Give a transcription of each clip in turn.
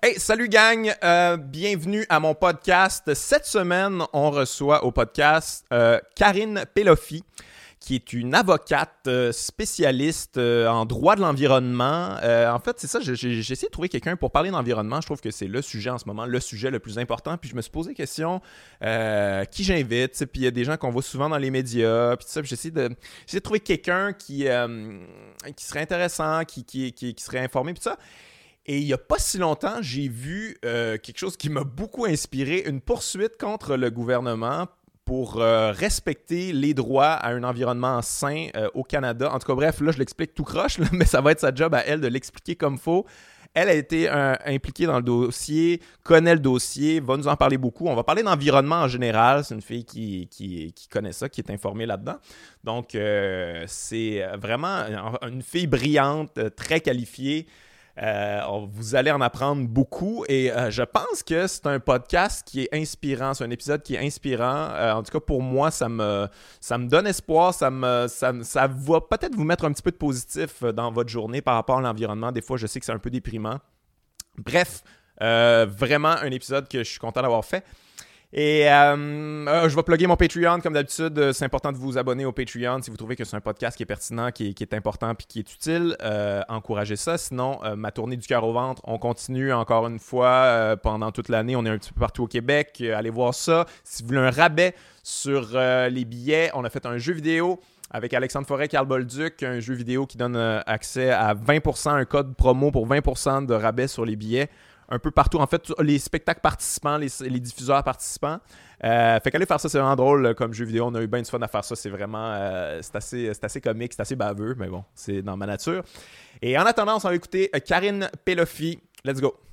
Hey, salut gang! Bienvenue à mon podcast. Cette semaine, on reçoit au podcast Karine Pelofi, qui est une avocate spécialiste en droit de l'environnement. En fait, c'est ça, j'ai essayé de trouver quelqu'un pour parler d'environnement. Je trouve que c'est le sujet en ce moment, le sujet le plus important. Puis je me suis posé la question, qui j'invite? Puis il y a des gens qu'on voit souvent dans les médias. Puis ça, j'ai essayé de trouver quelqu'un qui serait intéressant, qui serait informé. Puis ça. Et il n'y a pas si longtemps, j'ai vu quelque chose qui m'a beaucoup inspiré, une poursuite contre le gouvernement pour respecter les droits à un environnement sain au Canada. En tout cas, bref, là, je l'explique tout croche, là, mais ça va être sa job à elle de l'expliquer comme faut. Elle a été impliquée dans le dossier, connaît le dossier, va nous en parler beaucoup. On va parler d'environnement en général. C'est une fille qui connaît ça, qui est informée là-dedans. Donc, c'est vraiment une fille brillante, très qualifiée. Vous allez en apprendre beaucoup et je pense que c'est un podcast qui est inspirant, c'est un épisode qui est inspirant. En tout cas, pour moi, ça me donne espoir, ça va peut-être vous mettre un petit peu de positif dans votre journée par rapport à l'environnement. Des fois, je sais que c'est un peu déprimant. Bref, vraiment un épisode que je suis content d'avoir fait. Et je vais plugger mon Patreon comme d'habitude. C'est important de vous abonner au Patreon si vous trouvez que c'est un podcast qui est pertinent, qui est important puis qui est utile. Encouragez ça. Sinon, ma tournée du cœur au ventre, on continue encore une fois pendant toute l'année. On est un petit peu partout au Québec. Allez voir ça. Si vous voulez un rabais sur les billets, on a fait un jeu vidéo avec Alexandre Forêt et Carl Bolduc, un jeu vidéo qui donne accès à 20%, un code promo pour 20% de rabais sur les billets. Un peu partout. En fait, les spectacles participants, les diffuseurs participants. Fait qu'allez faire ça, c'est vraiment drôle comme jeu vidéo. On a eu bien du fun à faire ça. C'est vraiment... c'est assez comique, c'est assez baveux, mais bon, c'est dans ma nature. Et en attendant, on s'en va écouter Karine Pelofi. Let's go!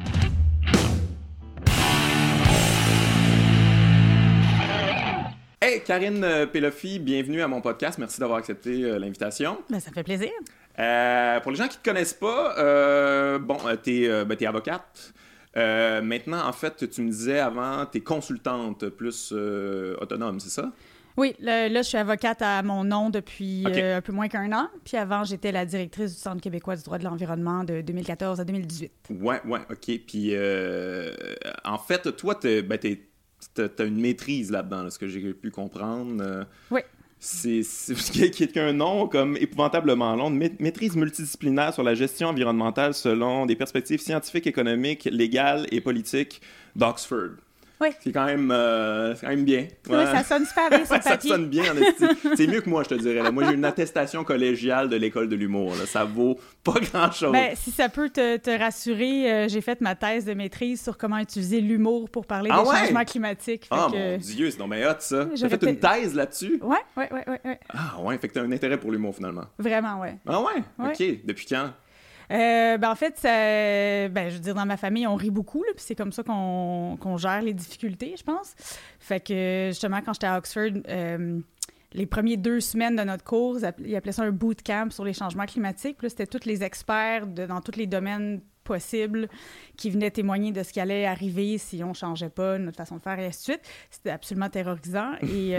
Hey, Karine Pelofi, bienvenue à mon podcast. Merci d'avoir accepté l'invitation. Ben, ça fait plaisir. Pour les gens qui ne te connaissent pas, t'es avocate. Maintenant, en fait, tu me disais avant, t'es consultante plus autonome, c'est ça? Oui, là, je suis avocate à mon nom depuis un peu moins qu'un an. Puis avant, j'étais la directrice du Centre québécois du droit de l'environnement de 2014 à 2018. Ouais, OK. Puis, en fait, toi, t'as une maîtrise là-dedans, là, ce que j'ai pu comprendre. Oui. C'est qui est un nom comme épouvantablement long, maîtrise multidisciplinaire sur la gestion environnementale selon des perspectives scientifiques, économiques, légales et politiques d'Oxford. Oui. C'est quand même bien. Ouais. Oui, ça sonne super bien sur le papier. Ça sonne bien, c'est mieux que moi, je te dirais. Là. Moi, j'ai une attestation collégiale de l'école de l'humour. Là. Ça vaut pas grand-chose. Ben, si ça peut te rassurer, j'ai fait ma thèse de maîtrise sur comment utiliser l'humour pour parler des changements climatiques. Mon Dieu, c'est donc bien hot, ça. T'as fait une thèse là-dessus? Oui. Ah ouais, fait que t'as un intérêt pour l'humour, finalement. Vraiment, oui. Ah ouais? OK. Depuis quand? En fait, je veux dire, dans ma famille, on rit beaucoup, là, puis c'est comme ça qu'on gère les difficultés, je pense. Fait que, justement, quand j'étais à Oxford, les premières 2 semaines de notre cours, ils appelaient ça un bootcamp sur les changements climatiques. Puis là, c'était tous les experts dans tous les domaines possibles qui venaient témoigner de ce qui allait arriver si on ne changeait pas notre façon de faire, et ainsi de suite. C'était absolument terrorisant.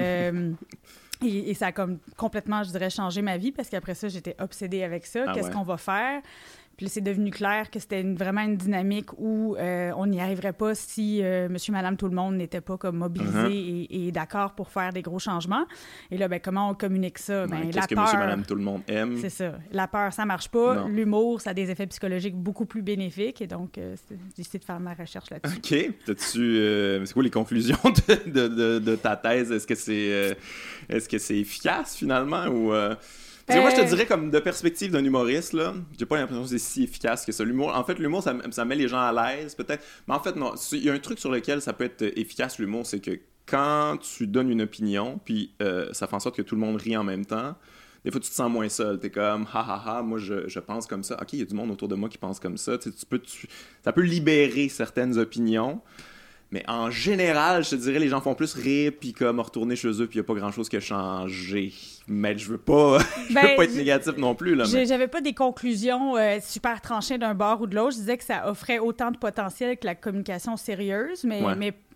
Et ça a comme complètement, je dirais, changé ma vie parce qu'après ça, j'étais obsédée avec ça. Qu'est-ce qu'on va faire? Puis là, c'est devenu clair que c'était vraiment une dynamique où on n'y arriverait pas si monsieur, madame, tout le monde n'était pas comme mobilisé et d'accord pour faire des gros changements. Et là, comment on communique ça? Qu'est-ce que monsieur, madame, tout le monde aime? C'est ça. La peur, ça marche pas. Non. L'humour, ça a des effets psychologiques beaucoup plus bénéfiques. Et donc, j'ai décidé de faire ma recherche là-dessus. OK. C'est quoi les conclusions de ta thèse? Est-ce que c'est efficace, finalement, ou... Moi, je te dirais, comme de perspective d'un humoriste, là, j'ai pas l'impression que c'est si efficace que ça. L'humour, en fait, l'humour, ça met les gens à l'aise, peut-être. Mais en fait, non. Il y a un truc sur lequel ça peut être efficace, l'humour, c'est que quand tu donnes une opinion, puis ça fait en sorte que tout le monde rit en même temps, des fois, tu te sens moins seul. T'es comme, moi, je pense comme ça. OK, il y a du monde autour de moi qui pense comme ça. Ça peut libérer certaines opinions. Mais en général, je te dirais, les gens font plus rire, puis comme retourner chez eux, puis il n'y a pas grand-chose qui a changé. Mais je veux pas être négatif non plus. Là, mais... J'avais pas des conclusions super tranchées d'un bord ou de l'autre. Je disais que ça offrait autant de potentiel que la communication sérieuse, mais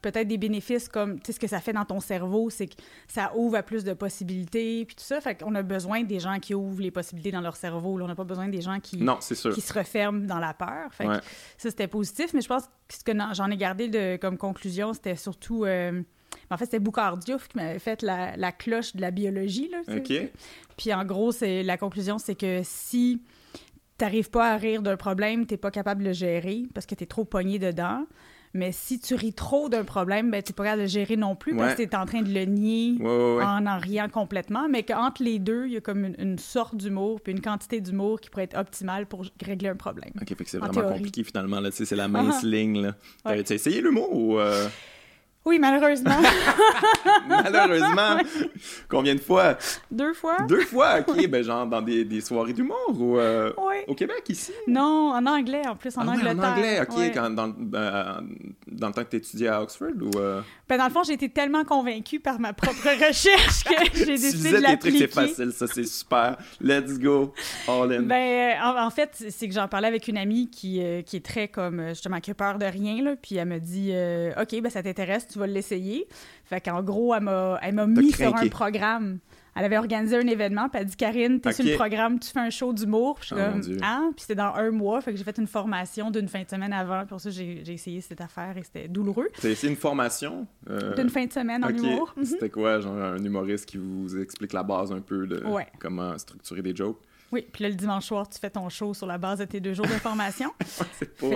peut-être des bénéfices comme, tu sais, ce que ça fait dans ton cerveau, c'est que ça ouvre à plus de possibilités, puis tout ça. Fait qu'on a besoin des gens qui ouvrent les possibilités dans leur cerveau. Là, on n'a pas besoin des gens qui se referment dans la peur. Fait que ça, c'était positif. Mais je pense que ce que j'en ai gardé comme conclusion, c'était surtout... en fait, c'était Boucard Diouf qui m'avait fait la cloche de la biologie. Là, OK. Puis en gros, la conclusion, c'est que si t'arrives pas à rire d'un problème, t'es pas capable de le gérer parce que t'es trop pogné dedans. Mais si tu ris trop d'un problème, ben t'es pas capable de le gérer non plus parce que t'es en train de le nier en riant complètement. Mais qu'entre les deux, il y a comme une sorte d'humour puis une quantité d'humour qui pourrait être optimale pour régler un problème. OK, fait que c'est vraiment compliqué finalement. Là, c'est la mince ligne. Là. Ouais. T'as essayé l'humour ou... Oui, malheureusement. Malheureusement. Combien de fois? 2 fois. 2 fois? OK, ben genre dans des soirées d'humour ou au Québec, ici? Non, en anglais, en plus, en Angleterre. En anglais, OK. Dans le temps que tu étudiais à Oxford ou... Ben, dans le fond, j'ai été tellement convaincue par ma propre recherche que j'ai décidé de l'appliquer. Tu disais tes trucs, c'est facile, ça, c'est super. Let's go, all in. Ben, en fait, c'est que j'en parlais avec une amie qui est très comme, justement, qui a peur de rien, là, puis elle me dit « OK, ben ça t'intéresse, tu vas l'essayer. » Fait qu'en gros, elle m'a mis sur un programme. Elle avait organisé un événement, puis elle dit « Karine, t'es sur le programme, tu fais un show d'humour. » Puis je suis comme « Ah! » Puis c'était dans 1 mois, fait que j'ai fait une formation d'une fin de semaine avant. Pour ça, j'ai essayé cette affaire et c'était douloureux. T'as essayé une formation? D'une fin de semaine en humour. C'était quoi, genre un humoriste qui vous explique la base un peu de comment structurer des jokes? Oui, puis là, le dimanche soir, tu fais ton show sur la base de tes 2 jours de formation. C'est pas...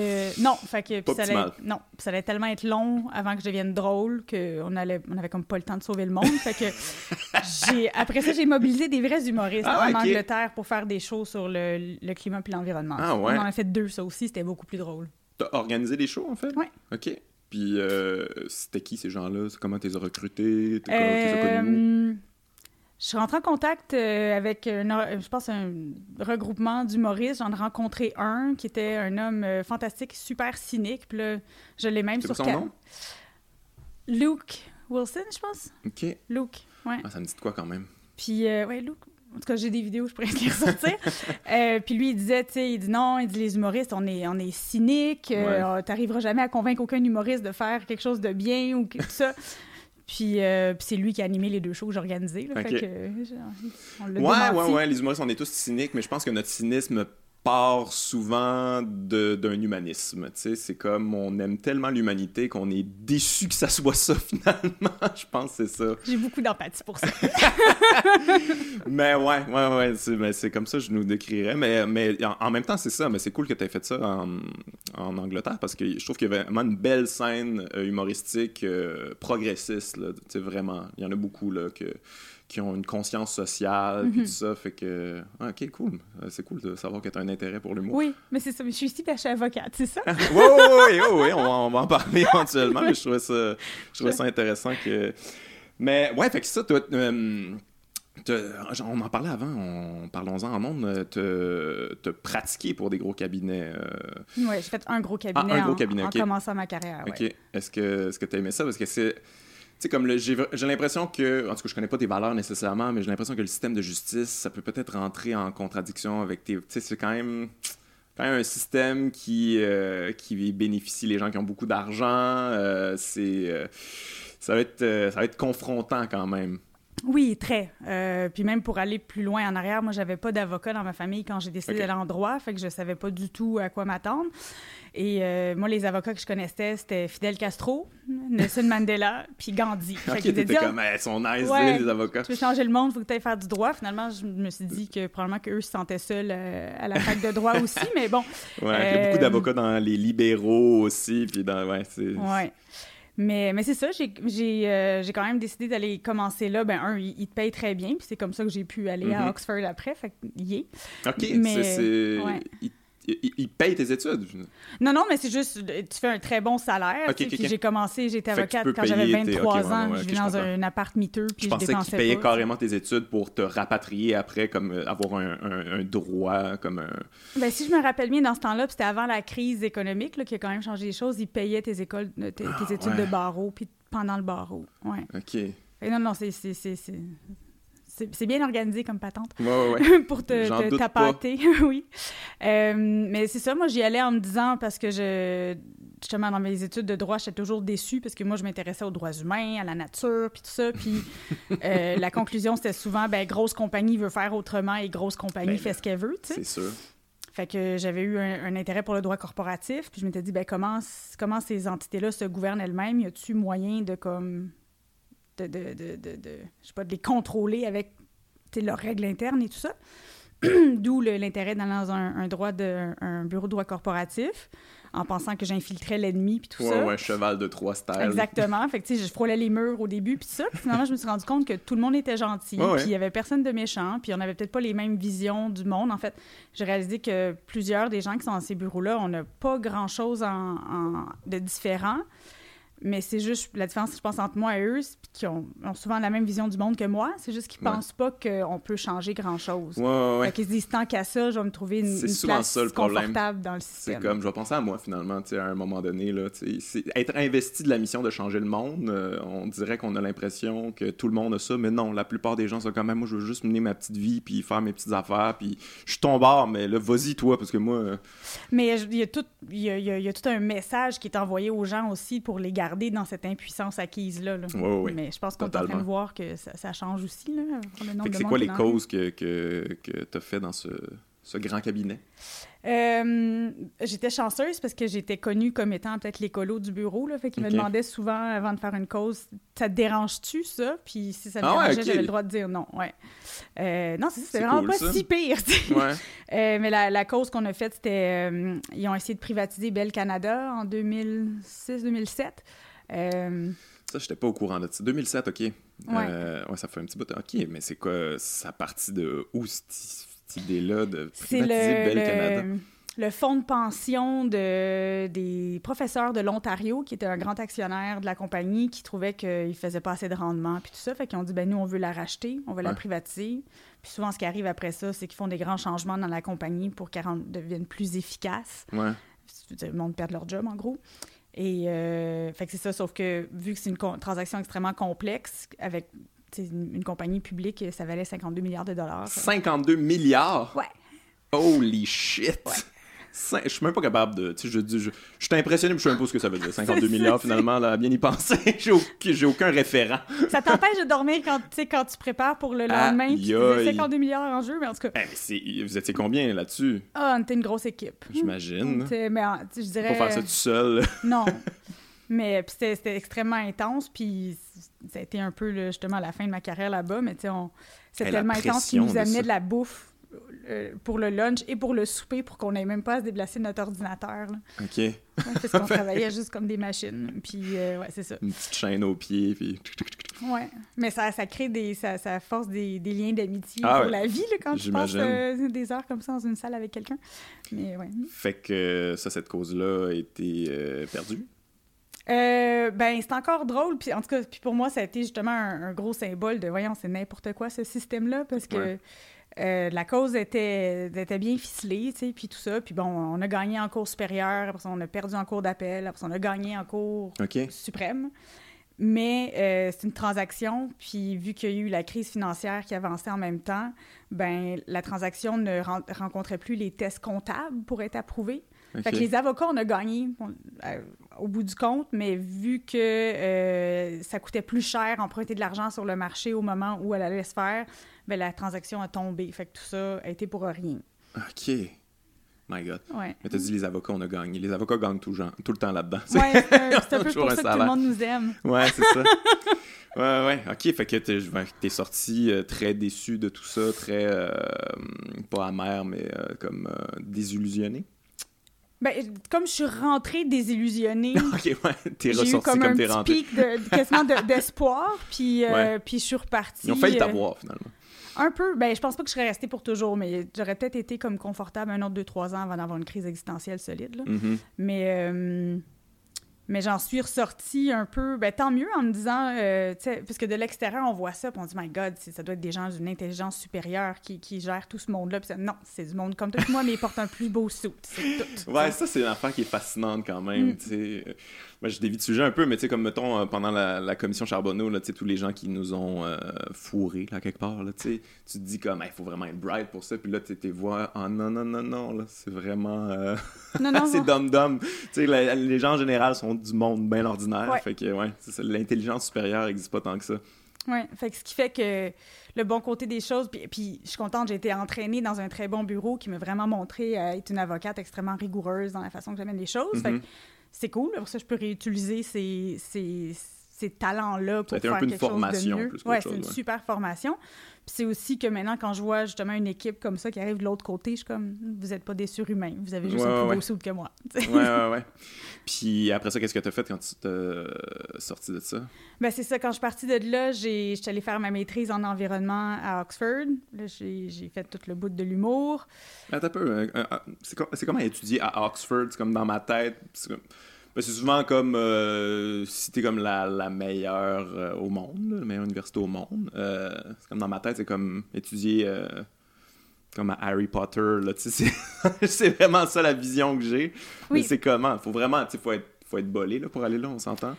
ça allait tellement être long avant que je devienne drôle qu'on avait comme pas le temps de sauver le monde. Fait que après ça, j'ai mobilisé des vrais humoristes en Angleterre pour faire des shows sur le climat puis l'environnement. Ah, ouais. On en a fait 2, ça aussi, c'était beaucoup plus drôle. T'as organisé des shows, en fait? Oui. OK. Puis c'était qui, ces gens-là? Comment tu les as recrutés? Tu les as connus où? Je suis rentrée en contact avec, je pense, un regroupement d'humoristes. J'en ai rencontré un qui était un homme fantastique, super cynique. Puis là, je l'ai même sur... C'est quoi son nom? Luke Wilson, je pense. OK. Luke, ouais. Ah, ça me dit de quoi quand même? Puis, Luke... En tout cas, j'ai des vidéos, je pourrais les ressortir. Puis lui, il disait, tu sais, il dit non, il dit les humoristes, on est cyniques, t'arriveras jamais à convaincre aucun humoriste de faire quelque chose de bien ou tout ça. Puis c'est lui qui a animé les 2 shows que j'ai organisés. Là, okay. Fait que, on l'a démenti. Ouais, les humoristes, on est tous cyniques, mais je pense que notre cynisme part souvent d'un humanisme. Tu sais, c'est comme on aime tellement l'humanité qu'on est déçu que ça soit ça finalement. Je pense que c'est ça. J'ai beaucoup d'empathie pour ça. Mais ouais, c'est comme ça que je nous décrirais. Mais en même temps, c'est ça. Mais c'est cool que tu aies fait ça en Angleterre parce que je trouve qu'il y a vraiment une belle scène humoristique progressiste. Tu sais, vraiment. Il y en a beaucoup là, qui ont une conscience sociale, puis tout ça, fait que... Ah, OK, cool. C'est cool de savoir que tu as un intérêt pour l'humour. Oui, mais c'est ça. Je suis ici parce que je suis avocate, c'est ça? Oui, on va en parler éventuellement, mais je trouvais ça intéressant que... Mais, ouais, fait que ça, toi... on en parlait avant, parlons-en en monde, te pratiquer pour des gros cabinets. Oui, j'ai fait un gros cabinet, en commençant ma carrière. OK. Ouais. Est-ce que tu as aimé ça? Parce que c'est... Tu sais, comme j'ai l'impression que, en tout cas, je connais pas tes valeurs nécessairement, mais j'ai l'impression que le système de justice, ça peut peut-être rentrer en contradiction avec tes... Tu sais, c'est quand même un système qui bénéficie les gens qui ont beaucoup d'argent. Ça va être confrontant quand même. Oui, très. Puis même pour aller plus loin en arrière, moi, j'avais pas d'avocat dans ma famille quand j'ai décidé d'aller en droit, fait que je savais pas du tout à quoi m'attendre. Et moi, les avocats que je connaissais, c'était Fidel Castro, Nelson Mandela, puis Gandhi. OK, t'étais comme, ils sont nice, les avocats. Tu veux changer le monde, il faut que tu ailles faire du droit. Finalement, je me suis dit que probablement qu'eux se sentaient seuls à la fac de droit aussi, mais bon. Ouais, il y a beaucoup d'avocats dans les libéraux aussi, puis dans... Ouais, c'est... Ouais. Mais c'est ça, j'ai quand même décidé d'aller commencer là. Ben, il te paye très bien, puis c'est comme ça que j'ai pu aller à Oxford après, fait qu'il y est. OK, ouais. Il paye tes études? Non, mais c'est juste, tu fais un très bon salaire. Puis j'ai commencé, j'étais avocate quand j'avais 23 ans. Je vis dans un appart miteux, puis je dépensais pas. Je pensais qu'il payait carrément tes études pour te rapatrier après, comme avoir un droit, comme un... Ben, si je me rappelle bien, dans ce temps-là, puis c'était avant la crise économique, là, qui a quand même changé les choses, ils payaient tes études de barreau, puis pendant le barreau. Ouais. OK. Non, c'est bien organisé comme patente pour te tapater. Oui. Mais c'est ça, moi, j'y allais en me disant, parce que justement, dans mes études de droit, j'étais toujours déçue parce que moi, je m'intéressais aux droits humains, à la nature, puis tout ça. Puis la conclusion, c'était souvent, grosse compagnie veut faire autrement et grosse compagnie fait ce qu'elle veut, tu sais. C'est sûr. Fait que j'avais eu un intérêt pour le droit corporatif, puis je m'étais dit, comment ces entités-là se gouvernent elles-mêmes? Y a-tu moyen de, je sais pas, de les contrôler avec leurs règles internes et tout ça? D'où l'intérêt d'aller dans un bureau de droit corporatif, en pensant que j'infiltrais l'ennemi puis tout ça. Ouais, cheval de Troie style. Exactement. Fait que, tu sais, je frôlais les murs au début puis ça. Puis finalement, je me suis rendu compte que tout le monde était gentil, puis il y avait personne de méchant, puis on avait peut-être pas les mêmes visions du monde. En fait, j'ai réalisé que plusieurs des gens qui sont dans ces bureaux-là, on n'a pas grand-chose de différent. Mais c'est juste la différence, je pense, entre moi et eux, qui ont souvent la même vision du monde que moi. C'est juste qu'ils pensent pas qu'on peut changer grand-chose. Ouais. Fait qu'ils se disent, tant qu'à ça, je vais me trouver une place confortable dans le système. C'est comme, je vais penser à moi, finalement, à un moment donné. Là, être investi de la mission de changer le monde, on dirait qu'on a l'impression que tout le monde a ça, mais non, la plupart des gens sont quand même, moi, je veux juste mener ma petite vie, puis faire mes petites affaires, puis je suis ton bord, mais là, vas-y, toi, parce que moi... Mais il y a tout un message qui est envoyé aux gens aussi pour les garder dans cette impuissance acquise-là. Oui. Mais je pense qu'on est en train de voir que ça change aussi. Là, c'est quoi les causes que tu as fait dans ce grand cabinet? J'étais chanceuse parce que j'étais connue comme étant peut-être l'écolo du bureau. Là, fait qu'ils me demandaient souvent, avant de faire une cause, « Ça te dérange-tu, ça? » Puis si ça me dérangeait, j'avais le droit de dire non. Ouais. Non, c'était vraiment cool, pas si pire. Mais la cause qu'on a faite, c'était... ils ont essayé de privatiser Bell Canada en 2006-2007. Ça, j'étais pas au courant de ça. 2007, OK. Ouais, ça fait un petit bout. OK, mais c'est quoi? Ça partit de où, cette idée-là de privatiser Bell Canada? Le fonds de pension des professeurs de l'Ontario, qui était un grand actionnaire de la compagnie, qui trouvait qu'il ne faisait pas assez de rendement, puis tout ça. Fait qu'ils ont dit, nous, on veut la racheter, on veut la privatiser. Puis souvent, ce qui arrive après ça, c'est qu'ils font des grands changements dans la compagnie pour qu'elle devienne plus efficace. Ouais. Le monde perd leur job, en gros. Et fait que c'est ça, sauf que vu que c'est une transaction extrêmement complexe, avec une compagnie publique, ça valait 52 milliards de dollars. 52 milliards? Ouais. Holy shit! Ouais. Je suis même pas capable de... Je suis impressionné, mais je sais même pas ce que ça veut dire. 52 milliards, finalement, là, bien y penser. J'ai aucun référent. Ça t'empêche de dormir quand tu prépares pour le lendemain. Tu faisais 52 milliards en jeu, mais en tout cas... mais vous étiez combien là-dessus? On était une grosse équipe. J'imagine. Mais je dirais... Pas faire ça tout seul. Non. Mais c'était extrêmement intense, puis ça a été un peu, justement, la fin de ma carrière là-bas, mais c'était tellement intense qu'ils nous amenaient de la bouffe pour le lunch et pour le souper pour qu'on n'ait même pas à se déplacer de notre ordinateur. Là. OK. Parce qu'on travaillait juste comme des machines. Puis, c'est ça. Une petite chaîne aux pieds, puis... Ouais. Mais ça crée ça force des liens d'amitié pour la vie, là, quand tu passes des heures comme ça dans une salle avec quelqu'un. Mais ouais. Fait que cette cause-là a été perdue? C'est encore drôle, puis en tout cas, pour moi, ça a été justement un gros symbole de, voyons, c'est n'importe quoi ce système-là, parce que la cause était bien ficelée, tu sais, puis tout ça, puis bon, on a gagné en cour supérieure, après ça, on a perdu en cour d'appel, après ça, on a gagné en cour suprême, mais c'est une transaction, puis vu qu'il y a eu la crise financière qui avançait en même temps, la transaction ne rencontrait plus les tests comptables pour être approuvée. Fait que les avocats, on a gagné au bout du compte, mais vu que ça coûtait plus cher emprunter de l'argent sur le marché au moment où elle allait se faire, la transaction a tombé. Fait que tout ça a été pour rien. OK. My God. Ouais. Mais t'as dit les avocats, on a gagné. Les avocats gagnent tout le temps là-dedans. Oui, c'est un peu pour ça que tout le monde nous aime. Ouais, c'est ça. Ouais. OK, fait que t'es sorti très déçu de tout ça, très, pas amer, mais comme désillusionné. Comme je suis rentrée désillusionnée, OK, ouais, t'es ressortie j'ai eu comme t'es rentrée. Petit pic quasiment d'espoir, puis je suis repartie. Ils ont failli t'avoir, finalement. Un peu. Je pense pas que je serais restée pour toujours, mais j'aurais peut-être été comme confortable un autre 2-3 ans avant d'avoir une crise existentielle solide. Là. Mm-hmm. Mais j'en suis ressortie un peu, tant mieux, en me disant, tu sais, parce que de l'extérieur, on voit ça, puis on dit, my God, ça doit être des gens d'une intelligence supérieure qui gèrent tout ce monde-là. Puis non, c'est du monde comme toi et moi, mais ils portent un plus beau suit, c'est tout. Ouais, ça, c'est une affaire qui est fascinante quand même, tu sais. Moi, je dévie de sujet un peu, mais tu sais, comme mettons, pendant la commission Charbonneau, là, tu sais, tous les gens qui nous ont fourrés, là, quelque part, là, tu sais, tu te dis comme, il faut vraiment être bright pour ça, puis là, tu tes voix, non, là, c'est vraiment c'est dum-dum. Tu sais, les gens en général sont du monde bien ordinaire, fait que, ouais, l'intelligence supérieure n'existe pas tant que ça. Oui, fait que ce qui fait que le bon côté des choses, puis je suis contente, j'ai été entraînée dans un très bon bureau qui m'a vraiment montré être une avocate extrêmement rigoureuse dans la façon que j'amène les choses. Fait que c'est cool, pour ça je peux réutiliser ces talents-là pour faire quelque chose de mieux. Oui, c'est une super formation. Puis c'est aussi que maintenant, quand je vois justement une équipe comme ça qui arrive de l'autre côté, je suis comme, vous n'êtes pas des surhumains, vous avez juste un plus beau soude que moi. Ouais. Puis après ça, qu'est-ce que tu as fait quand tu t'es sorti de ça? Ben c'est ça, quand je suis partie de là, je suis allée faire ma maîtrise en environnement à Oxford. Là, j'ai fait tout le bout de l'humour. Attends un peu, c'est comment étudier à Oxford? C'est comme dans ma tête, c'est souvent comme si t'es comme la meilleure au monde, la meilleure université au monde. C'est comme dans ma tête, c'est comme étudier comme à Harry Potter, là, tu sais, c'est vraiment ça la vision que j'ai. Oui. Mais c'est comment? Faut vraiment, tu sais, faut être bolé là, pour aller là, on s'entend?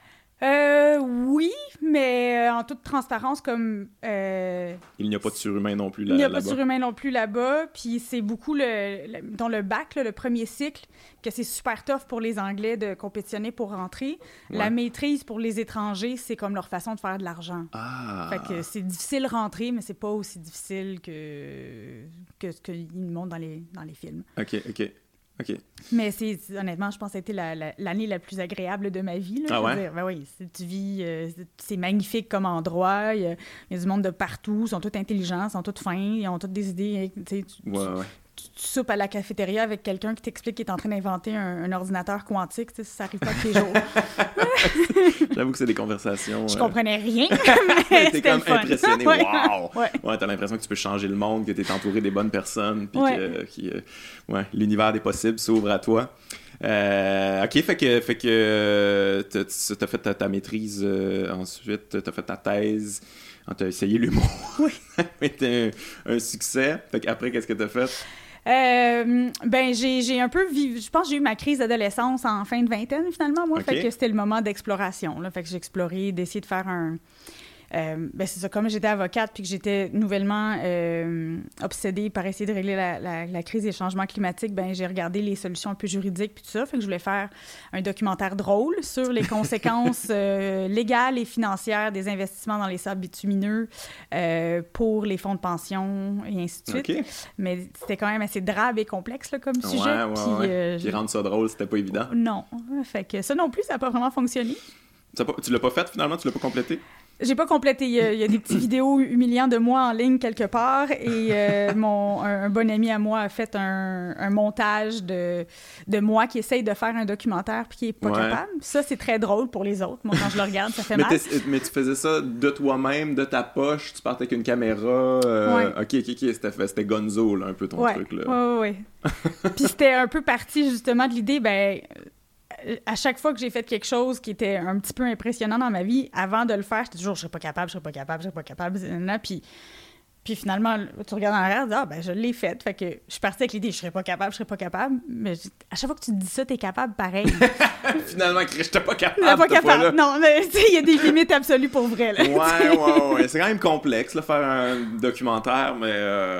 Oui, mais en toute transparence, comme... Il n'y a pas de surhumain non plus là-bas. Il n'y a pas de surhumain non plus là-bas, puis c'est beaucoup dans le bac, là, le premier cycle, que c'est super tough pour les Anglais de compétitionner pour rentrer. Ouais. La maîtrise pour les étrangers, c'est comme leur façon de faire de l'argent. Ah! Fait que c'est difficile de rentrer, mais c'est pas aussi difficile que ce qu'ils montrent dans les films. OK. Mais honnêtement, je pense que ça a été l'année la plus agréable de ma vie. Là, ah ouais? Dire. Ben oui, tu vis, c'est magnifique comme endroit. Il y a du monde de partout. Ils sont tous intelligents, ils sont tous fins, ils ont toutes des idées. Tu soupes à la cafétéria avec quelqu'un qui t'explique qu'il est en train d'inventer un ordinateur quantique. Ça n'arrive pas tous les jours. J'avoue que c'est des conversations... Je comprenais rien, mais t'es comme fun. Impressionné. Wow! Ouais, t'as l'impression que tu peux changer le monde, que t'es entouré des bonnes personnes, puis que l'univers des possibles s'ouvre à toi. OK, fait que t'as fait ta maîtrise ensuite, t'as fait ta thèse, t'as essayé l'humour. Oui. C'était un succès. Fait qu'après, qu'est-ce que t'as fait? J'ai un peu je pense que j'ai eu ma crise d'adolescence en fin de vingtaine, finalement, moi. Okay. Fait que c'était le moment d'exploration, là. Fait que j'ai exploré, d'essayer de faire c'est ça, comme j'étais avocate puis que j'étais nouvellement obsédée par essayer de régler la crise des changements climatiques, j'ai regardé les solutions un peu juridiques puis tout ça. Fait que je voulais faire un documentaire drôle sur les conséquences légales et financières des investissements dans les sables bitumineux pour les fonds de pension et ainsi de suite. Okay. Mais c'était quand même assez drabe et complexe là, comme sujet. Puis rendre ça drôle, c'était pas évident. Non. Fait que ça non plus, ça n'a pas vraiment fonctionné. Tu l'as pas fait finalement? Tu l'as pas complété? J'ai pas complété. Il y a des petites vidéos humiliantes de moi en ligne quelque part et un bon ami à moi a fait un montage de moi qui essaye de faire un documentaire puis qui est pas capable. Ça, c'est très drôle pour les autres. Moi, quand je le regarde, ça fait mal. Mais tu faisais ça de toi-même, de ta poche, tu partais avec une caméra. OK, c'était gonzo, là, un peu ton truc. Là. Oui. Puis c'était un peu parti justement de l'idée, à chaque fois que j'ai fait quelque chose qui était un petit peu impressionnant dans ma vie, avant de le faire, j'étais toujours « je serais pas capable ». Puis finalement, tu regardes en arrière, tu dis « je l'ai fait ». Fait que je suis partie avec l'idée « je serais pas capable ». Mais à chaque fois que tu te dis ça, t'es capable pareil. Finalement, je n'étais pas capable. Non, mais il y a des limites absolues pour vrai. Là, ouais. C'est quand même complexe, là, faire un documentaire, mais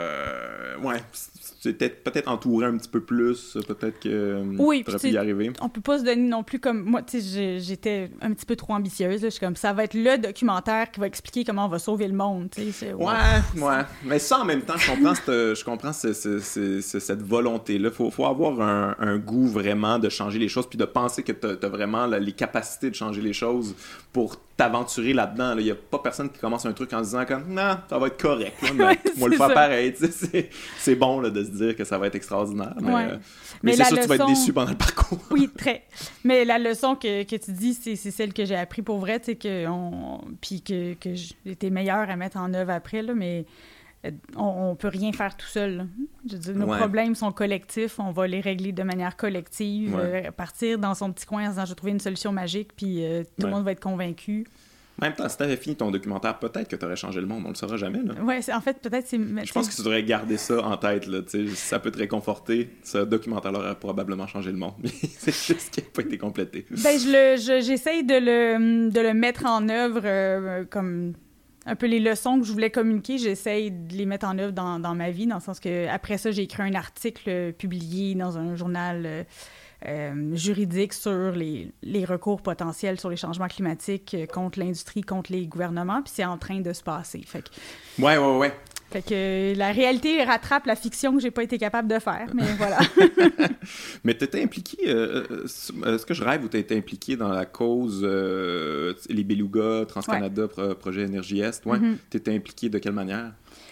c'était peut-être entouré un petit peu plus, peut-être que t'aurais pu y arriver. On peut pas se donner non plus comme... Moi, tu sais, j'étais un petit peu trop ambitieuse. Là. Je suis comme, ça va être le documentaire qui va expliquer comment on va sauver le monde. Tu sais, ouais. Mais ça, en même temps, je comprends cette volonté-là. Faut avoir un goût vraiment de changer les choses, puis de penser que t'as vraiment les capacités de changer les choses pour t'aventurer là-dedans. Il n'y a pas personne qui commence un truc en se disant comme « Non, ça va être correct. Là, mais moi, le faire pareil. » C'est bon là, de se dire que ça va être extraordinaire. Mais c'est sûr que tu vas être déçu pendant le parcours. Oui, très. Mais la leçon que tu dis, c'est celle que j'ai appris pour vrai, puis que j'étais meilleure à mettre en œuvre après. Là, mais on peut rien faire tout seul. Là. Je veux dire, nos problèmes sont collectifs, on va les régler de manière collective, partir dans son petit coin en disant « je vais trouver une solution magique », puis tout le monde va être convaincu. En même temps, si t'avais fini ton documentaire, peut-être que t'aurais changé le monde, on le saura jamais, là. Ouais, en fait, peut-être c'est... Je pense que tu devrais garder ça en tête, là, tu sais, ça peut te réconforter. Ce documentaire-là aurait probablement changé le monde, mais c'est juste qu'il n'a pas été complété. Ben, j'essaye de le mettre en œuvre comme... un peu les leçons que je voulais communiquer, j'essaye de les mettre en œuvre dans ma vie, dans le sens que après ça, j'ai écrit un article publié dans un journal juridique sur les recours potentiels sur les changements climatiques contre l'industrie, contre les gouvernements, puis c'est en train de se passer. Fait que... Ouais. Fait que la réalité rattrape la fiction que j'ai pas été capable de faire, mais voilà. Mais t'étais impliqué, est-ce que je rêve ou t'as été impliqué dans la cause les Belugas, TransCanada, Projet Énergie Est, T'étais impliqué de quelle manière?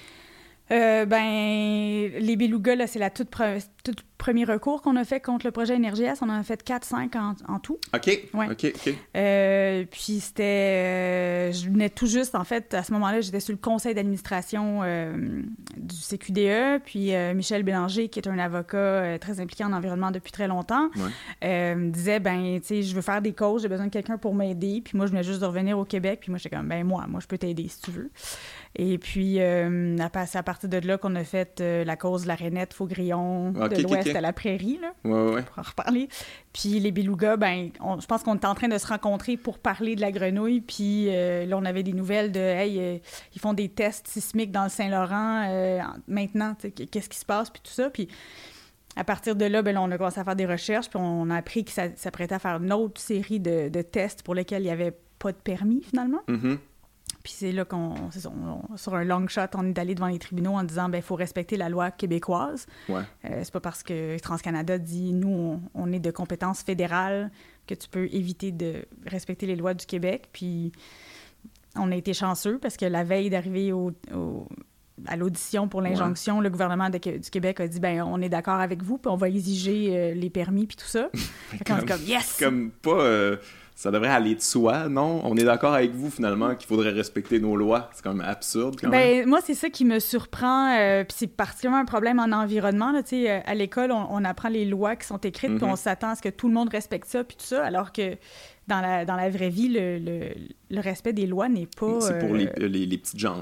Les Belugas, là, c'est la toute premier recours qu'on a fait contre le projet Énergie Est. On en a fait 4-5 en tout. OK. Ouais. OK. Puis c'était... je venais tout juste, en fait, à ce moment-là, j'étais sur le conseil d'administration du CQDE. Puis Michel Bélanger, qui est un avocat très impliqué en environnement depuis très longtemps, me disait, tu sais, je veux faire des causes, j'ai besoin de quelqu'un pour m'aider. Puis moi, je venais juste de revenir au Québec. Puis moi, j'étais comme, moi, je peux t'aider si tu veux. Et puis, c'est à partir de là qu'on a fait la cause de la Rainette, Faugrillon, de l'Ouest à la Prairie, là, pour en reparler. Puis les Belugas, je pense qu'on était en train de se rencontrer pour parler de la grenouille. Puis là, on avait des nouvelles de, ils font des tests sismiques dans le Saint-Laurent maintenant, qu'est-ce qui se passe, puis tout ça. Puis à partir de là, là, on a commencé à faire des recherches, puis on a appris que ça s'apprêtait à faire une autre série de tests pour lesquels il n'y avait pas de permis, finalement. Mm-hmm. Puis c'est là sur un long shot, on est allé devant les tribunaux en disant, il faut respecter la loi québécoise. C'est pas parce que TransCanada dit, nous, on est de compétence fédérale que tu peux éviter de respecter les lois du Québec. Puis on a été chanceux parce que la veille d'arriver à l'audition pour l'injonction, le gouvernement du Québec a dit, on est d'accord avec vous, puis on va exiger les permis, puis tout ça. Fait qu'on est comme, yes! Comme pas... ça devrait aller de soi, non? On est d'accord avec vous, finalement, qu'il faudrait respecter nos lois. C'est quand même absurde, quand même. Moi, c'est ça qui me surprend. Puis c'est particulièrement un problème en environnement. Là, à l'école, on apprend les lois qui sont écrites, puis on s'attend à ce que tout le monde respecte ça, puis tout ça, alors que dans la vraie vie, le respect des lois n'est pas... C'est pour les petites gens.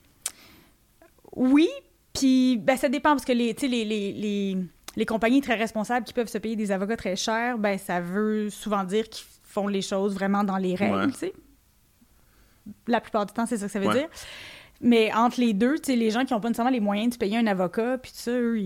Oui, puis ça dépend, parce que les compagnies très responsables qui peuvent se payer des avocats très chers, ça veut souvent dire qu'ils font les choses vraiment dans les règles, tu sais. La plupart du temps, c'est ça que ça veut dire. Mais entre les deux, tu sais, les gens qui n'ont pas nécessairement les moyens de se payer un avocat, puis tout ça, eux,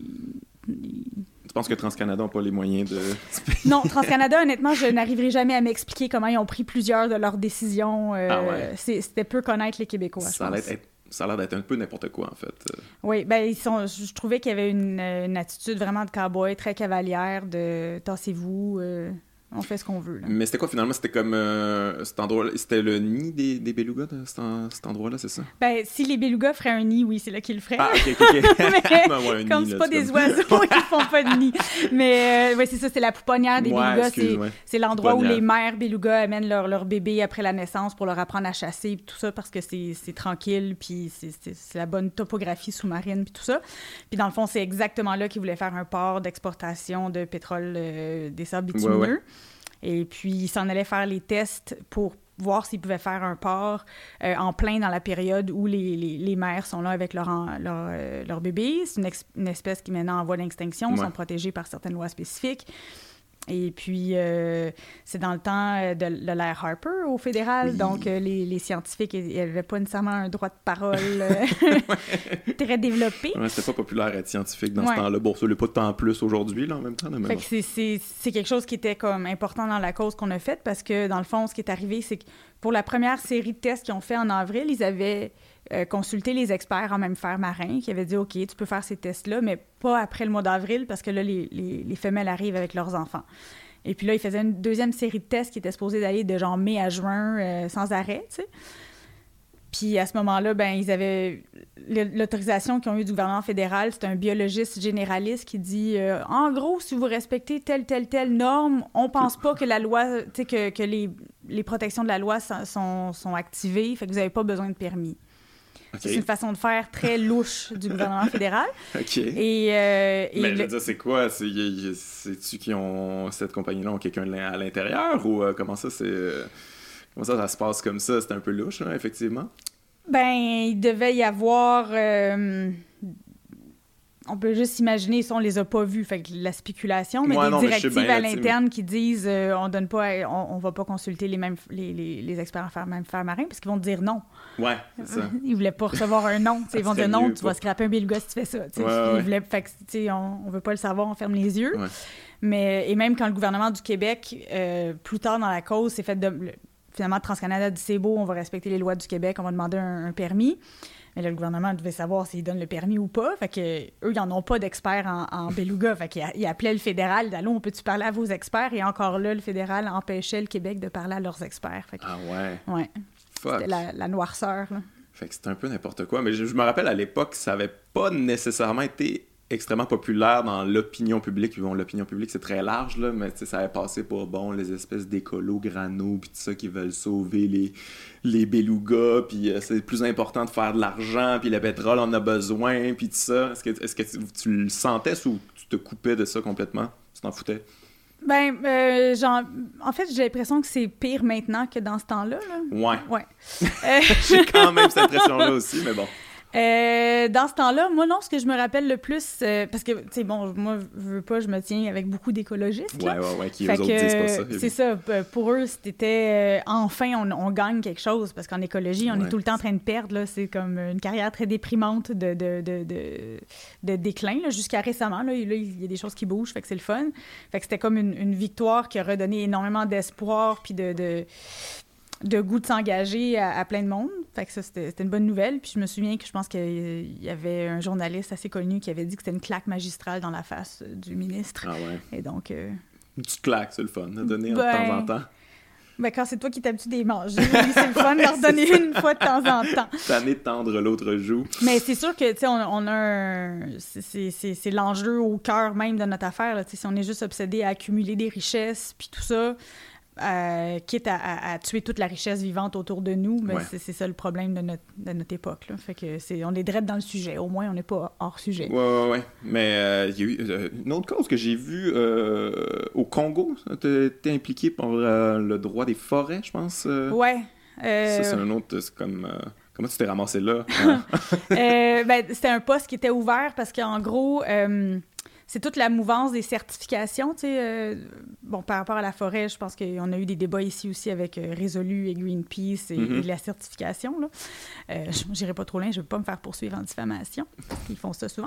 Tu penses que TransCanada n'a pas les moyens de... Non, TransCanada, honnêtement, je n'arriverai jamais à m'expliquer comment ils ont pris plusieurs de leurs décisions. C'était peu connaître les Québécois, ça a l'air d'être un peu n'importe quoi, en fait. Oui, je trouvais qu'il y avait une attitude vraiment de cow-boy, très cavalière, de « tassez-vous ». On fait ce qu'on veut. Là. Mais c'était quoi, finalement? C'était comme cet endroit-là? C'était le nid des Belugas, cet endroit-là, c'est ça? Si les Belugas feraient un nid, oui, c'est là qu'ils le feraient. Ah, OK. Mais comme c'est pas des oiseaux, ils font pas de nid. Mais c'est ça, c'est la pouponnière des Belugas. C'est l'endroit où les mères Belugas amènent leur bébé après la naissance pour leur apprendre à chasser, puis tout ça, parce que c'est tranquille, puis c'est la bonne topographie sous-marine, puis tout ça. Puis dans le fond, c'est exactement là qu'ils voulaient faire un port d'exportation de pétrole des sables bitumineux. Et puis, ils s'en allaient faire les tests pour voir s'ils pouvaient faire un port en plein dans la période où les mères sont là avec leur bébé. C'est une espèce qui est maintenant en voie d'extinction, sont protégées par certaines lois spécifiques. Et puis, c'est dans le temps de l'ère Harper au fédéral, donc les scientifiques n'avaient pas nécessairement un droit de parole très développé. C'était pas populaire être scientifique dans ce temps-là. Bon, ça l'est pas tant plus aujourd'hui, là, en même temps. Fait que c'est quelque chose qui était comme important dans la cause qu'on a faite, parce que, dans le fond, ce qui est arrivé, c'est que pour la première série de tests qu'ils ont fait en avril, ils avaient consulté les experts en mammifères marins qui avaient dit « OK, tu peux faire ces tests-là, mais pas après le mois d'avril, parce que là, les femelles arrivent avec leurs enfants. » Et puis là, ils faisaient une deuxième série de tests qui était supposée d'aller de genre mai à juin sans arrêt, tu sais. Puis à ce moment-là, ils avaient l'autorisation qu'ils ont eue du gouvernement fédéral. C'est un biologiste généraliste qui dit en gros, si vous respectez telle norme, on pense pas que la loi, tu sais, que les protections de la loi sont activées, fait que vous n'avez pas besoin de permis. C'est une façon de faire très louche du gouvernement fédéral. OK. Mais je veux dire, c'est quoi? C'est-tu qui ont... Cette compagnie-là ont quelqu'un à l'intérieur? Ou comment ça se passe comme ça? C'est un peu louche, hein, effectivement. Ben, il devait y avoir... on peut juste imaginer, ça, on les a pas vus, fait que la spéculation, mais des directives à l'interne qui disent on donne pas, on va pas consulter les experts en fer marin parce qu'ils vont te dire non. Ouais, c'est ça. Ils voulaient pas recevoir un non. Ils vont dire non, tu vas scraper un beluga si tu fais ça. Fait que, on veut pas le savoir, on ferme les yeux. Ouais. Et même quand le gouvernement du Québec, plus tard dans la cause, s'est fait finalement, TransCanada dit c'est beau, on va respecter les lois du Québec, on va demander un permis. Mais là, le gouvernement devait savoir s'ils donnent le permis ou pas. Fait que eux, ils n'en ont pas d'experts en beluga. Fait qu'ils appelaient le fédéral. Allô, on peut-tu parler à vos experts? Et encore là, le fédéral empêchait le Québec de parler à leurs experts. Fait que, ah ouais? Ouais. Fuck. C'était la noirceur, là. Fait que c'était un peu n'importe quoi. Mais je me rappelle, à l'époque, ça avait pas nécessairement été extrêmement populaire dans l'opinion publique. Bon, l'opinion publique, c'est très large, là, mais ça avait passé pour, les espèces d'écolos granos, puis tout ça, qui veulent sauver les belugas, puis c'est plus important de faire de l'argent, puis le pétrole, on a besoin, puis tout ça. Est-ce que tu le sentais ou tu te coupais de ça complètement? Tu t'en foutais? Ben, en fait, j'ai l'impression que c'est pire maintenant que dans ce temps-là. Là. Ouais. J'ai quand même cette impression-là aussi, mais bon. Dans ce temps-là, moi, non, ce que je me rappelle le plus, parce que, tu sais, bon, moi, je me tiens avec beaucoup d'écologistes. Ouais, qui eux autres disent pas ça. C'est ça. Pour eux, c'était enfin, on gagne quelque chose, parce qu'en écologie, on est tout le temps en train de perdre, là. C'est comme une carrière très déprimante de déclin, là, jusqu'à récemment. Là, il y a des choses qui bougent, fait que c'est le fun. Fait que c'était comme une victoire qui a redonné énormément d'espoir, puis de goût de s'engager à plein de monde. Fait que ça, c'était une bonne nouvelle. Puis je me souviens que je pense qu'il y avait un journaliste assez connu qui avait dit que c'était une claque magistrale dans la face du ministre. Ah ouais. Et donc... Une petite claque, c'est le fun, à donner de temps en temps. Ben, quand c'est toi qui t'habitues des manger, c'est le fun de leur donner une fois de temps en temps. Tanné de tendre l'autre joue. Mais c'est sûr que, tu sais, on a c'est l'enjeu au cœur même de notre affaire. Là. Si on est juste obsédé à accumuler des richesses, puis tout ça... quitte à tuer toute la richesse vivante autour de nous, mais c'est ça le problème de notre époque. Là. Fait que on est direct dans le sujet. Au moins, on n'est pas hors sujet. Ouais. Mais il y a eu une autre cause que j'ai vue au Congo. T'es impliqué pour le droit des forêts, je pense. Ouais. Ça, c'est un autre... C'est comme... Comment tu t'es ramassé là? C'était un poste qui était ouvert parce qu'en gros... c'est toute la mouvance des certifications, tu sais. Par rapport à la forêt, je pense qu'on a eu des débats ici aussi avec Résolu et Greenpeace et la certification, là. J'irai pas trop loin, je veux pas me faire poursuivre en diffamation, parce qu'ils font ça souvent.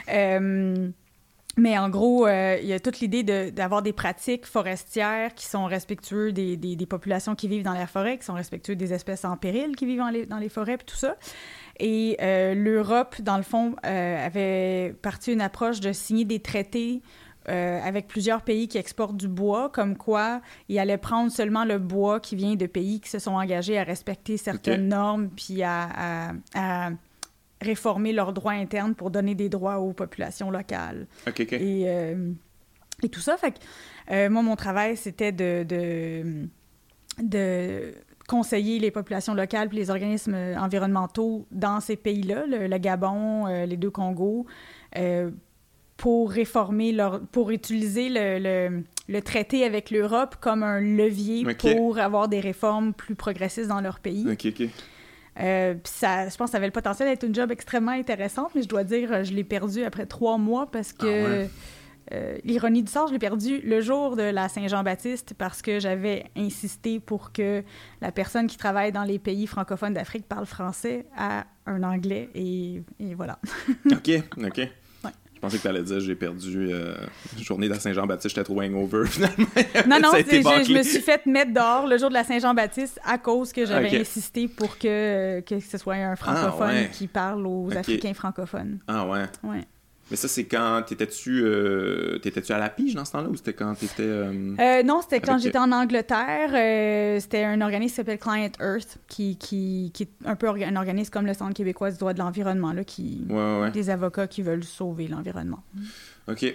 Mais en gros, il y a toute l'idée d'avoir des pratiques forestières qui sont respectueuses des populations qui vivent dans la forêt, qui sont respectueuses des espèces en péril qui vivent dans les forêts, puis tout ça. Et l'Europe, dans le fond, avait parti une approche de signer des traités avec plusieurs pays qui exportent du bois, comme quoi ils allaient prendre seulement le bois qui vient de pays qui se sont engagés à respecter certaines normes, puis à réformer leurs droits internes pour donner des droits aux populations locales. OK. Et tout ça, fait que moi, mon travail, c'était de conseiller les populations locales puis les organismes environnementaux dans ces pays-là, le Gabon, les deux Congos, pour réformer pour utiliser le traité avec l'Europe comme un levier pour avoir des réformes plus progressistes dans leur pays. OK. Ça, je pense que ça avait le potentiel d'être une job extrêmement intéressante, mais je dois dire, je l'ai perdu après 3 mois parce que... l'ironie du sort, je l'ai perdu le jour de la Saint-Jean-Baptiste parce que j'avais insisté pour que la personne qui travaille dans les pays francophones d'Afrique parle français à un anglais et voilà. OK. Ouais. Je pensais que tu allais dire j'ai perdu journée de la Saint-Jean-Baptiste, j'étais trop hangover finalement. Non, je me suis fait mettre dehors le jour de la Saint-Jean-Baptiste à cause que j'avais insisté pour que ce soit un francophone qui parle aux Africains francophones. Ah ouais? Ouais. Mais ça, c'est quand... T'étais-tu à la pige dans ce temps-là ou c'était quand t'étais... non, c'était quand j'étais en Angleterre. C'était un organisme qui s'appelle Client Earth, qui est un peu un organisme comme le Centre québécois du droit de l'environnement, là, des avocats qui veulent sauver l'environnement. OK.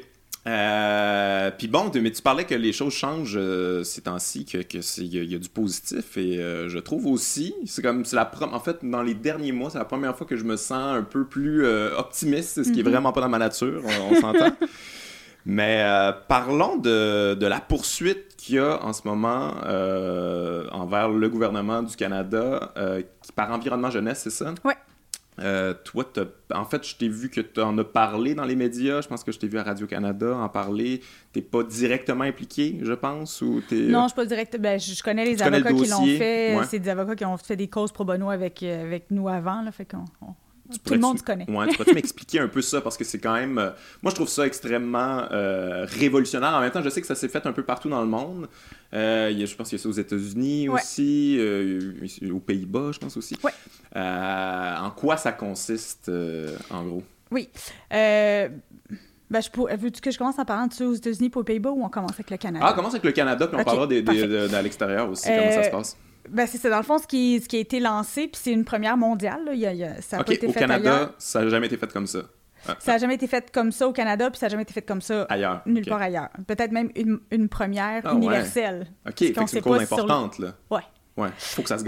Puis bon, mais tu parlais que les choses changent ces temps-ci, il y a du positif, et je trouve aussi, en fait, dans les derniers mois, c'est la première fois que je me sens un peu plus optimiste, ce qui est vraiment pas dans ma nature, on s'entend. Mais parlons de la poursuite qu'il y a en ce moment envers le gouvernement du Canada, par Environnement Jeunesse, c'est ça? Oui. Toi, en fait, je t'ai vu que tu en as parlé dans les médias. Je pense que je t'ai vu à Radio-Canada en parler. T'es pas directement impliqué, je pense, ou t'es... Non, je suis pas direct. Ben, je connais les avocats qui l'ont fait. Ouais. C'est des avocats qui ont fait des causes pro bono avec nous avant, là, fait qu'on... Tout le monde se connaît. Ouais, tu peux-tu m'expliquer un peu ça? Parce que c'est quand même... moi, je trouve ça extrêmement révolutionnaire. En même temps, je sais que ça s'est fait un peu partout dans le monde. Je pense qu'il y a ça aux États-Unis aussi, aux Pays-Bas, je pense aussi. Ouais. En quoi ça consiste, en gros? Oui. Veux-tu que je commence en parlant de ça aux États-Unis pour aux Pays-Bas ou on commence avec le Canada? Ah, on commence avec le Canada, puis on parlera à l'extérieur aussi, comment ça se passe. Ben, c'est ça, dans le fond, ce qui a été lancé, puis c'est une première mondiale. Là. Ça a pas été fait ailleurs. Au Canada, ça n'a jamais été fait comme ça. Ça n'a jamais été fait comme ça au Canada, puis ça n'a jamais été fait comme ça ailleurs. Nulle part ailleurs. Peut-être même une première universelle. Ouais. OK, fait que c'est une cause importante, là. Ouais. Ouais, faut que ça se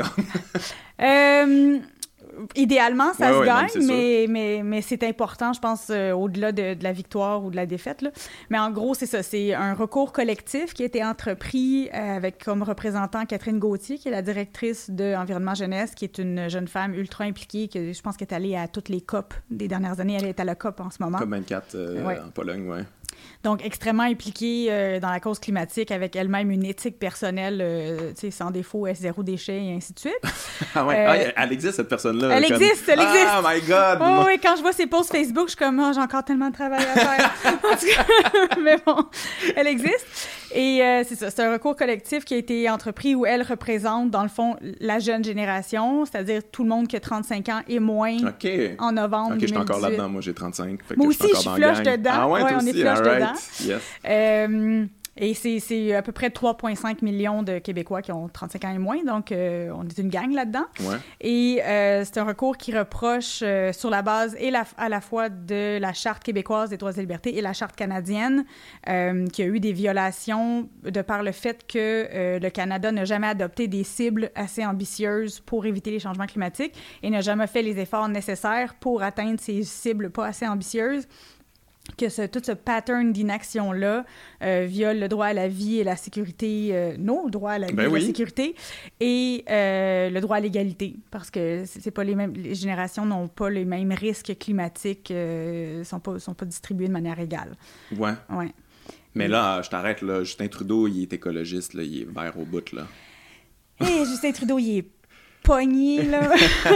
gagne. Idéalement, ça se gagne, mais c'est important, je pense, au-delà de la victoire ou de la défaite. Là. Mais en gros, c'est ça. C'est un recours collectif qui a été entrepris avec comme représentant Catherine Gauthier, qui est la directrice de Environnement Jeunesse, qui est une jeune femme ultra impliquée, que je pense qu'elle est allée à toutes les COP des dernières années. Elle est à la COP en ce moment. COP 24 en Pologne, ouais. Donc, extrêmement impliquée dans la cause climatique, avec elle-même une éthique personnelle, sans défaut, zéro déchet, et ainsi de suite. Elle existe, cette personne-là. Elle existe! Oh my God! Oui, quand je vois ses posts Facebook, je suis comme, j'ai encore tellement de travail à faire. En tout cas, mais bon, elle existe. Et c'est ça, c'est un recours collectif qui a été entrepris où elle représente, dans le fond, la jeune génération, c'est-à-dire tout le monde qui a 35 ans et moins en novembre 2018. OK, je suis encore là-dedans. Moi, j'ai 35. Fait que moi aussi, je suis flush dedans. Ah ouais, on est flush dedans. Yes. Et c'est à peu près 3,5 millions de Québécois qui ont 35 ans et moins, donc on est une gang là-dedans. Ouais. Et c'est un recours qui reproche sur la base à la fois de la Charte québécoise des droits et libertés et la Charte canadienne, qui a eu des violations de par le fait que le Canada n'a jamais adopté des cibles assez ambitieuses pour éviter les changements climatiques et n'a jamais fait les efforts nécessaires pour atteindre ces cibles pas assez ambitieuses. Que tout ce pattern d'inaction-là viole le droit à la vie et la sécurité, nos droits à la vie et la sécurité, et le droit à l'égalité, parce que c'est pas les générations n'ont pas les mêmes risques climatiques, sont pas distribués de manière égale. Ouais. Mais là, je t'arrête, là, Justin Trudeau, il est écologiste, là, il est vert au bout, là. Justin Trudeau, il est pogné, là.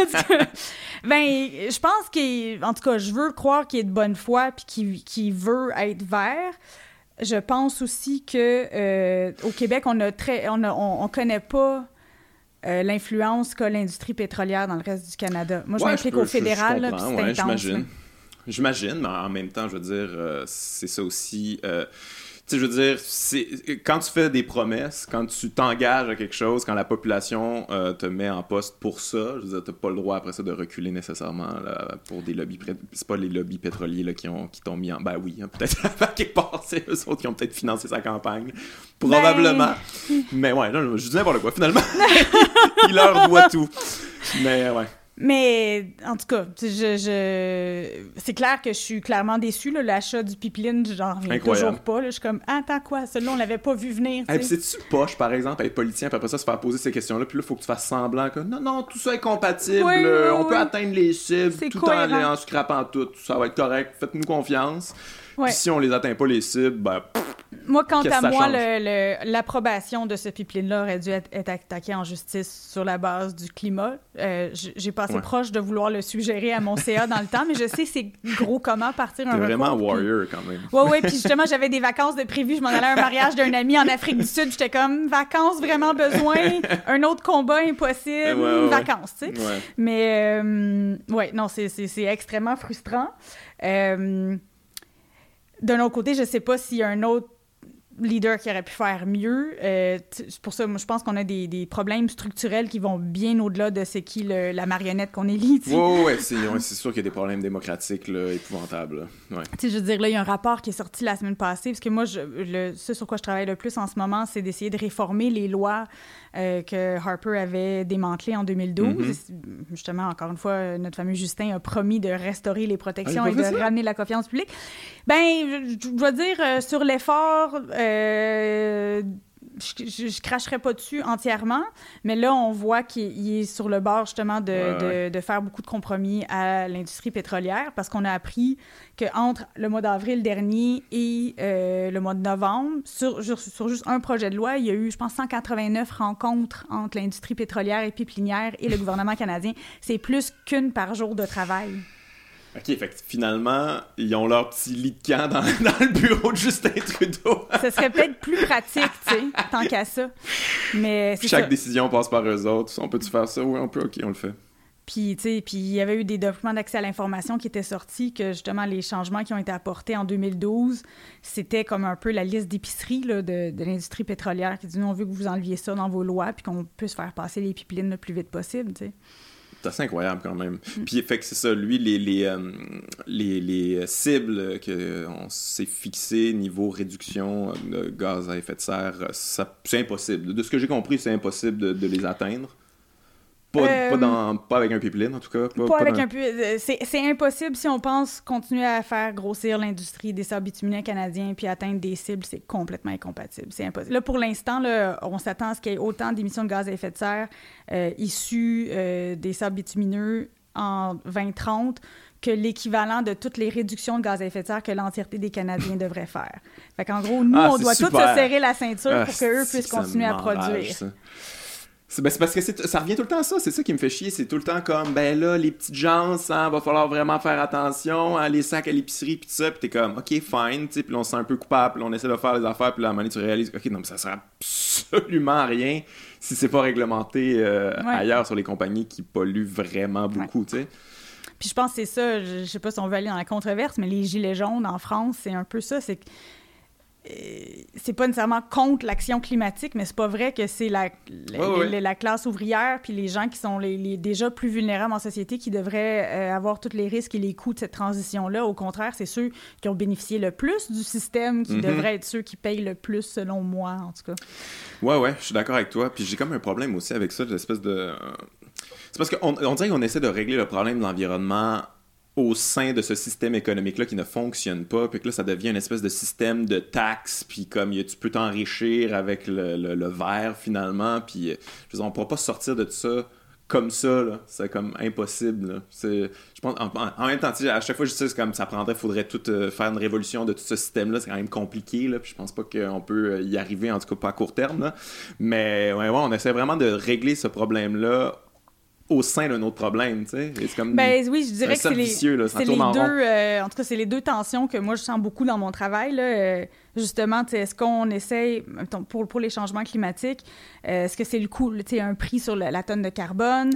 Je pense en tout cas, je veux croire qu'il est de bonne foi puis qu'il veut être vert. Je pense aussi que au Québec, on connaît pas l'influence qu'a l'industrie pétrolière dans le reste du Canada. Moi, je m'implique au fédéral, puis c'est intense. J'imagine, mais en même temps, je veux dire, c'est ça aussi... tu sais, je veux dire, quand tu fais des promesses, quand tu t'engages à quelque chose, quand la population te met en poste pour ça, je veux dire, t'as pas le droit après ça de reculer nécessairement là, pour des lobbies. C'est pas les lobbies pétroliers là, qui t'ont mis en... Ben oui, hein, peut-être à quelque part, c'est eux autres qui ont peut-être financé sa campagne. Probablement. Mais ouais, non, je dis n'importe quoi, finalement. Il leur doit tout. Mais ouais. Mais, en tout cas, c'est clair que je suis clairement déçue. Là, l'achat du pipeline, j'en reviens toujours pas. Là. Je suis comme, attends quoi, celui-là, on l'avait pas vu venir. Puis c'est-tu poche, par exemple, être politicien, puis après ça, se faire poser ces questions-là, puis là, il faut que tu fasses semblant que non, tout ça est compatible, on peut atteindre les cibles tout en scrapant tout. Ça va être correct, faites-nous confiance. Puis si on les atteint pas, les cibles, ben... Moi, quant à moi, l'approbation de ce pipeline-là aurait dû être attaquée en justice sur la base du climat. J'ai passé proche de vouloir le suggérer à mon CA dans le temps, mais je sais c'est gros comment partir un recours. T'es vraiment warrior quand même. Oui, puis justement, j'avais des vacances de prévues. Je m'en allais à un mariage d'un ami en Afrique du Sud. J'étais comme, vacances, vraiment besoin. Un autre combat, impossible. Vacances, tu sais. Ouais. Mais, non, c'est extrêmement frustrant. D'un autre côté, je sais pas s'il y a un autre leader qui aurait pu faire mieux. C'est pour ça, moi, je pense qu'on a des problèmes structurels qui vont bien au-delà de c'est qui la marionnette qu'on élit. Oui, c'est sûr qu'il y a des problèmes démocratiques là, épouvantables. Ouais. Je veux dire, là, il y a un rapport qui est sorti la semaine passée, parce que moi, ce sur quoi je travaille le plus en ce moment, c'est d'essayer de réformer les lois que Harper avait démantelées en 2012. Justement, encore une fois, notre fameux Justin a promis de restaurer les protections et de ramener la confiance publique. Ben, je dois dire, sur l'effort... je cracherais pas dessus entièrement, mais là, on voit qu'il est sur le bord, justement, de faire beaucoup de compromis à l'industrie pétrolière, parce qu'on a appris qu'entre le mois d'avril dernier et le mois de novembre, sur juste un projet de loi, il y a eu, je pense, 189 rencontres entre l'industrie pétrolière et pépinière et le gouvernement canadien. C'est plus qu'une par jour de travail. OK, fait que finalement, ils ont leur petit lit de camp dans le bureau de Justin Trudeau. Ça serait peut-être plus pratique, tu sais, tant qu'à ça. Mais c'est chaque décision passe par eux autres. On peut-tu faire ça? Oui, on peut. OK, on le fait. Puis, tu sais, il y avait eu des documents d'accès à l'information qui étaient sortis, que justement, les changements qui ont été apportés en 2012, c'était comme un peu la liste d'épicerie là, de l'industrie pétrolière qui dit, nous, on veut que vous enleviez ça dans vos lois, puis qu'on puisse faire passer les pipelines le plus vite possible, tu sais. C'est assez incroyable quand même. Puis fait que c'est ça, lui, les cibles qu'on s'est fixées niveau réduction de gaz à effet de serre, c'est impossible. De ce que j'ai compris, c'est impossible de les atteindre. Pas avec un pipeline, en tout cas. C'est impossible si on pense continuer à faire grossir l'industrie des sables bitumineux canadiens puis atteindre des cibles, c'est complètement incompatible. C'est impossible. Là, pour l'instant, là, on s'attend à ce qu'il y ait autant d'émissions de gaz à effet de serre issues des sables bitumineux en 2030 que l'équivalent de toutes les réductions de gaz à effet de serre que l'entièreté des Canadiens devraient faire. Fait qu'en gros, nous, on doit tous se serrer la ceinture pour qu'eux puissent continuer à produire. C'est parce que ça revient tout le temps à ça, c'est ça qui me fait chier, c'est tout le temps comme, ben là, les petites gens, hein, va falloir vraiment faire attention, hein, les sacs à l'épicerie, pis tout ça, pis t'es comme, ok, fine, tu sais, pis on se sent un peu coupable, pis on essaie de faire les affaires, pis là, à un moment donné, tu réalises, ok, non, mais ça sert absolument à rien si c'est pas réglementé ailleurs sur les compagnies qui polluent vraiment beaucoup, tu sais. Puis je pense que c'est ça, je sais pas si on veut aller dans la controverse, mais les gilets jaunes en France, c'est un peu ça, c'est que c'est pas nécessairement contre l'action climatique, mais c'est pas vrai que c'est la classe ouvrière puis les gens qui sont les déjà plus vulnérables en société qui devraient avoir tous les risques et les coûts de cette transition-là. Au contraire, c'est ceux qui ont bénéficié le plus du système qui devraient être ceux qui payent le plus, selon moi, en tout cas. Ouais, je suis d'accord avec toi. Puis j'ai comme un problème aussi avec ça, l'espèce de... C'est parce qu'on dirait qu'on essaie de régler le problème de l'environnement au sein de ce système économique-là qui ne fonctionne pas, puis que là, ça devient une espèce de système de taxes, puis comme tu peux t'enrichir avec le verre, finalement, puis je veux dire, on ne pourra pas sortir de tout ça comme ça, là. C'est comme impossible, là. Je pense, en même temps, à chaque fois, je sais, c'est comme ça faudrait tout faire une révolution de tout ce système-là, c'est quand même compliqué, là, puis je pense pas qu'on peut y arriver, en tout cas pas à court terme, là. Mais ouais, on essaie vraiment de régler ce problème-là au sein d'un autre problème, tu sais. C'est comme oui, je dirais que c'est vicieux, là, les deux, en tout cas, c'est les deux tensions que moi, je sens beaucoup dans mon travail, là. Justement, est-ce qu'on essaie, pour les changements climatiques, est-ce que c'est le coût, tu sais, un prix sur la tonne de carbone?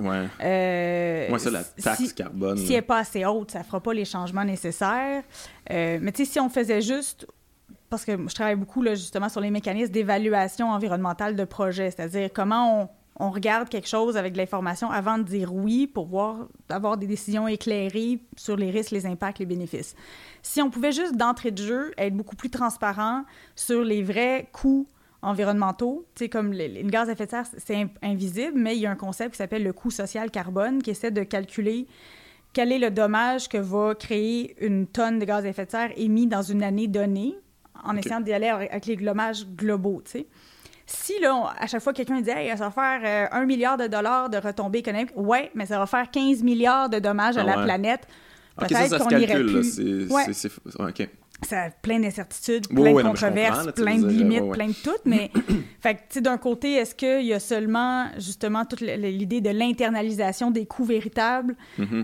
Ouais. Moi, ça, la taxe carbone. Si elle n'est pas assez haute, ça ne fera pas les changements nécessaires. Mais tu sais, si on faisait juste... Parce que je travaille beaucoup, là, justement, sur les mécanismes d'évaluation environnementale de projets, c'est-à-dire comment on regarde quelque chose avec de l'information avant de dire oui pour avoir des décisions éclairées sur les risques, les impacts, les bénéfices. Si on pouvait juste, d'entrée de jeu, être beaucoup plus transparent sur les vrais coûts environnementaux, tu sais, comme les gaz à effet de serre, c'est invisible, mais il y a un concept qui s'appelle le coût social carbone qui essaie de calculer quel est le dommage que va créer une tonne de gaz à effet de serre émis dans une année donnée, en essayant d'y aller avec les dommages globaux, tu sais. Si, là, à chaque fois, quelqu'un dit « Hey, ça va faire 1 milliard de dollars de retombées économiques », ouais, mais ça va faire 15 milliards de dommages à la planète. Peut-être qu'on irait plus. OK. Ça a plein d'incertitudes, plein de controverses, plein de limites, plein de tout. Mais, fait que, tu sais, d'un côté, est-ce qu'il y a seulement, justement, toute l'idée de l'internalisation des coûts véritables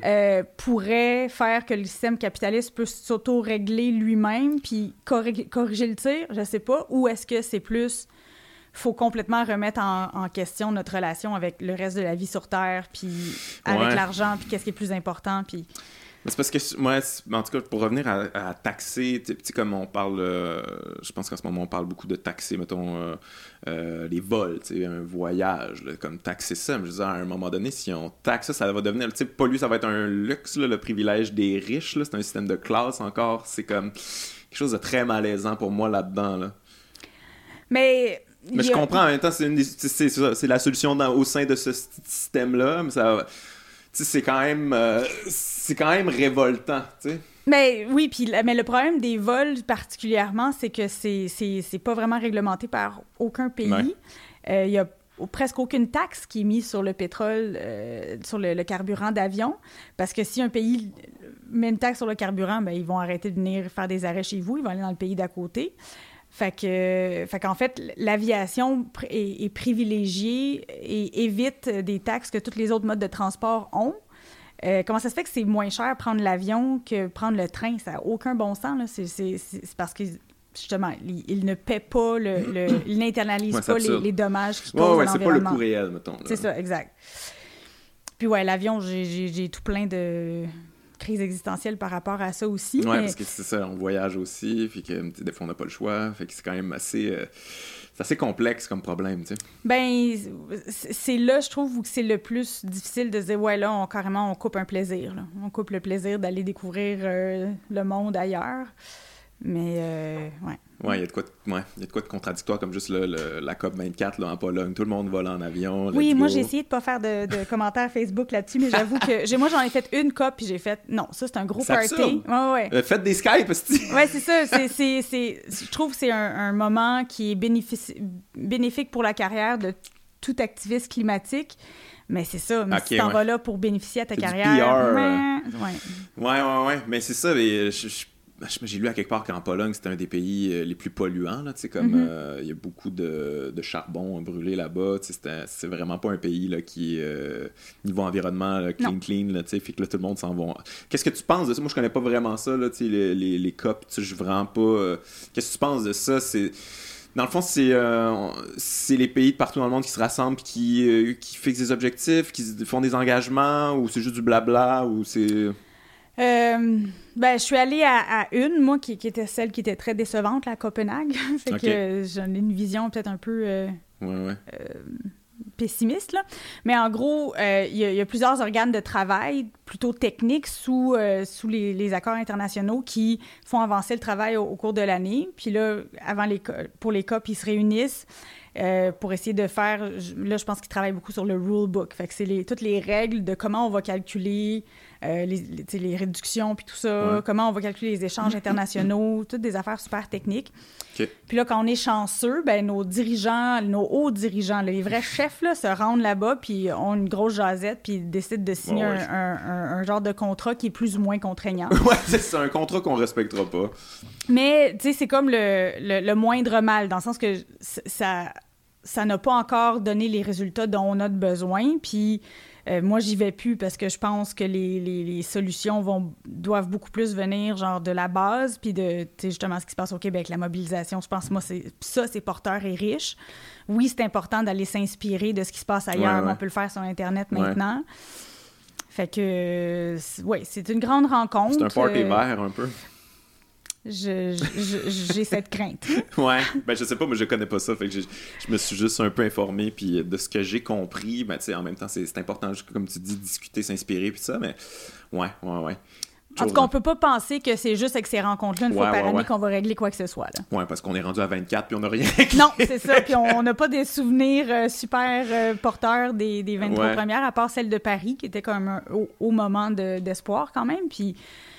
pourrait faire que le système capitaliste peut s'auto-régler lui-même puis corriger le tir? Je sais pas. Ou est-ce que c'est plus... faut complètement remettre en question notre relation avec le reste de la vie sur Terre, puis avec l'argent, puis qu'est-ce qui est plus important, puis... Mais c'est parce que, moi, en tout cas, pour revenir à taxer, tu sais, comme on parle, je pense qu'en ce moment, on parle beaucoup de taxer, mettons, les vols, tu sais, un voyage, là, comme taxer ça. Mais je veux dire, à un moment donné, si on taxe ça, ça va devenir, tu sais, polluer, ça va être un luxe, là, le privilège des riches, là, c'est un système de classe encore, c'est comme quelque chose de très malaisant pour moi là-dedans, là. Mais je comprends, en même temps, c'est la solution au sein de ce système-là, mais ça... Tu sais, c'est quand même révoltant, tu sais. Mais oui, mais le problème des vols particulièrement, c'est que c'est pas vraiment réglementé par aucun pays. Il y a presque aucune taxe qui est mise sur le pétrole, sur le carburant d'avion, parce que si un pays met une taxe sur le carburant, ben ils vont arrêter de venir faire des arrêts chez vous, ils vont aller dans le pays d'à côté. Fait qu'en fait, l'aviation est privilégiée et évite des taxes que tous les autres modes de transport ont. Comment ça se fait que c'est moins cher prendre l'avion que prendre le train? Ça n'a aucun bon sens, là. C'est parce que, justement, ils ne paient pas, ils n'internalisent pas les dommages qu'ils causent à l'environnement. C'est pas le coût réel, mettons. Là. C'est ça, exact. Puis ouais, l'avion, j'ai tout plein de crise existentielle par rapport à ça aussi. Oui, parce que c'est ça, on voyage aussi, puis que des fois on n'a pas le choix, fait que c'est quand même assez complexe comme problème, tu sais. Ben, c'est là, je trouve, où c'est le plus difficile de se dire, ouais, là, on coupe un plaisir, là. On coupe le plaisir d'aller découvrir le monde ailleurs. Mais, ouais. Ouais, il y a de quoi de contradictoire, comme juste la COP24 là, en Pologne. Tout le monde vole en avion. Oui, moi, j'ai essayé de pas faire de commentaires Facebook là-dessus, mais j'avoue que moi, j'en ai fait une COP, puis j'ai fait, non, ça, c'est un gros party. Ouais. Faites des Skype, aussi. Ouais, c'est ça. Je trouve que c'est un moment qui est bénéfique pour la carrière de tout activiste climatique. Mais c'est ça, mais si t'en vas là pour bénéficier à ta carrière... Ouais. Mais c'est ça, mais j'ai lu à quelque part qu'en Pologne, c'était un des pays les plus polluants, là, tu sais, comme il y a beaucoup de charbon brûlé là-bas, tu sais, c'est vraiment pas un pays, là, qui niveau environnement, là, clean, là, tu sais, fait que là, tout le monde s'en va. Qu'est-ce que tu penses de ça? Moi, je connais pas vraiment ça, là, tu sais, les COP, tu sais, je vraiment pas... Qu'est-ce que tu penses de ça? Dans le fond, c'est les pays de partout dans le monde qui se rassemblent, qui fixent des objectifs, qui font des engagements, ou c'est juste du blabla, ou c'est... Je suis allée à une, moi, qui était celle qui était très décevante, la Copenhague. Fait que j'en ai une vision peut-être un peu pessimiste, là. Mais en gros, il y a plusieurs organes de travail plutôt techniques sous les accords internationaux qui font avancer le travail au cours de l'année. Puis là, pour les COP, ils se réunissent pour essayer de faire... Là, je pense qu'ils travaillent beaucoup sur le rule book. Fait que c'est toutes les règles de comment on va calculer les réductions puis tout ça, comment on va calculer les échanges internationaux, toutes des affaires super techniques. Okay. Puis là, quand on est chanceux, ben nos hauts dirigeants, les vrais chefs, là, se rendent là-bas puis ont une grosse jasette puis décident de signer un genre de contrat qui est plus ou moins contraignant. Ouais, c'est un contrat qu'on respectera pas. Mais, tu sais, c'est comme le moindre mal, dans le sens que ça n'a pas encore donné les résultats dont on a besoin, puis moi, j'y vais plus parce que je pense que les solutions doivent beaucoup plus venir genre de la base, puis de, tu sais, justement, ce qui se passe au Québec, la mobilisation. Je pense, moi, c'est porteur et riche. Oui, c'est important d'aller s'inspirer de ce qui se passe ailleurs, mais on peut le faire sur Internet maintenant. Fait que, c'est une grande rencontre. C'est un party vert, un peu. J'ai cette crainte. Ouais, ben je sais pas, moi je connais pas ça, fait que je me suis juste un peu informé, puis de ce que j'ai compris, ben tu sais, en même temps c'est important, comme tu dis, discuter, s'inspirer, puis ça, mais ouais. En tout cas, on peut pas penser que c'est juste avec ces rencontres-là, une fois par année, qu'on va régler quoi que ce soit, là. Ouais, parce qu'on est rendu à 24, puis on n'a rien réglé. Non, c'est ça, puis on n'a pas des souvenirs super porteurs des 23 premières, à part celle de Paris, qui était comme un haut moment d'espoir quand même, puis...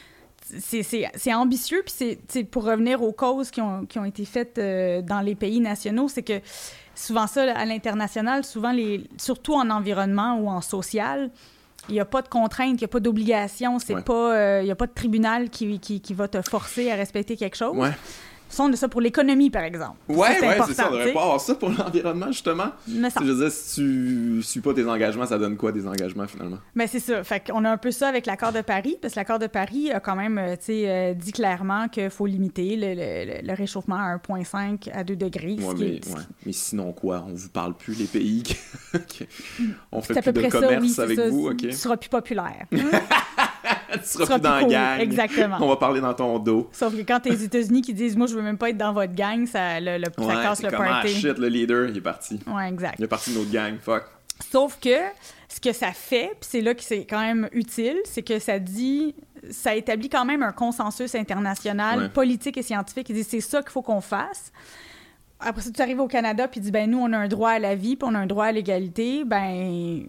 C'est ambitieux, puis c'est pour revenir aux causes qui ont été faites dans les pays nationaux, c'est que souvent ça, à l'international, souvent, surtout en environnement ou en social, il n'y a pas de contrainte, il n'y a pas d'obligation, il n'y a pas de tribunal qui va te forcer à respecter quelque chose. Ouais. On a ça pour l'économie, par exemple. Ouais, c'est ça. On devrait pas avoir ça pour l'environnement, justement. Je veux dire, si tu suis pas tes engagements, ça donne quoi, des engagements, finalement? Ben, c'est ça. Fait qu'on a un peu ça avec l'accord de Paris, parce que l'accord de Paris a quand même, dit clairement qu'il faut limiter le réchauffement à 1,5 à 2 degrés. Mais sinon quoi? On vous parle plus, les pays on fait plus de commerce avec vous? Tu seras plus populaire. Tu seras plus dans la gang. Exactement. On va parler dans ton dos. Sauf que quand t'es aux États-Unis qui disent « Moi, je veux même pas être dans votre gang », ça casse le comme, party. Ah, shit, le leader, il est parti. Ouais, exact. Il est parti de notre gang, fuck. Sauf que ce que ça fait, puis c'est là que c'est quand même utile, c'est que ça établit quand même un consensus international, politique et scientifique, qui dit c'est ça qu'il faut qu'on fasse. Après ça, tu arrives au Canada, puis tu dis, ben nous, on a un droit à la vie, puis on a un droit à l'égalité, ben,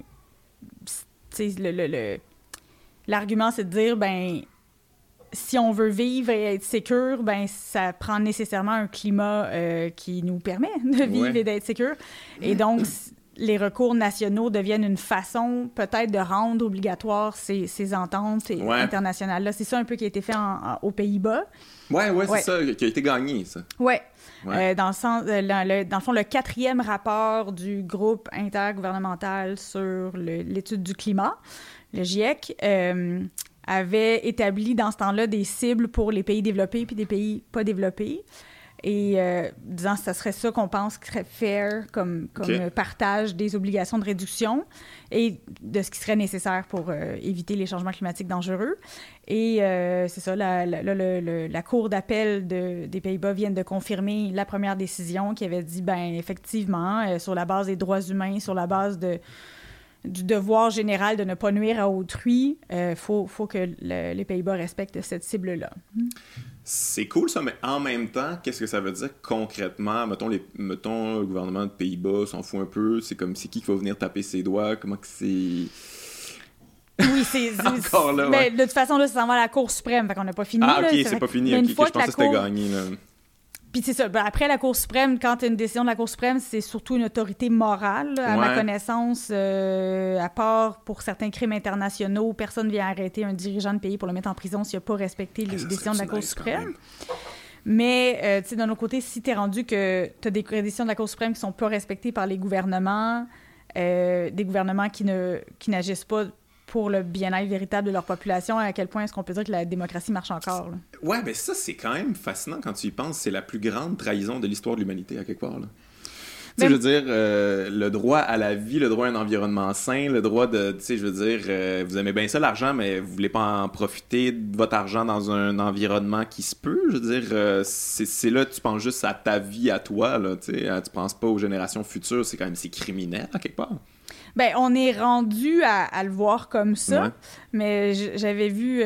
tu sais, l'argument, c'est de dire, ben, si on veut vivre et être sécure, ben, ça prend nécessairement un climat qui nous permet de vivre et d'être sécure. Et donc, les recours nationaux deviennent une façon peut-être de rendre obligatoire ces ententes internationales-là. C'est ça un peu qui a été fait aux Pays-Bas. Ouais, c'est ça, qui a été gagné, ça. Ouais. Dans le sens, dans le fond, le 4e rapport du groupe intergouvernemental sur l'étude du climat, le GIEC, avait établi dans ce temps-là des cibles pour les pays développés puis des pays pas développés. Et disant que ce serait ça qu'on pense qui serait fair comme partage des obligations de réduction et de ce qui serait nécessaire pour éviter les changements climatiques dangereux. Et c'est ça, la Cour d'appel des Pays-Bas vient de confirmer la première décision qui avait dit, ben effectivement, sur la base des droits humains, sur la base du devoir général de ne pas nuire à autrui, faut que les Pays-Bas respectent cette cible-là. C'est cool ça, mais en même temps, qu'est-ce que ça veut dire concrètement? Mettons, le gouvernement de Pays-Bas s'en fout un peu, c'est comme c'est qui va venir taper ses doigts, comment que c'est... Oui, c'est encore là, mais de toute façon, là, ça s'en va à la Cour suprême, fait qu'on n'a pas fini. Ah, ok, là, c'est pas fini, ok, je pensais que c'était gagné, là. Puis c'est ça, après la Cour suprême, quand tu as une décision de la Cour suprême, c'est surtout une autorité morale. Là, à ma connaissance, à part pour certains crimes internationaux, personne ne vient arrêter un dirigeant de pays pour le mettre en prison s'il n'a pas respecté les décisions de la Cour suprême. Mais, tu sais, d'un autre côté, si tu es rendu que tu as des décisions de la Cour suprême qui ne sont pas respectées par les gouvernements, des gouvernements qui n'agissent pas pour le bien-être véritable de leur population, à quel point est-ce qu'on peut dire que la démocratie marche encore? Là? Ouais, ben ça, c'est quand même fascinant quand tu y penses. C'est la plus grande trahison de l'histoire de l'humanité, à quelque part, là. Tu sais, je veux dire, le droit à la vie, le droit à un environnement sain, le droit de, tu sais, je veux dire, vous aimez bien ça, l'argent, mais vous voulez pas en profiter de votre argent dans un environnement qui se peut. Je veux dire, c'est là, tu penses juste à ta vie, à toi, là, tu sais, tu penses pas aux générations futures. C'est quand même, c'est criminel, à quelque part. Ben, on est rendu à le voir comme ça, mais j'avais vu,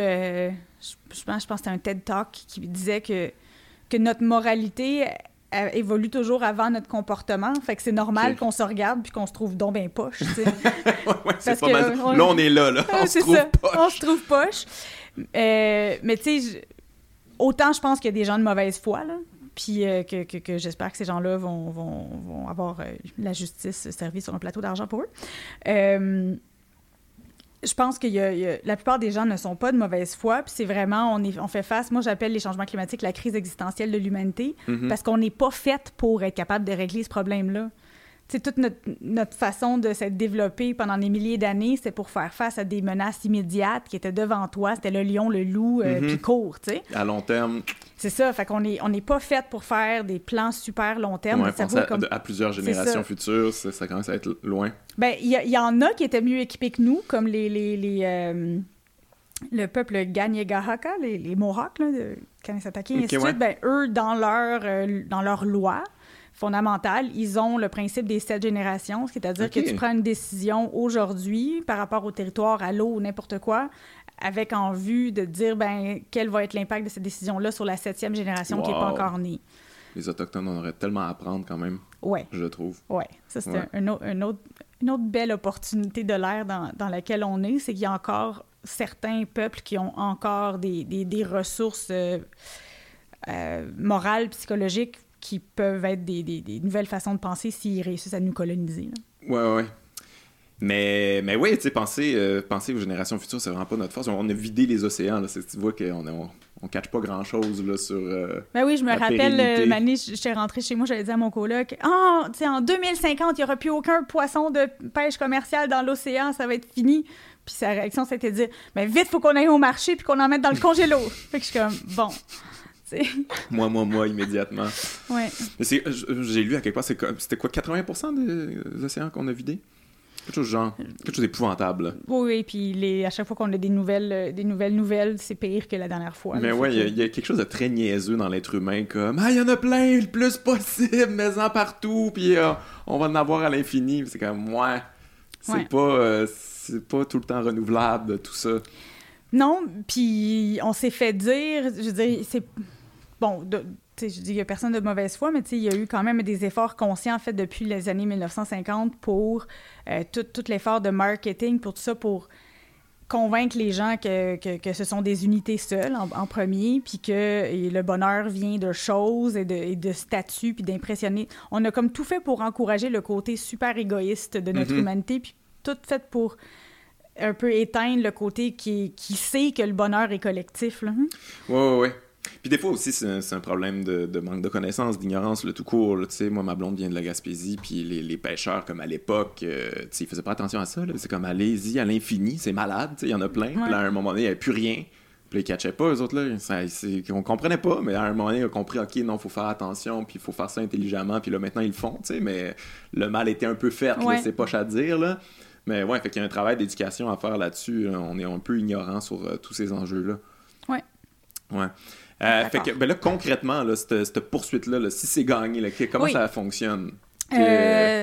je pense que c'était un TED Talk qui disait que notre moralité évolue toujours avant notre comportement, fait que c'est normal qu'on se regarde puis qu'on se trouve donc ben poche, tu sais. C'est pas mal. Là, on est là, on se trouve poche. On se trouve poche. Mais tu sais, autant je pense qu'il y a des gens de mauvaise foi, là, puis que j'espère que ces gens-là vont avoir la justice servie sur un plateau d'argent pour eux. Je pense que la plupart des gens ne sont pas de mauvaise foi, puis c'est vraiment, on fait face, moi j'appelle les changements climatiques la crise existentielle de l'humanité, parce qu'on n'est pas fait pour être capable de régler ce problème-là. C'est toute notre façon de s'être développée pendant des milliers d'années, c'est pour faire face à des menaces immédiates qui étaient devant toi. C'était le lion, le loup, puis court, tu sais. À long terme. C'est ça, fait qu'on n'est pas fait pour faire des plans super long terme. Ouais, penser à plusieurs générations futures, ça commence à être loin. Ben, il y en a qui étaient mieux équipés que nous, comme le peuple Kanien'kehá:ka, les Mohawks, là, de Kanesatake, et ainsi de suite. Ben, eux, dans leur loi fondamentale, ils ont le principe des 7 générations, c'est-à-dire que tu prends une décision aujourd'hui par rapport au territoire, à l'eau ou n'importe quoi, avec en vue de dire, ben, quel va être l'impact de cette décision-là sur la 7e génération qui n'est pas encore née. Les Autochtones, on aurait tellement à apprendre quand même, je trouve. Oui, ça c'est une autre belle opportunité de l'ère dans laquelle on est, c'est qu'il y a encore certains peuples qui ont encore des ressources morales, psychologiques, qui peuvent être des nouvelles façons de penser s'ils réussissent à nous coloniser. Oui. Mais oui, tu sais, penser aux générations futures, c'est vraiment pas notre force. On a vidé les océans, là. Tu vois qu'on catch pas grand-chose là, sur Ben oui, je me rappelle, Mané, j'étais rentrée chez moi, j'avais dit à mon coloc, tu sais, en 2050, il n'y aura plus aucun poisson de pêche commerciale dans l'océan, ça va être fini. Puis sa réaction, c'était de dire, mais vite, faut qu'on aille au marché puis qu'on en mette dans le congélo. Fait que je suis comme, bon... Moi, immédiatement. Ouais. Mais j'ai lu à quelque part, c'était quoi, 80% des océans qu'on a vidés? Quelque chose genre, quelque chose d'épouvantable. Là. Oui, puis à chaque fois qu'on a des nouvelles, c'est pire que la dernière fois. Mais ouais, il y a quelque chose de très niaiseux dans l'être humain, comme « Ah, il y en a plein, le plus possible, mets-en partout, puis on va en avoir à l'infini. » C'est comme « Ouais, c'est pas tout le temps renouvelable, tout ça. » Non, puis on s'est fait dire, je veux dire, c'est... Bon, je dis, il n'y a personne de mauvaise foi, mais il y a eu quand même des efforts conscients faits depuis les années 1950 pour tout l'effort de marketing, pour tout ça, pour convaincre les gens que ce sont des unités seules en premier, puis que le bonheur vient de choses et de statuts, puis d'impressionner. On a comme tout fait pour encourager le côté super égoïste de notre humanité, puis tout fait pour un peu éteindre le côté qui sait que le bonheur est collectif. Là. Ouais. Puis des fois aussi, c'est un problème de manque de connaissances, d'ignorance, tout court. Tu sais, moi, ma blonde vient de la Gaspésie, puis les pêcheurs, comme à l'époque, tu sais, ils faisaient pas attention à ça. Là. C'est comme, allez-y à l'infini, c'est malade, tu sais, il y en a plein. Puis là, à un moment donné, il n'y avait plus rien. Puis là, ils catchaient pas, eux autres, là. On comprenait pas, mais à un moment donné, ils ont compris, OK, non, faut faire attention, puis il faut faire ça intelligemment. Puis là, maintenant, ils le font, tu sais, mais le mal était un peu fait, là, c'est poche à dire, là. Mais ouais, fait qu'il y a un travail d'éducation à faire là-dessus. On est un peu ignorant sur tous ces enjeux-là. Ouais. Fait que, ben là, concrètement, là, cette poursuite-là, là, si c'est gagné, là, comment ça fonctionne? Ben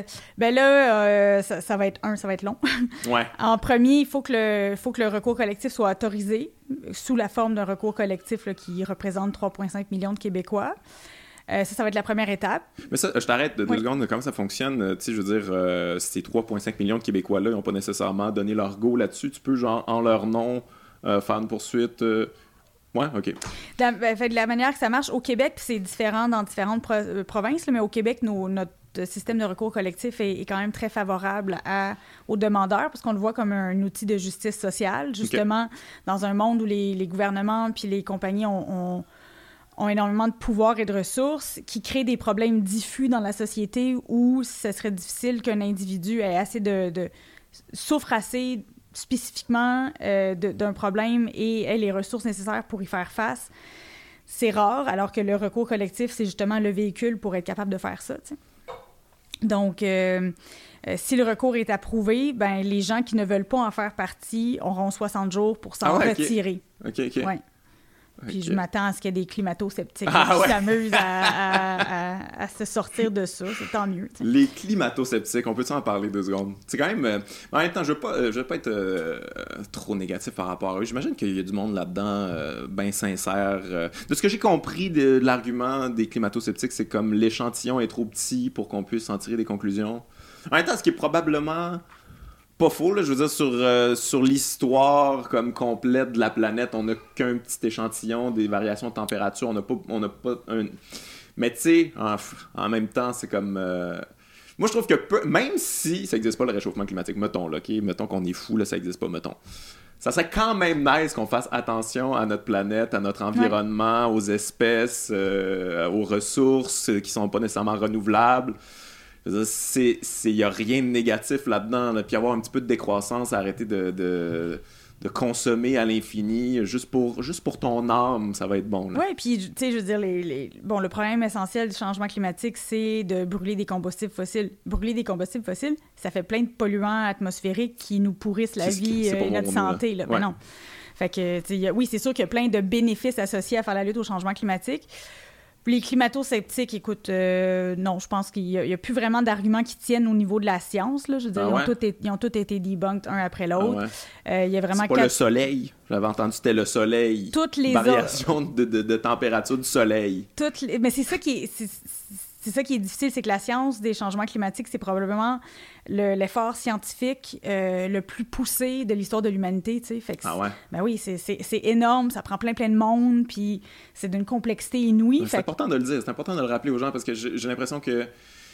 là, ça va être long. Ouais. En premier, il faut que le recours collectif soit autorisé sous la forme d'un recours collectif là, qui représente 3,5 millions de Québécois. Ça va être la première étape. Mais ça, je t'arrête de 2 secondes. Comment ça fonctionne? Tu sais, je veux dire, ces 3,5 millions de Québécois-là, ils n'ont pas nécessairement donné leur go là-dessus. Tu peux, genre, en leur nom, faire une poursuite... Ouais, OK. De la manière que ça marche, au Québec, c'est différent dans différentes provinces, là, mais au Québec, notre système de recours collectif est quand même très favorable aux demandeurs parce qu'on le voit comme un outil de justice sociale, justement, dans un monde où les gouvernements puis les compagnies ont énormément de pouvoir et de ressources, qui créent des problèmes diffus dans la société où ce serait difficile qu'un individu ait assez souffre assez spécifiquement d'un problème et ait les ressources nécessaires pour y faire face. C'est rare, alors que le recours collectif, c'est justement le véhicule pour être capable de faire ça, t'sais. Donc, si le recours est approuvé, ben les gens qui ne veulent pas en faire partie auront 60 jours pour s'en retirer. OK. Ouais. Puis je m'attends à ce qu'il y ait des climato-sceptiques qui s'amusent à se sortir de ça. C'est tant mieux. T'sais. Les climato-sceptiques, on peut en parler 2 secondes? C'est quand même... en même temps, je veux pas être trop négatif par rapport à eux. J'imagine qu'il y a du monde là-dedans bien sincère. De ce que j'ai compris de l'argument des climato-sceptiques, c'est comme l'échantillon est trop petit pour qu'on puisse en tirer des conclusions. En même temps, ce qui est probablement... pas faux, là, je veux dire, sur l'histoire comme complète de la planète, on n'a qu'un petit échantillon des variations de température, on n'a pas un... Mais tu sais, en même temps, c'est comme... Moi, je trouve que même si ça n'existe pas le réchauffement climatique, mettons, là, OK, mettons qu'on est fou, là, ça n'existe pas, mettons. Ça serait quand même nice qu'on fasse attention à notre planète, à notre environnement, aux espèces, aux ressources qui sont pas nécessairement renouvelables. Il n'y a rien de négatif là-dedans. Là. Puis avoir un petit peu de décroissance, arrêter de consommer à l'infini, juste pour ton âme, ça va être bon. Oui, puis tu sais, je veux dire, le problème essentiel du changement climatique, c'est de brûler des combustibles fossiles. Brûler des combustibles fossiles, ça fait plein de polluants atmosphériques qui nous pourrissent la vie et notre santé. Là. Ouais. Mais non. Fait que, oui, c'est sûr qu'il y a plein de bénéfices associés à faire la lutte au changement climatique. Les climato-sceptiques, écoute, non, je pense qu'il n'y a plus vraiment d'arguments qui tiennent au niveau de la science. Là. Je veux dire, ils ont tous été debunked un après l'autre. Il y a vraiment c'est pas le soleil. J'avais entendu que c'était le soleil. Toutes les variations de température du soleil. Mais c'est ça qui est difficile, c'est que la science des changements climatiques, c'est probablement l'effort scientifique le plus poussé de l'histoire de l'humanité, tu sais. Fait que ben oui, c'est énorme, ça prend plein de monde, puis c'est d'une complexité inouïe. C'est important de le dire, c'est important de le rappeler aux gens, parce que j'ai l'impression que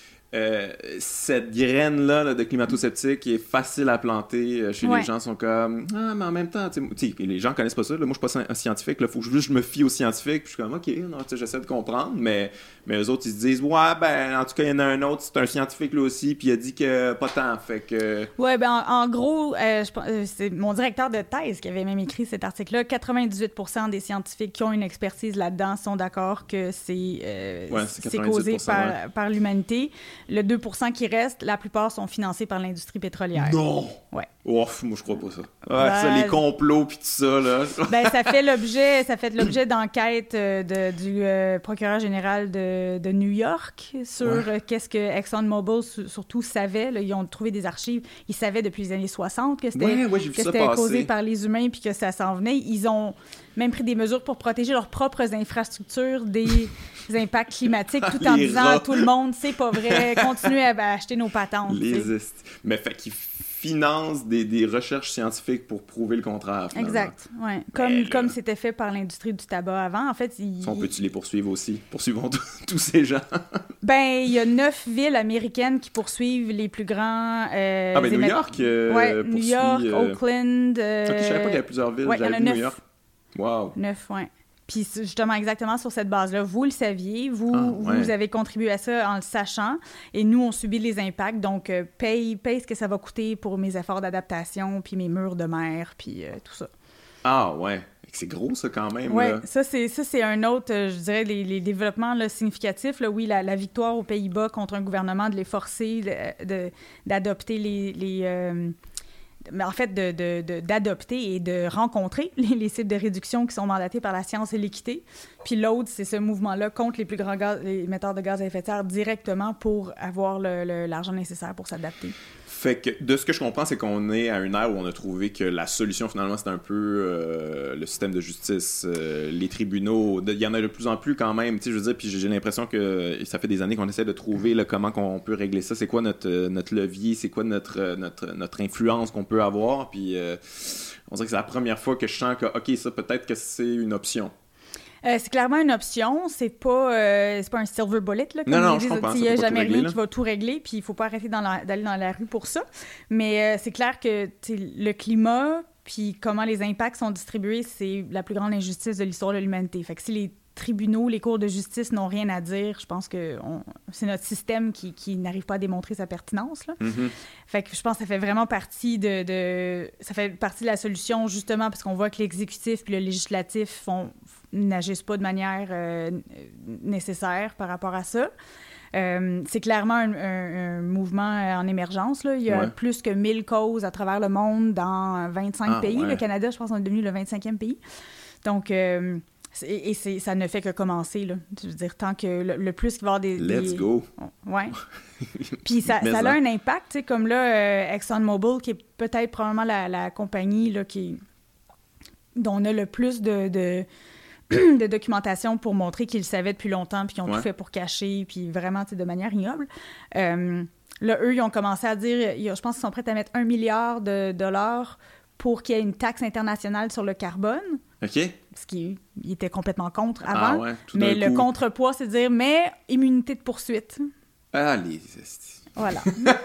cette graine-là de climato-sceptique est facile à planter chez les gens, sont comme « Ah, mais en même temps, tu sais, les gens connaissent pas ça, là, moi je suis pas un scientifique, il faut que je me fie aux scientifiques, puis je suis comme « Ok, non, j'essaie de comprendre », mais eux autres, ils se disent « Ouais, ben, en tout cas, il y en a un autre, c'est un scientifique là aussi, puis il a dit que pas tant, fait que... » Ouais, ben en gros, c'est mon directeur de thèse qui avait même écrit cet article-là, 98% des scientifiques qui ont une expertise là-dedans sont d'accord que c'est causé par l'humanité. le 2% qui reste, la plupart sont financés par l'industrie pétrolière. Non! Ouais. Ouf, moi je crois pas ça. Ça, les complots pis tout ça, là. Ça fait l'objet d'enquêtes du procureur général de New York sur qu'est-ce que ExxonMobil surtout savait. Là, ils ont trouvé des archives. Ils savaient depuis les années 60 que c'était causé par les humains puis que ça s'en venait. Ils ont même pris des mesures pour protéger leurs propres infrastructures des impacts climatiques tout en disant à tout le monde, c'est pas vrai, continuez à acheter nos patentes. Mais fait qu'ils financent des recherches scientifiques pour prouver le contraire, finalement. Exact, ouais. Comme c'était fait par l'industrie du tabac avant. En fait, on peut-tu les poursuivre aussi? Poursuivons tous ces gens? Ben, il y a 9 villes américaines qui poursuivent les plus grands... New York New York, Oakland... je savais pas qu'il y avait plusieurs villes. J'avais vu 9. New York. Wow. 9, ouais. Puis justement, exactement sur cette base-là, vous le saviez, vous avez contribué à ça en le sachant, et nous, on subit les impacts, donc paye ce que ça va coûter pour mes efforts d'adaptation, puis mes murs de mer, puis tout ça. Ah ouais, c'est gros ça quand même. Oui, là. ça c'est un autre, je dirais, les développements là, significatifs. Là, oui, la victoire aux Pays-Bas contre un gouvernement de les forcer d'adopter mais en fait, d'adopter et de rencontrer les cibles de réduction qui sont mandatées par la science et l'équité. Puis l'autre, c'est ce mouvement-là contre les plus grands les émetteurs de gaz à effet de serre directement pour avoir l'argent nécessaire pour s'adapter. Fait que, de ce que je comprends, c'est qu'on est à une ère où on a trouvé que la solution, finalement, c'est un peu le système de justice, les tribunaux. Il y en a de plus en plus quand même, tu sais, je veux dire, puis j'ai l'impression que ça fait des années qu'on essaie de trouver comment on peut régler ça. C'est quoi notre levier, c'est quoi notre influence qu'on peut avoir, puis on dirait que c'est la première fois que je sens que, OK, ça, peut-être que c'est une option. C'est clairement une option, c'est pas un silver bullet là, comme non, ils disent. Il n'y a jamais rien qui va tout régler, puis il faut pas arrêter d'aller dans la rue pour ça. Mais c'est clair que le climat, puis comment les impacts sont distribués, c'est la plus grande injustice de l'histoire de l'humanité. Fait que si les tribunaux, les cours de justice n'ont rien à dire, je pense que c'est notre système qui n'arrive pas à démontrer sa pertinence, là. Mm-hmm. Fait que je pense que ça fait vraiment partie ça fait partie de la solution, justement, parce qu'on voit que l'exécutif puis le législatif n'agissent pas de manière nécessaire par rapport à ça. C'est clairement un mouvement en émergence, là. Il y a plus que 1000 causes à travers le monde dans 25 pays. Ouais. Le Canada, je pense, est devenu le 25e pays. Donc... ça ne fait que commencer, là. Je veux dire, tant que le plus qu'il va y avoir des... Let's go! Ouais. Puis ça a un impact, tu sais, comme là, ExxonMobil, qui est peut-être probablement la compagnie là, dont on a le plus de documentation pour montrer qu'ils le savaient depuis longtemps, puis qu'ils ont tout fait pour cacher, puis vraiment, tu sais, de manière ignoble. Là, eux, ils ont commencé à dire, je pense qu'ils sont prêts à mettre $1 milliard pour qu'il y ait une taxe internationale sur le carbone. OK. Parce qu'ils étaient complètement contre avant. Mais le contrepoids, c'est de dire, mais immunité de poursuite. Ah, les... Voilà.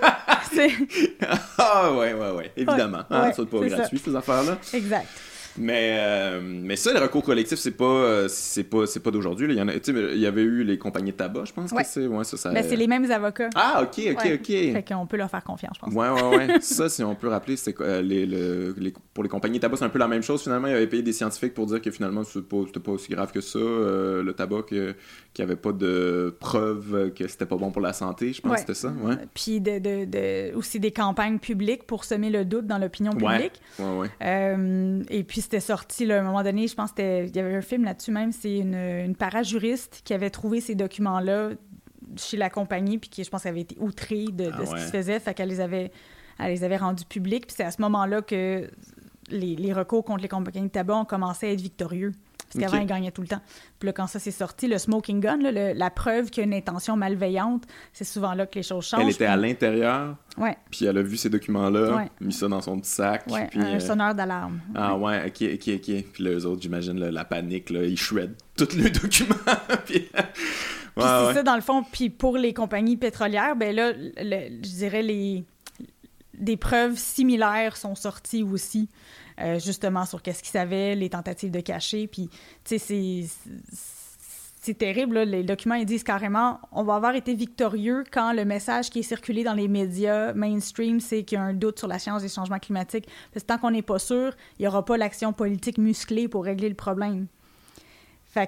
ouais. Évidemment. C'est pas gratuit, ces affaires-là. Exact. Mais ça, le recours collectif, c'est pas d'aujourd'hui. Il y avait eu les compagnies de tabac, je pense que c'est... Ouais, ça... Ben, c'est les mêmes avocats. Ah, OK. Fait qu'on peut leur faire confiance, je pense. Ouais. Ça, si on peut rappeler, c'est pour les compagnies de tabac, c'est un peu la même chose, finalement. Ils avaient payé des scientifiques pour dire que, finalement, c'était pas aussi grave que ça, le tabac, qu'il n'y avait pas de preuves que c'était pas bon pour la santé. Je pense que c'était ça, Puis aussi des campagnes publiques pour semer le doute dans l'opinion publique. Et puis, c'était sorti, là, à un moment donné, je pense qu'il y avait un film là-dessus même, c'est une parajuriste qui avait trouvé ces documents-là chez la compagnie, puis qui, je pense, avait été outrée de ce qui se faisait, fait qu'elle les avait rendus publics, puis c'est à ce moment-là que les recours contre les compagnies de tabac ont commencé à être victorieux. Parce qu'avant, ils gagnaient tout le temps. Puis là, quand ça s'est sorti, le smoking gun, là, la preuve qu'il y a une intention malveillante, c'est souvent là que les choses changent. Elle était à l'intérieur, puis elle a vu ces documents-là, mis ça dans son petit sac. Puis, un sonneur d'alarme. Ah OK. Puis là, eux autres, j'imagine, la panique, là, ils shreddent tous les documents. Puis c'est ça, dans le fond. Puis pour les compagnies pétrolières, ben là, je dirais, des preuves similaires sont sorties aussi. Justement sur qu'est-ce qu'ils savaient, les tentatives de cacher, puis tu sais, c'est terrible, là. Les documents, ils disent carrément, on va avoir été victorieux quand le message qui est circulé dans les médias mainstream, c'est qu'il y a un doute sur la science des changements climatiques. Parce que tant qu'on n'est pas sûr, il n'y aura pas l'action politique musclée pour régler le problème. Fait que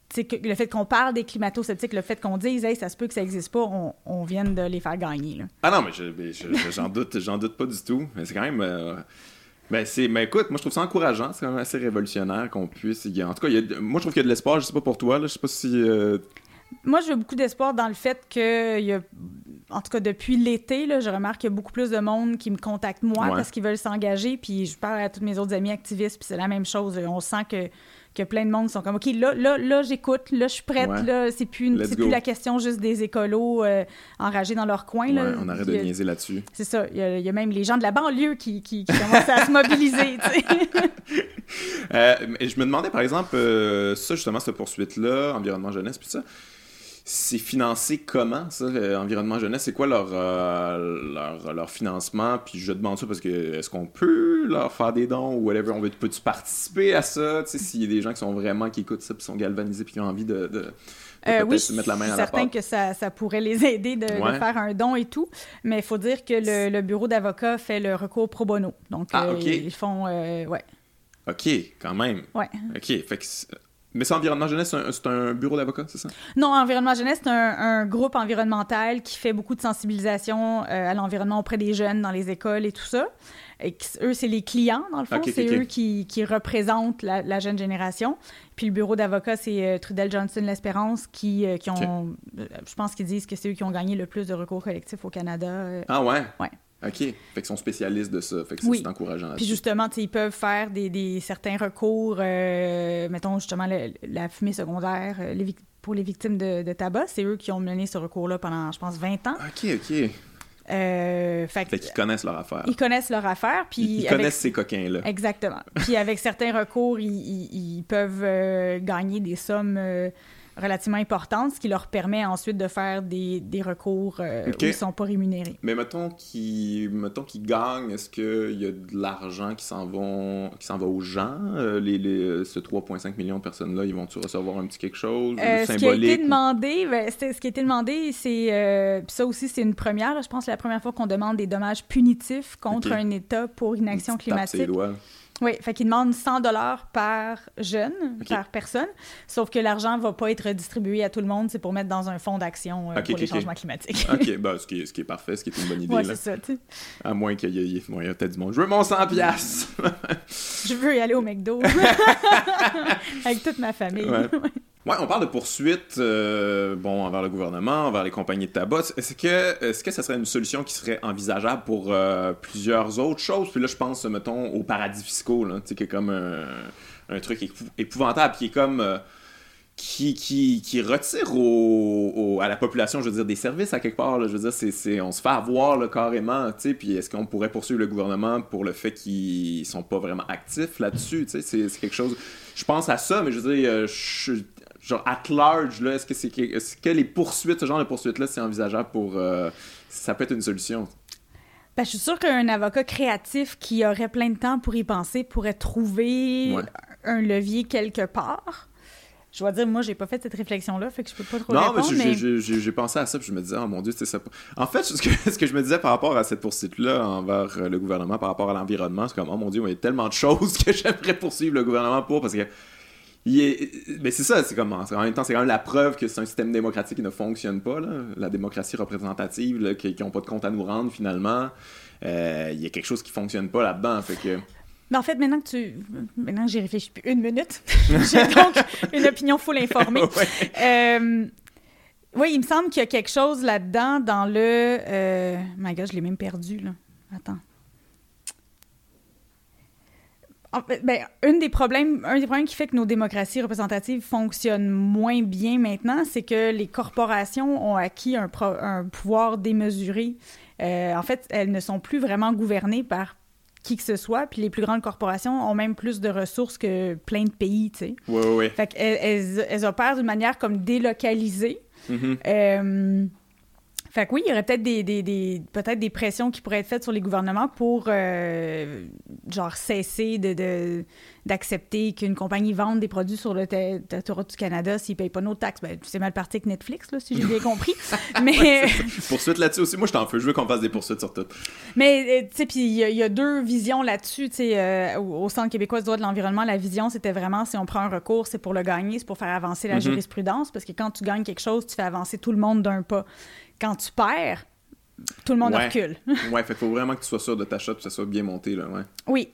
le fait qu'on parle des climato-sceptiques, le fait qu'on dise « Hey, ça se peut que ça n'existe pas », on vient de les faire gagner. Là. Ah non, mais j'en doute pas du tout. Mais c'est quand même... mais écoute, moi je trouve ça encourageant, c'est quand même assez révolutionnaire qu'on puisse... En tout cas, moi je trouve qu'il y a de l'espoir, je sais pas pour toi, là, je sais pas si... Moi, j'ai beaucoup d'espoir dans le fait que, en tout cas depuis l'été, là, je remarque qu'il y a beaucoup plus de monde qui me contacte moi parce qu'ils veulent s'engager, puis je parle à tous mes autres amis activistes, puis c'est la même chose. On sent que plein de monde sont comme « OK, là j'écoute, là, je suis prête, là, c'est plus la question juste des écolos enragés dans leur coin. » là. On arrête de niaiser là-dessus. C'est ça. Il y a même les gens de la banlieue qui commencent à se mobiliser, tu sais. Je me demandais, par exemple, ça, justement, cette poursuite-là, Environnement Jeunesse, puis ça, c'est financé comment, ça, Environnement Jeunesse? C'est quoi leur financement? Puis je demande ça parce que est-ce qu'on peut leur faire des dons ou whatever? Peux-tu participer à ça? Tu sais, s'il y a des gens qui écoutent ça, puis sont galvanisés, puis qui ont envie de oui, se mettre la main à la pâte. Certain que ça pourrait les aider de faire un don et tout, mais il faut dire que le bureau d'avocats fait le recours pro bono. Donc, ils font... OK, quand même. Ouais. OK, fait que... Mais c'est Environnement Jeunesse, c'est un bureau d'avocats, c'est ça? Non, Environnement Jeunesse, c'est un groupe environnemental qui fait beaucoup de sensibilisation à l'environnement auprès des jeunes dans les écoles et tout ça. Et eux, c'est les clients, dans le fond. C'est eux qui représentent la jeune génération. Puis le bureau d'avocats, c'est Trudel Johnson L'Espérance qui ont... Je pense qu'ils disent que c'est eux qui ont gagné le plus de recours collectifs au Canada. Ah ouais? Ouais. OK. Fait qu'ils sont spécialistes de ça. Fait que c'est encourageant. Puis justement, ils peuvent faire certains recours, mettons justement la fumée secondaire pour les victimes de tabac. C'est eux qui ont mené ce recours-là pendant, je pense, 20 ans. OK. Fait qu'ils connaissent leur affaire. Ils connaissent leur affaire. Puis ils connaissent ces coquins-là. Exactement. Puis avec certains recours, ils peuvent gagner des sommes... relativement importante, ce qui leur permet ensuite de faire des recours où ils ne sont pas rémunérés. Mais mettons qu'ils gagnent, est-ce qu'il y a de l'argent qui s'en va aux gens? Ce 3,5 millions de personnes-là, ils vont-tu recevoir un petit quelque chose symbolique? Ce qui a été demandé, c'est... ça aussi, c'est une première. Là, je pense que c'est la première fois qu'on demande des dommages punitifs contre un État pour inaction climatique. Tape ses doigts. Oui, fait qu'ils demandent 100 $ par jeune, par personne, sauf que l'argent ne va pas être distribué à tout le monde, c'est pour mettre dans un fonds d'action pour les changements climatiques. OK, ben, ce qui est parfait, ce qui est une bonne idée. Oui, c'est ça, tu sais. À moins qu'il y ait peut-être du monde. Je veux mon 100$! Je veux y aller au McDo avec toute ma famille. Ouais, on parle de poursuites envers le gouvernement, envers les compagnies de tabac. Est-ce que ça serait une solution qui serait envisageable pour plusieurs autres choses? Puis là, je pense, mettons, aux paradis fiscaux, là, qui est comme un truc épouvantable, qui est comme... qui retire à la population, je veux dire, des services à quelque part. Là, je veux dire, on se fait avoir là, carrément, tu sais, puis est-ce qu'on pourrait poursuivre le gouvernement pour le fait qu'ils sont pas vraiment actifs là-dessus, tu sais, c'est quelque chose... Je pense à ça, mais je veux dire, genre, at large, là, est-ce que les poursuites, ce genre de poursuites-là, c'est envisageable pour... ça peut être une solution? Ben, je suis sûre qu'un avocat créatif qui aurait plein de temps pour y penser pourrait trouver un levier quelque part. Je dois dire, moi, j'ai pas fait cette réflexion-là, fait que je peux pas trop répondre. Non, mais j'ai pensé à ça, puis je me disais, oh mon Dieu, c'est ça. En fait, ce que je me disais par rapport à cette poursuite-là envers le gouvernement, par rapport à l'environnement, c'est comme, oh mon Dieu, il y a tellement de choses que j'aimerais poursuivre le gouvernement pour, parce que mais c'est ça, en même temps, c'est quand même la preuve que c'est un système démocratique qui ne fonctionne pas, là. La démocratie représentative, là, qui n'ont pas de compte à nous rendre, finalement. Il y a quelque chose qui fonctionne pas là-dedans, fait que... Mais en fait, maintenant que j'y réfléchis plus 1 minute, j'ai donc une opinion full informée. Oui, il me semble qu'il y a quelque chose là-dedans dans le... My God, je l'ai même perdu, là. Attends. Un des problèmes qui fait que nos démocraties représentatives fonctionnent moins bien maintenant, c'est que les corporations ont acquis un pouvoir démesuré. En fait, elles ne sont plus vraiment gouvernées par qui que ce soit, puis les plus grandes corporations ont même plus de ressources que plein de pays, tu sais. Oui. Fait qu'elles opèrent d'une manière comme délocalisée. Mm-hmm. Fait que oui, il y aurait peut-être peut-être des pressions qui pourraient être faites sur les gouvernements pour genre cesser d'accepter qu'une compagnie vende des produits sur le territoire du Canada s'ils ne payent pas nos taxes. Ben, c'est mal parti avec Netflix, là, si j'ai bien compris. Mais poursuite là-dessus aussi. Moi, je t'en fais. Je veux qu'on fasse des poursuites sur tout. Mais, tu sais, puis il y a deux visions là-dessus. Tu sais, au Centre québécois du droit de l'environnement, la vision, c'était vraiment, si on prend un recours, c'est pour le gagner, c'est pour faire avancer la jurisprudence, parce que quand tu gagnes quelque chose, tu fais avancer tout le monde d'un pas. Quand tu perds, tout le monde recule. Ouais, fait qu'il faut vraiment que tu sois sûr de ta shot, que ça soit bien monté, là, ouais. Oui.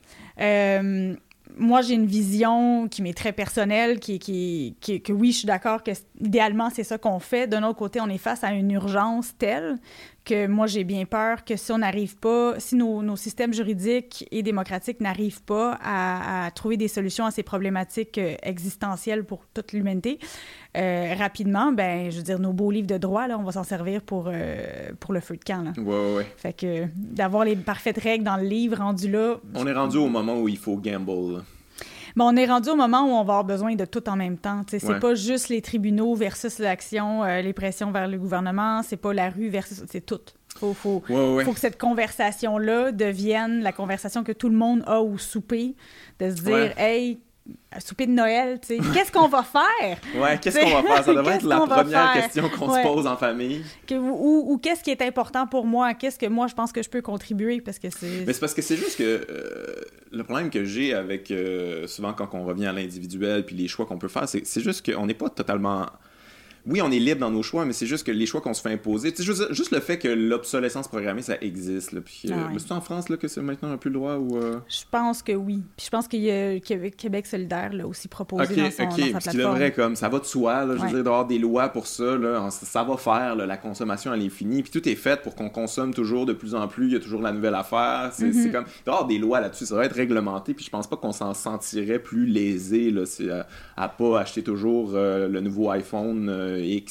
Moi, j'ai une vision qui m'est très personnelle, que oui, je suis d'accord que idéalement, c'est ça qu'on fait. D'un autre côté, on est face à une urgence telle que moi, j'ai bien peur que si on n'arrive pas, si nos systèmes juridiques et démocratiques n'arrivent pas à trouver des solutions à ces problématiques existentielles pour toute l'humanité, rapidement, ben, je veux dire, nos beaux livres de droit, là, on va s'en servir pour le feu de camp, là. Ouais. Fait que d'avoir les parfaites règles dans le livre rendu là... On est rendu au moment où il faut gamble, là. Bon, on est rendu au moment où on va avoir besoin de tout en même temps. T'sais, c'est pas juste les tribunaux versus l'action, les pressions vers le gouvernement, c'est pas la rue versus... C'est tout. Faut que cette conversation-là devienne la conversation que tout le monde a au souper, de se dire « Hey, souper de Noël, tu sais, qu'est-ce qu'on va faire? » Ouais, qu'est-ce qu'on va faire? Ça devrait être la première question qu'on se pose en famille. Ou qu'est-ce qui est important pour moi? Qu'est-ce que moi, je pense que je peux contribuer? Parce que c'est... Mais c'est parce que c'est juste que le problème que j'ai avec souvent quand on revient à l'individuel puis les choix qu'on peut faire, c'est juste qu'on n'est pas totalement... Oui, on est libre dans nos choix, mais c'est juste que les choix qu'on se fait imposer... Tu sais, juste le fait que l'obsolescence programmée, ça existe. Là, puis, c'est en France là, que c'est maintenant un peu le droit? Ou, Je pense que oui. Puis je pense qu'il y a Québec solidaire là, aussi proposé dans sa plateforme. Puis devrait, comme, ça va de soi. Là, je veux dire, d'avoir des lois pour ça. Là, ça va faire. Là, la consommation, elle est finie. Puis tout est fait pour qu'on consomme toujours de plus en plus. Il y a toujours la nouvelle affaire. C'est comme... D'avoir des lois là-dessus, ça va être réglementé. Puis je pense pas qu'on s'en sentirait plus lésé là, à pas acheter toujours le nouveau iPhone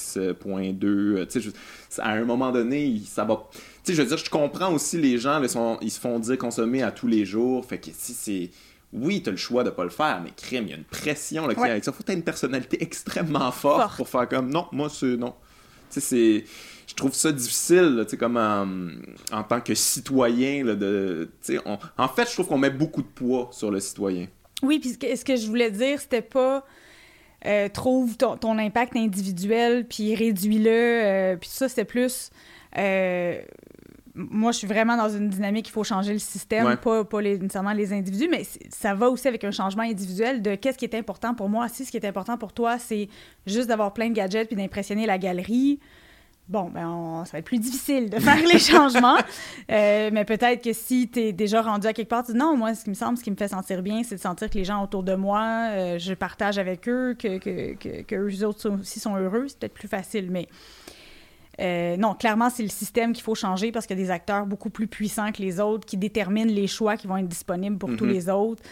X.2, tu sais, à un moment donné, ça va... Tu sais, je veux dire, je comprends aussi les gens, là, ils se font dire consommer à tous les jours, fait que si c'est... Oui, t'as le choix de pas le faire, mais crime, il y a une pression là, avec ça. Faut que t'aies une personnalité extrêmement forte pour faire comme, non, moi, c'est non. Tu sais, c'est... Je trouve ça difficile, là, tu sais, comme en tant que citoyen, là, tu sais, en fait, je trouve qu'on met beaucoup de poids sur le citoyen. Oui, puis ce que je voulais dire, c'était pas... trouve ton impact individuel, puis réduis-le. Puis ça, c'était plus... moi, je suis vraiment dans une dynamique, il faut changer le système, pas nécessairement les individus, mais ça va aussi avec un changement individuel de qu'est-ce qui est important pour moi. Si ce qui est important pour toi, c'est juste d'avoir plein de gadgets puis d'impressionner la galerie... Bon, ben ça va être plus difficile de faire les changements, mais peut-être que si t'es déjà rendu à quelque part, tu dis non, moi, ce qui me fait sentir bien, c'est de sentir que les gens autour de moi, je partage avec eux, que eux autres aussi sont heureux, c'est peut-être plus facile, mais non, clairement, c'est le système qu'il faut changer parce qu'il y a des acteurs beaucoup plus puissants que les autres qui déterminent les choix qui vont être disponibles pour tous les autres.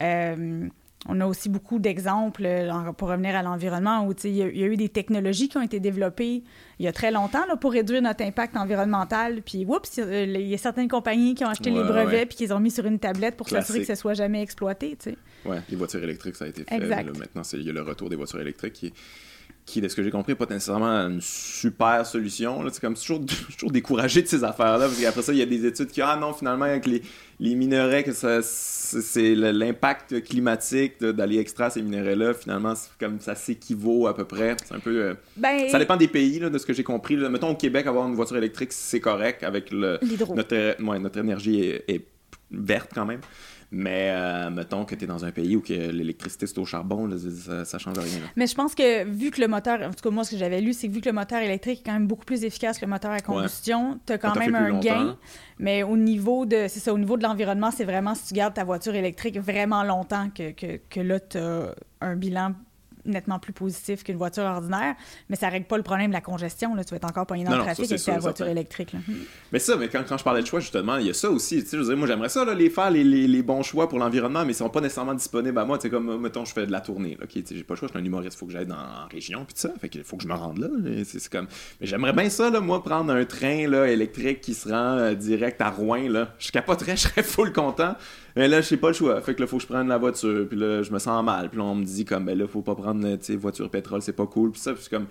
On a aussi beaucoup d'exemples, pour revenir à l'environnement, où il y a eu des technologies qui ont été développées il y a très longtemps là, pour réduire notre impact environnemental. Puis, oups, il y a certaines compagnies qui ont acheté les brevets puis qui les ont mis sur une tablette pour s'assurer que ça ne soit jamais exploité. Oui, les voitures électriques, ça a été fait. Exact. Là, maintenant, il y a le retour des voitures électriques qui, de ce que j'ai compris, n'est pas nécessairement une super solution. Là. C'est comme toujours découragé de ces affaires-là, parce qu'après ça, il y a des études qui non, finalement, avec les minerais, que c'est l'impact climatique d'aller extraire ces minerais-là, finalement, c'est comme ça s'équivaut à peu près. C'est un peu... ça dépend des pays, là, de ce que j'ai compris. Là. Mettons, au Québec, avoir une voiture électrique, c'est correct, avec notre énergie est verte quand même. Mais mettons que tu es dans un pays où que l'électricité c'est au charbon, là, ça change rien. Là. Mais je pense que vu que le moteur, en tout cas moi ce que j'avais lu, c'est que vu que le moteur électrique est quand même beaucoup plus efficace que le moteur à combustion, tu as quand même un gain. Mais au niveau de l'environnement, c'est vraiment si tu gardes ta voiture électrique vraiment longtemps que là tu as un bilan nettement plus positif qu'une voiture ordinaire, mais ça règle pas le problème de la congestion. Là. Tu vas être encore pogné dans le trafic avec ta voiture électrique. Là. Mais quand je parlais de choix, justement, il y a ça aussi. Tu sais, je veux dire, moi, j'aimerais ça, là, les bons choix pour l'environnement, mais ils sont pas nécessairement disponibles à moi. Tu sais, comme, mettons, je fais de la tournée. Là, okay, j'ai pas le choix, je suis un humoriste, il faut que j'aille en région, puis ça. Fait qu'il faut que je me rende là. C'est comme... Mais j'aimerais bien ça, là, moi, prendre un train là, électrique qui se rend direct à Rouen. Là. Je capoterais, je serais full content. Mais là, j'ai pas le choix. Fait que là, faut que je prenne la voiture. Puis là, je me sens mal. Puis là, on me dit comme, ben là, faut pas prendre, tu sais, voiture pétrole, c'est pas cool. Puis ça, puis comme,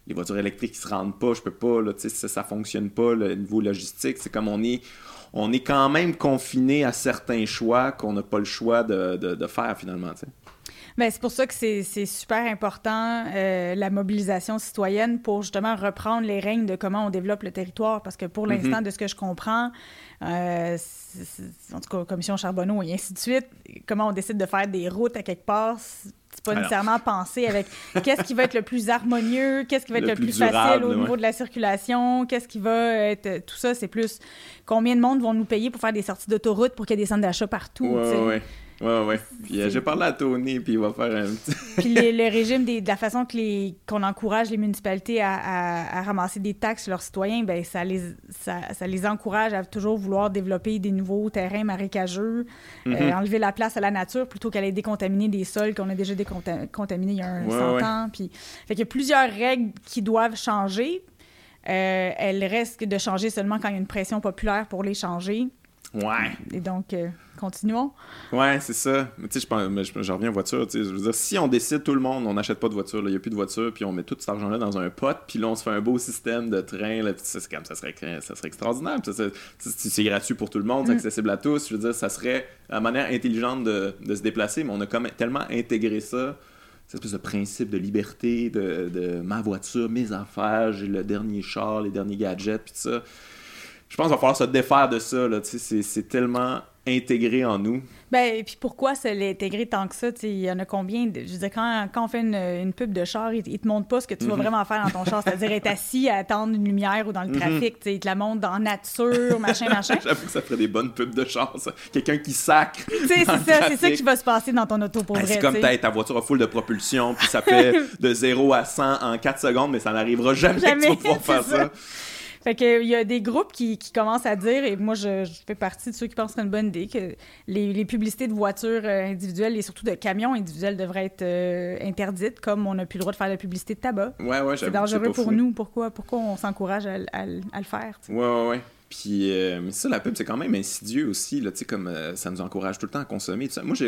les voitures électriques qui se rendent pas, je peux pas, là, tu sais, ça fonctionne pas, le niveau logistique. C'est comme on est quand même confiné à certains choix qu'on n'a pas le choix de faire finalement, tu sais. Bien, c'est pour ça que c'est super important, la mobilisation citoyenne, pour justement reprendre les règnes de comment on développe le territoire. Parce que pour l'instant, de ce que je comprends, en tout cas, Commission Charbonneau et ainsi de suite, comment on décide de faire des routes à quelque part, c'est pas nécessairement pensé avec qu'est-ce qui va être le plus harmonieux, qu'est-ce qui va être le plus durable, facile au niveau de la circulation, qu'est-ce qui va être... Tout ça, c'est plus combien de monde vont nous payer pour faire des sorties d'autoroute pour qu'il y ait des centres d'achat partout. Ouais. Puis j'ai parlé à Tony, puis il va faire un petit... Puis le régime de la façon qu'on encourage les municipalités à ramasser des taxes sur leurs citoyens, bien, ça les encourage à toujours vouloir développer des nouveaux terrains marécageux, enlever la place à la nature plutôt qu'aller décontaminer des sols qu'on a déjà décontaminés il y a 100 ans. Puis, fait qu'il y a plusieurs règles qui doivent changer. Elles restent de changer seulement quand il y a une pression populaire pour les changer. Ouais. Et donc, continuons. Ouais, c'est ça. Mais tu sais, je reviens aux voitures, tu sais, je veux dire, si on décide tout le monde, on n'achète pas de voiture, il n'y a plus de voiture, puis on met tout cet argent-là dans un pot, puis là, on se fait un beau système de train, là, ça serait extraordinaire. C'est gratuit pour tout le monde, c'est accessible à tous. Je veux dire, ça serait la manière intelligente de se déplacer, mais on a comme tellement intégré ça, cette espèce de principe de liberté, de ma voiture, mes affaires, j'ai le dernier char, les derniers gadgets, puis tout ça. Je pense qu'il va falloir se défaire de ça, là, tu sais, c'est tellement intégré en nous. Ben, et puis pourquoi se l'intégrer tant que ça? Il y en a combien? Je veux dire, quand on fait une pub de char, ils te montrent pas ce que tu vas vraiment faire dans ton char, c'est-à-dire être assis à attendre une lumière ou dans le trafic, ils te la montrent dans nature, machin. J'avoue que ça ferait des bonnes pubs de char, ça. Quelqu'un qui sacre. C'est ça qui va se passer dans ton auto pour vrai. C'est comme ta voiture a full de propulsion, puis ça fait de 0 à 100 en 4 secondes, mais ça n'arrivera jamais que tu vas pouvoir faire ça. Fait que il y a des groupes qui commencent à dire, et moi je fais partie de ceux qui pensent que c'est une bonne idée, que les publicités de voitures individuelles et surtout de camions individuels devraient être interdites, comme on n'a plus le droit de faire la publicité de tabac. Ouais, c'est dangereux pour nous. Pourquoi on s'encourage à le faire? T'sais? Ouais. Puis, mais ça, la pub, c'est quand même insidieux aussi, là, tu sais, comme ça nous encourage tout le temps à consommer. Tout ça. Moi,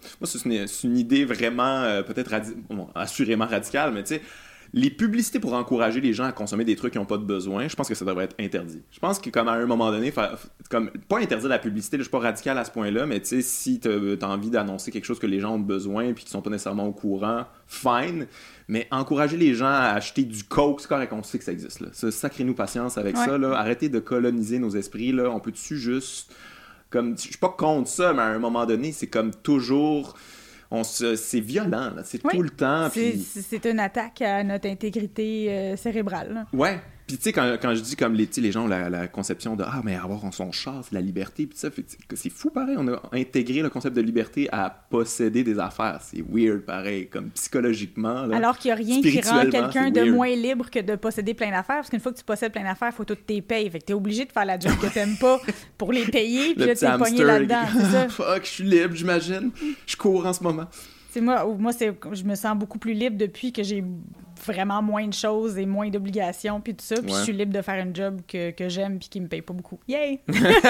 c'est une idée vraiment, peut-être assurément radicale, mais tu sais, les publicités pour encourager les gens à consommer des trucs qui n'ont pas de besoin, je pense que ça devrait être interdit. Je pense que comme à un moment donné, comme pas interdire la publicité, là, je suis pas radical à ce point-là, mais tu sais, si t'as envie d'annoncer quelque chose que les gens ont besoin puis qui sont pas nécessairement au courant, fine. Mais encourager les gens à acheter du coke, c'est correct, on sait que ça existe. Là. Sacrez-nous patience avec ça. Là. Arrêtez de coloniser nos esprits. Là. On peut-tu juste... comme je suis pas contre ça, mais à un moment donné, c'est comme toujours... c'est violent, là. C'est tout le temps. C'est une attaque à notre intégrité cérébrale. Là. Ouais. Puis tu sais, quand je dis comme les gens ont la conception de « Ah, mais avoir son char, c'est la liberté », puis ça, c'est fou pareil, on a intégré le concept de liberté à posséder des affaires. C'est weird pareil, comme psychologiquement. Là, alors qu'il n'y a rien qui rend quelqu'un de moins libre que de posséder plein d'affaires, parce qu'une fois que tu possèdes plein d'affaires, il faut toutes tes payes. Fait que t'es obligé de faire la job que t'aimes pas pour les payer, puis là, t'es pogné là-dedans. C'est ça. Fuck, je suis libre, j'imagine. Je cours en ce moment. Moi, je me sens beaucoup plus libre depuis que j'ai vraiment moins de choses et moins d'obligations, puis tout ça. Puis je suis libre de faire un job que j'aime puis qui me paye pas beaucoup. Yay!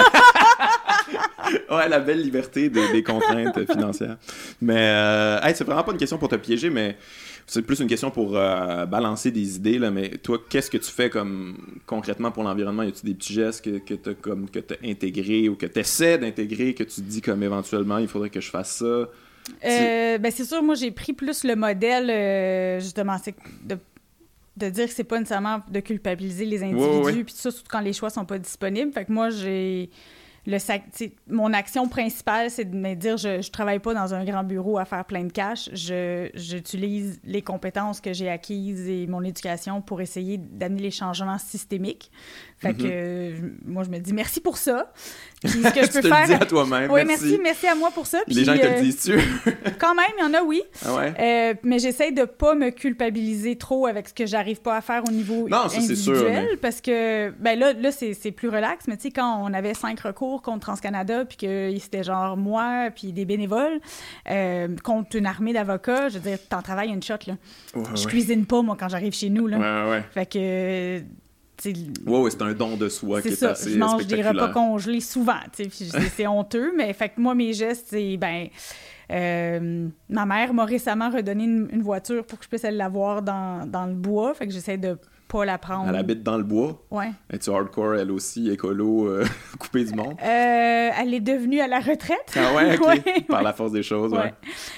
Ouais, la belle liberté des contraintes financières. Mais c'est vraiment pas une question pour te piéger, mais c'est plus une question pour balancer des idées. Là. Mais toi, qu'est-ce que tu fais comme concrètement pour l'environnement? Y a-tu des petits gestes que t'as intégrés ou que t'essaies d'intégrer, que tu te dis comme éventuellement, il faudrait que je fasse ça? Ben c'est sûr, moi j'ai pris plus le modèle justement, c'est de dire que c'est pas nécessairement de culpabiliser les individus, puis tout ça, surtout quand les choix sont pas disponibles. Fait que moi j'ai mon action principale, c'est de me dire je travaille pas dans un grand bureau à faire plein de cash, j'utilise les compétences que j'ai acquises et mon éducation pour essayer d'amener les changements systémiques. Fait que moi, je me dis merci pour ça. Puis ce que je peux faire... Tu te le dis à toi-même. Oui, merci à moi pour ça. Puis, les gens te le disent-tu? Quand même, il y en a, oui. Ah ouais? Mais j'essaie de pas me culpabiliser trop avec ce que j'arrive pas à faire au niveau individuel. C'est sûr, mais... parce que, ben là c'est plus relax. Mais tu sais, quand on avait 5 recours contre TransCanada, puis que c'était genre moi, puis des bénévoles, contre une armée d'avocats, je veux dire, t'en travailles une shot, là. Je cuisine pas, moi, quand j'arrive chez nous, là. Ouais. Fait que... Ouais, c'est un don de soi qui est ça, assez je mange des spectaculaire. repas congelés souvent, c'est honteux, mais fait que moi, mes gestes, c'est, ma mère m'a récemment redonné une voiture pour que je puisse aller la voir dans le bois, fait que j'essaie de pas la prendre. Elle habite dans le bois. Ouais. Es-tu hardcore, elle aussi, écolo, coupée du monde? Elle est devenue à la retraite. Ah ouais, OK. Ouais, Par la force des choses, ouais.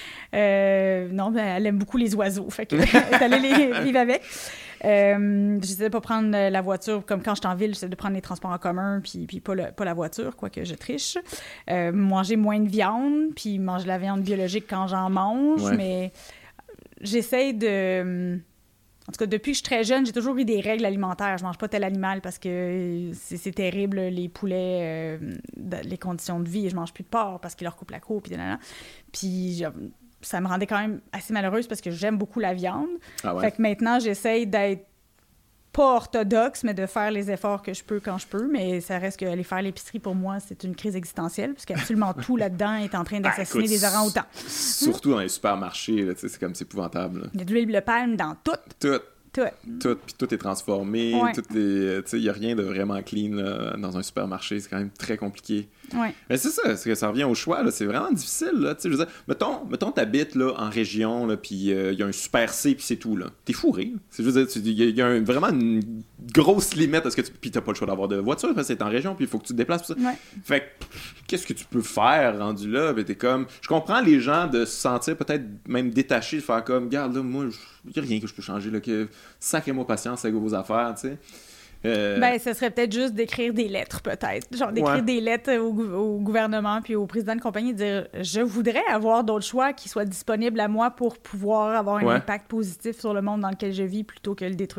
Non, elle aime beaucoup les oiseaux, fait que elle est allée les vivre avec. J'essaie de pas prendre la voiture, comme quand je suis en ville, j'essaie de prendre les transports en commun, puis pas la voiture, quoique je triche. Manger moins de viande, puis manger de la viande biologique quand j'en mange, mais j'essaie de... En tout cas, depuis que je suis très jeune, j'ai toujours eu des règles alimentaires. Je mange pas tel animal parce que c'est terrible, les poulets, les conditions de vie. Je mange plus de porc parce qu'ils leur coupent la côte, puis ça me rendait quand même assez malheureuse parce que j'aime beaucoup la viande. Ah ouais. Fait que maintenant, j'essaye d'être pas orthodoxe, mais de faire les efforts que je peux quand je peux. Mais ça reste qu'aller faire l'épicerie, pour moi, c'est une crise existentielle parce qu'absolument tout là-dedans est en train d'assassiner des orang-outans. Surtout dans les supermarchés, là, c'est comme c'est épouvantable. Là. Il y a de l'huile de palme dans tout. Puis tout est transformé, Ouais. il n'y a rien de vraiment clean là, dans un supermarché, c'est quand même très compliqué. Ouais. Mais c'est ça, ça revient au choix, là, c'est vraiment difficile, là, je veux dire, mettons t'habites là, en région, là, puis il y a un Super C, puis c'est tout, là. T'es fourré, je veux dire, il y a vraiment une grosse limite, parce que puis t'as pas le choix d'avoir de voiture, parce que c'est en région, puis il faut que tu te déplaces pour ça. Ouais. Fait que, qu'est-ce que tu peux faire rendu là? Ben, t'es comme, je comprends les gens de se sentir peut-être même détachés, de faire comme, regarde, là, moi, il y a rien que je peux changer, là, que sacrez-moi patience avec vos affaires, tu sais. Ce serait peut-être juste d'écrire des lettres, peut-être. Genre d'écrire des lettres au gouvernement puis au président de compagnie, dire « Je voudrais avoir d'autres choix qui soient disponibles à moi pour pouvoir avoir un impact positif sur le monde dans lequel je vis plutôt que le détruire. »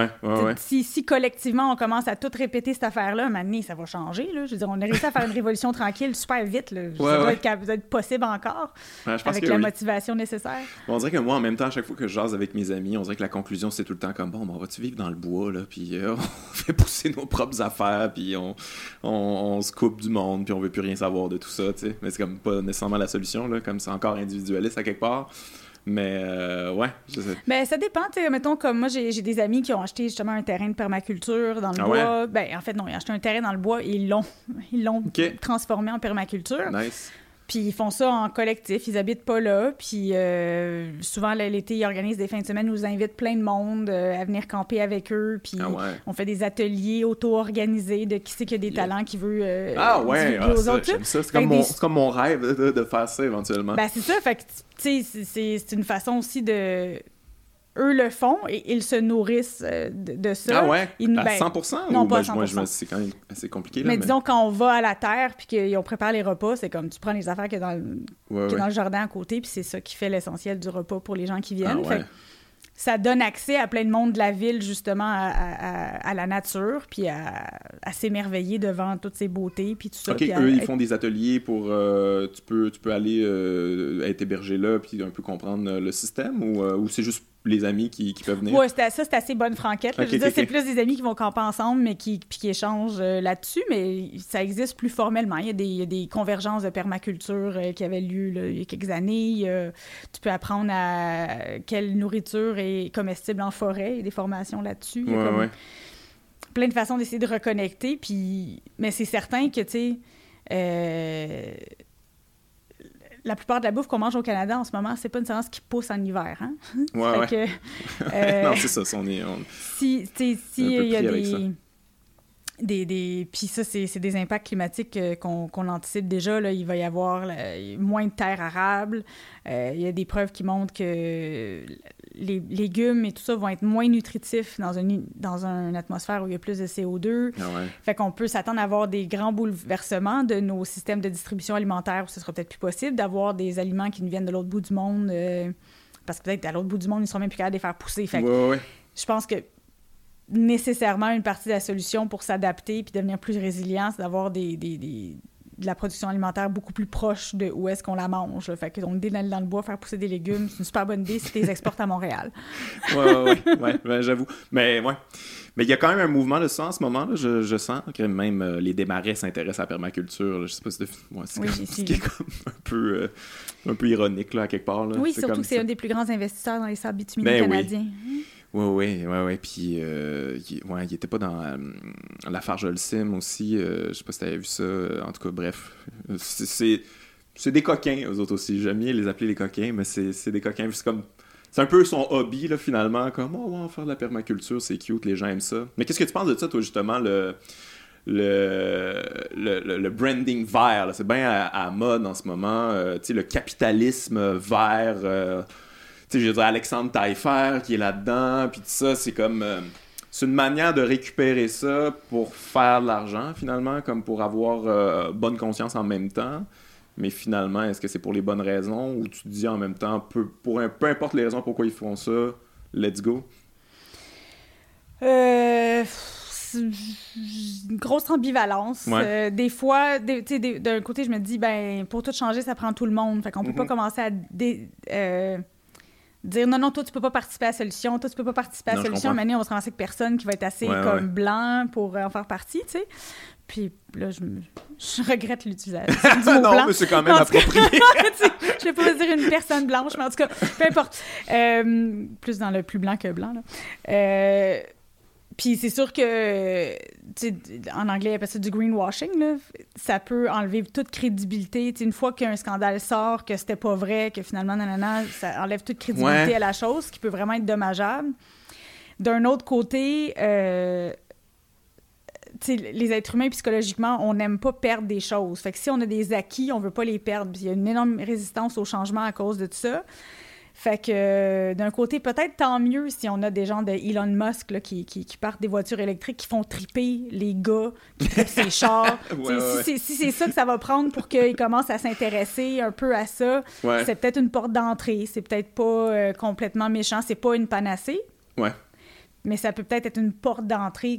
Si collectivement, on commence à tout répéter cette affaire-là, un moment donné, ça va changer. Là. Je veux dire, on a réussi à faire une révolution tranquille super vite. Là. Ça doit être possible encore, je pense avec la motivation nécessaire. On dirait que moi, en même temps, à chaque fois que je jase avec mes amis, on dirait que la conclusion, c'est tout le temps comme « Bon, on va-tu vivre dans le bois, là, puis on fait pousser nos propres affaires, puis on se coupe du monde, puis on veut plus rien savoir de tout ça, tu sais. » Mais c'est comme pas nécessairement la solution, là, comme c'est encore individualiste à quelque part. Mais je sais. Ben, ça dépend, tu sais, mettons, comme moi, j'ai des amis qui ont acheté justement un terrain de permaculture dans le bois. Ouais? Ben, en fait, non, ils ont acheté un terrain dans le bois et ils l'ont transformé en permaculture. Nice. Puis ils font ça en collectif, ils habitent pas là. Puis souvent, l'été, ils organisent des fins de semaine où ils invitent plein de monde à venir camper avec eux. Puis on fait des ateliers auto-organisés de qui c'est qui a des talents, qui veut aux autres. J'aime ça. C'est comme mon rêve de faire ça éventuellement. Ben, c'est ça. Fait que, tu sais, c'est une façon aussi de... Eux le font et ils se nourrissent de ça. Ah ouais? À 100%? Non, ou pas à 100%. Moi, c'est quand même assez compliqué. Là, mais disons, quand on va à la terre puis qu'on prépare les repas, c'est comme tu prends les affaires qu'il y a dans le jardin à côté, puis c'est ça qui fait l'essentiel du repas pour les gens qui viennent. Ah ouais. Fait ça donne accès à plein de monde de la ville, justement, à la nature, puis à s'émerveiller devant toutes ces beautés, puis tout ça. OK, ils font des ateliers pour... tu peux aller être hébergé là, puis un peu comprendre le système, ou c'est juste les amis qui peuvent venir? Oui, c'est assez bonne franquette. Je veux dire, c'est plus des amis qui vont camper ensemble, mais qui échangent là-dessus, mais ça existe plus formellement. Il y a des convergences de permaculture qui avaient lieu là, il y a quelques années. Tu peux apprendre à quelle nourriture est comestible en forêt. Il y a des formations là-dessus. Il y a plein de façons d'essayer de reconnecter. Mais c'est certain que, tu sais... la plupart de la bouffe qu'on mange au Canada en ce moment, c'est pas nécessairement ce qui pousse en hiver. Hein? Non, c'est ça. Si il y a puis ça, c'est des impacts climatiques qu'on anticipe déjà. Là, il va y avoir moins de terres arables. Il y a des preuves qui montrent que les légumes et tout ça vont être moins nutritifs dans une atmosphère où il y a plus de CO2. Ah ouais. Fait qu'on peut s'attendre à avoir des grands bouleversements de nos systèmes de distribution alimentaire où ce sera peut-être plus possible d'avoir des aliments qui nous viennent de l'autre bout du monde. Parce que peut-être à l'autre bout du monde, ils ne seront même plus capables de les faire pousser. Fait que je pense que nécessairement, une partie de la solution pour s'adapter puis devenir plus résilient, c'est d'avoir de la production alimentaire beaucoup plus proche de où est-ce qu'on la mange. Fait que ton idée d'aller dans le bois, faire pousser des légumes, c'est une super bonne idée si tu les exportes à Montréal. J'avoue. Mais il y a quand même un mouvement de ça en ce moment. Là. Je sens que même les démarrais s'intéressent à la permaculture. Là. Je sais pas si ce qui est comme un peu ironique là, à quelque part. Là. Oui, c'est surtout comme que c'est un des plus grands investisseurs dans les sables bitumineux canadiens. Oui. Puis, il était pas dans l'affaire Joel Sim aussi. Je sais pas si t'avais vu ça. En tout cas, bref. C'est des coquins, eux autres aussi. J'aime bien les appeler les coquins, mais c'est des coquins. C'est un peu son hobby, là, finalement. Comme, on va faire de la permaculture, c'est cute, les gens aiment ça. Mais qu'est-ce que tu penses de ça, toi, justement, le branding vert, là? C'est bien à mode en ce moment. Tu sais, le capitalisme vert. Tu sais, je veux dire, Alexandre Taillefer qui est là-dedans, puis tout ça, c'est comme... c'est une manière de récupérer ça pour faire de l'argent, finalement, comme pour avoir bonne conscience en même temps. Mais finalement, est-ce que c'est pour les bonnes raisons ou tu te dis en même temps, peu importe les raisons pourquoi ils font ça, let's go? C'est une grosse ambivalence. Ouais. Des fois, d'un côté, je me dis, ben pour tout changer, ça prend tout le monde. Fait qu'on peut pas commencer à dire non, toi, tu peux pas participer à la solution, toi, tu peux pas participer à la solution. Maintenant, on va se ramasser avec personne qui va être assez blanc pour en faire partie, tu sais. Puis là, je regrette l'utilisation du mot blanc. Non, mais c'est quand même approprié. Je vais pas dire une personne blanche, mais en tout cas, peu importe. Plus dans le plus blanc que blanc, là. Puis c'est sûr que, en anglais, ils appellent ça du greenwashing, là. Ça peut enlever toute crédibilité. Une fois qu'un scandale sort, que c'était pas vrai, que finalement, nanana, ça enlève toute crédibilité à la chose, ce qui peut vraiment être dommageable. D'un autre côté, les êtres humains, psychologiquement, on n'aime pas perdre des choses. Fait que si on a des acquis, on veut pas les perdre. Puis il y a une énorme résistance au changement à cause de tout ça. Fait que, d'un côté, peut-être tant mieux si on a des gens de Elon Musk là, qui partent des voitures électriques, qui font triper les gars, qui trippent ses chars. Si c'est ça que ça va prendre pour qu'ils commencent à s'intéresser un peu à ça, c'est peut-être une porte d'entrée. C'est peut-être pas complètement méchant. C'est pas une panacée. Ouais. Mais ça peut peut-être être une porte d'entrée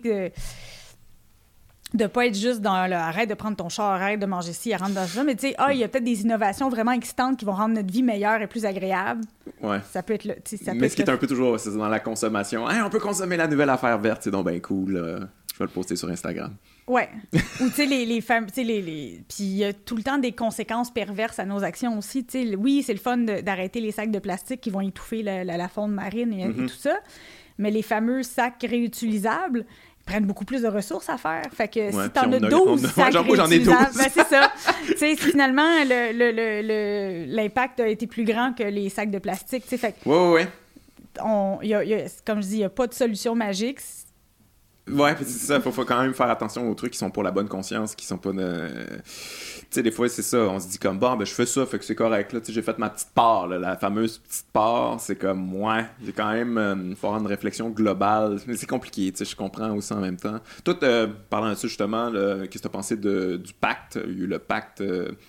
de pas être juste dans le « arrête de prendre ton char, arrête de manger ci, arrête dans ça », mais tu sais, il y a peut-être des innovations vraiment excitantes qui vont rendre notre vie meilleure et plus agréable. Ouais. Ça peut être mais ce qui est un peu toujours, c'est dans la consommation. Hey, on peut consommer la nouvelle affaire verte, c'est donc bien cool. Je vais le poster sur Instagram. Ouais. Ou tu sais, les femmes, tu sais, puis il y a tout le temps des conséquences perverses à nos actions aussi. Tu sais, oui, c'est le fun d'arrêter les sacs de plastique qui vont étouffer la faune marine et tout ça, mais les fameux sacs réutilisables prennent beaucoup plus de ressources à faire. Fait que si t'en as 12 sacs réutilisables, ben c'est ça. Tu sais, finalement, l'impact a été plus grand que les sacs de plastique. Tu sais, fait que... Ouais. Comme je dis, il n'y a pas de solution magique. Ouais, puis c'est ça, faut quand même faire attention aux trucs qui sont pour la bonne conscience, qui sont pas... Tu sais, des fois, c'est ça, on se dit comme, bon, ben je fais ça, fait que c'est correct, là, tu sais, j'ai fait ma petite part, là, la fameuse petite part, c'est comme, ouais, j'ai quand même, faut avoir une réflexion globale, mais c'est compliqué, tu sais, je comprends aussi en même temps. Toi, parlant de ça, justement, qu'est-ce que t'as pensé du pacte? Il y a eu le pacte...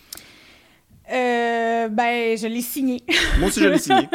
Ben, je l'ai signé. Moi aussi, je l'ai signé.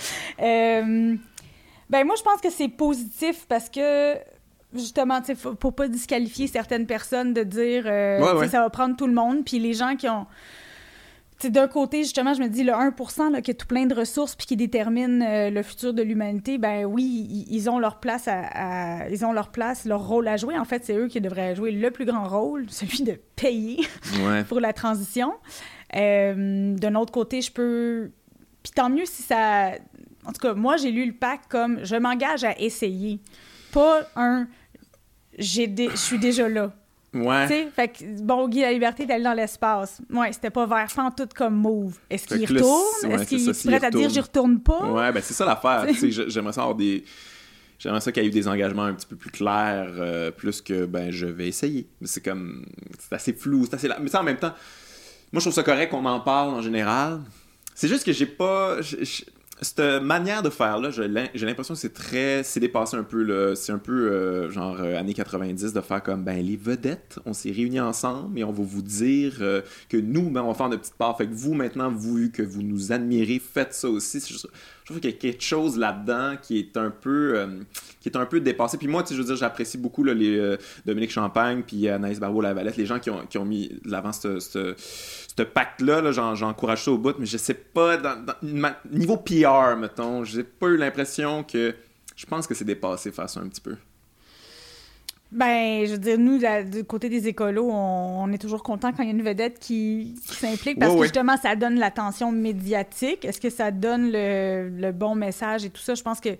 Ben, moi, je pense que c'est positif parce que... Justement, tu sais, faut pas disqualifier certaines personnes de dire ça va prendre tout le monde. Puis les gens qui ont... Tu sais, d'un côté, justement, je me dis, le 1% là, qui a tout plein de ressources puis qui détermine le futur de l'humanité, ben oui, ils ont leur place ils ont leur place, leur rôle à jouer. En fait, c'est eux qui devraient jouer le plus grand rôle, celui de payer pour la transition. D'un autre côté, je peux... Puis tant mieux si ça... En tout cas, moi, j'ai lu le pacte comme « je m'engage à essayer ». Pas un « je suis déjà là ». Ouais. Tu sais, fait que, bon, Guy Laliberté est allé dans l'espace. Ouais, c'était pas vert tout comme move. Est-ce qu'il retourne? Est-ce qu'il est prêt à dire « j'y retourne pas »? Ouais, ben c'est ça l'affaire. Tu sais, j'aimerais ça avoir J'aimerais ça qu'il y ait eu des engagements un petit peu plus clairs, plus que, ben, je vais essayer. C'est comme... C'est assez flou, c'est assez... Mais ça, en même temps, moi, je trouve ça correct qu'on en parle en général. C'est juste que j'ai pas... Cette manière de faire là, j'ai l'impression que c'est dépassé un peu là, c'est un peu genre années 90 de faire comme ben les vedettes, on s'est réunis ensemble et on va vous dire que nous ben on va faire notre petite part. Fait que vous maintenant, vu que vous nous admirez, faites ça aussi. Je trouve qu'il y a quelque chose là-dedans qui est un peu dépassé. Puis moi, tu sais, je veux dire, j'apprécie beaucoup là, les Dominique Champagne puis Anaïs Barbeau-Lavalette, les gens qui ont mis de l'avant ce pacte-là, j'encourage ça au bout, mais je sais pas, niveau PR, mettons, j'ai pas eu l'impression que... Je pense que c'est dépassé faire ça un petit peu. Ben, je veux dire, nous, du côté des écolos, on est toujours content quand il y a une vedette qui s'implique parce que justement, ça donne l'attention médiatique. Est-ce que ça donne le bon message et tout ça? Je pense que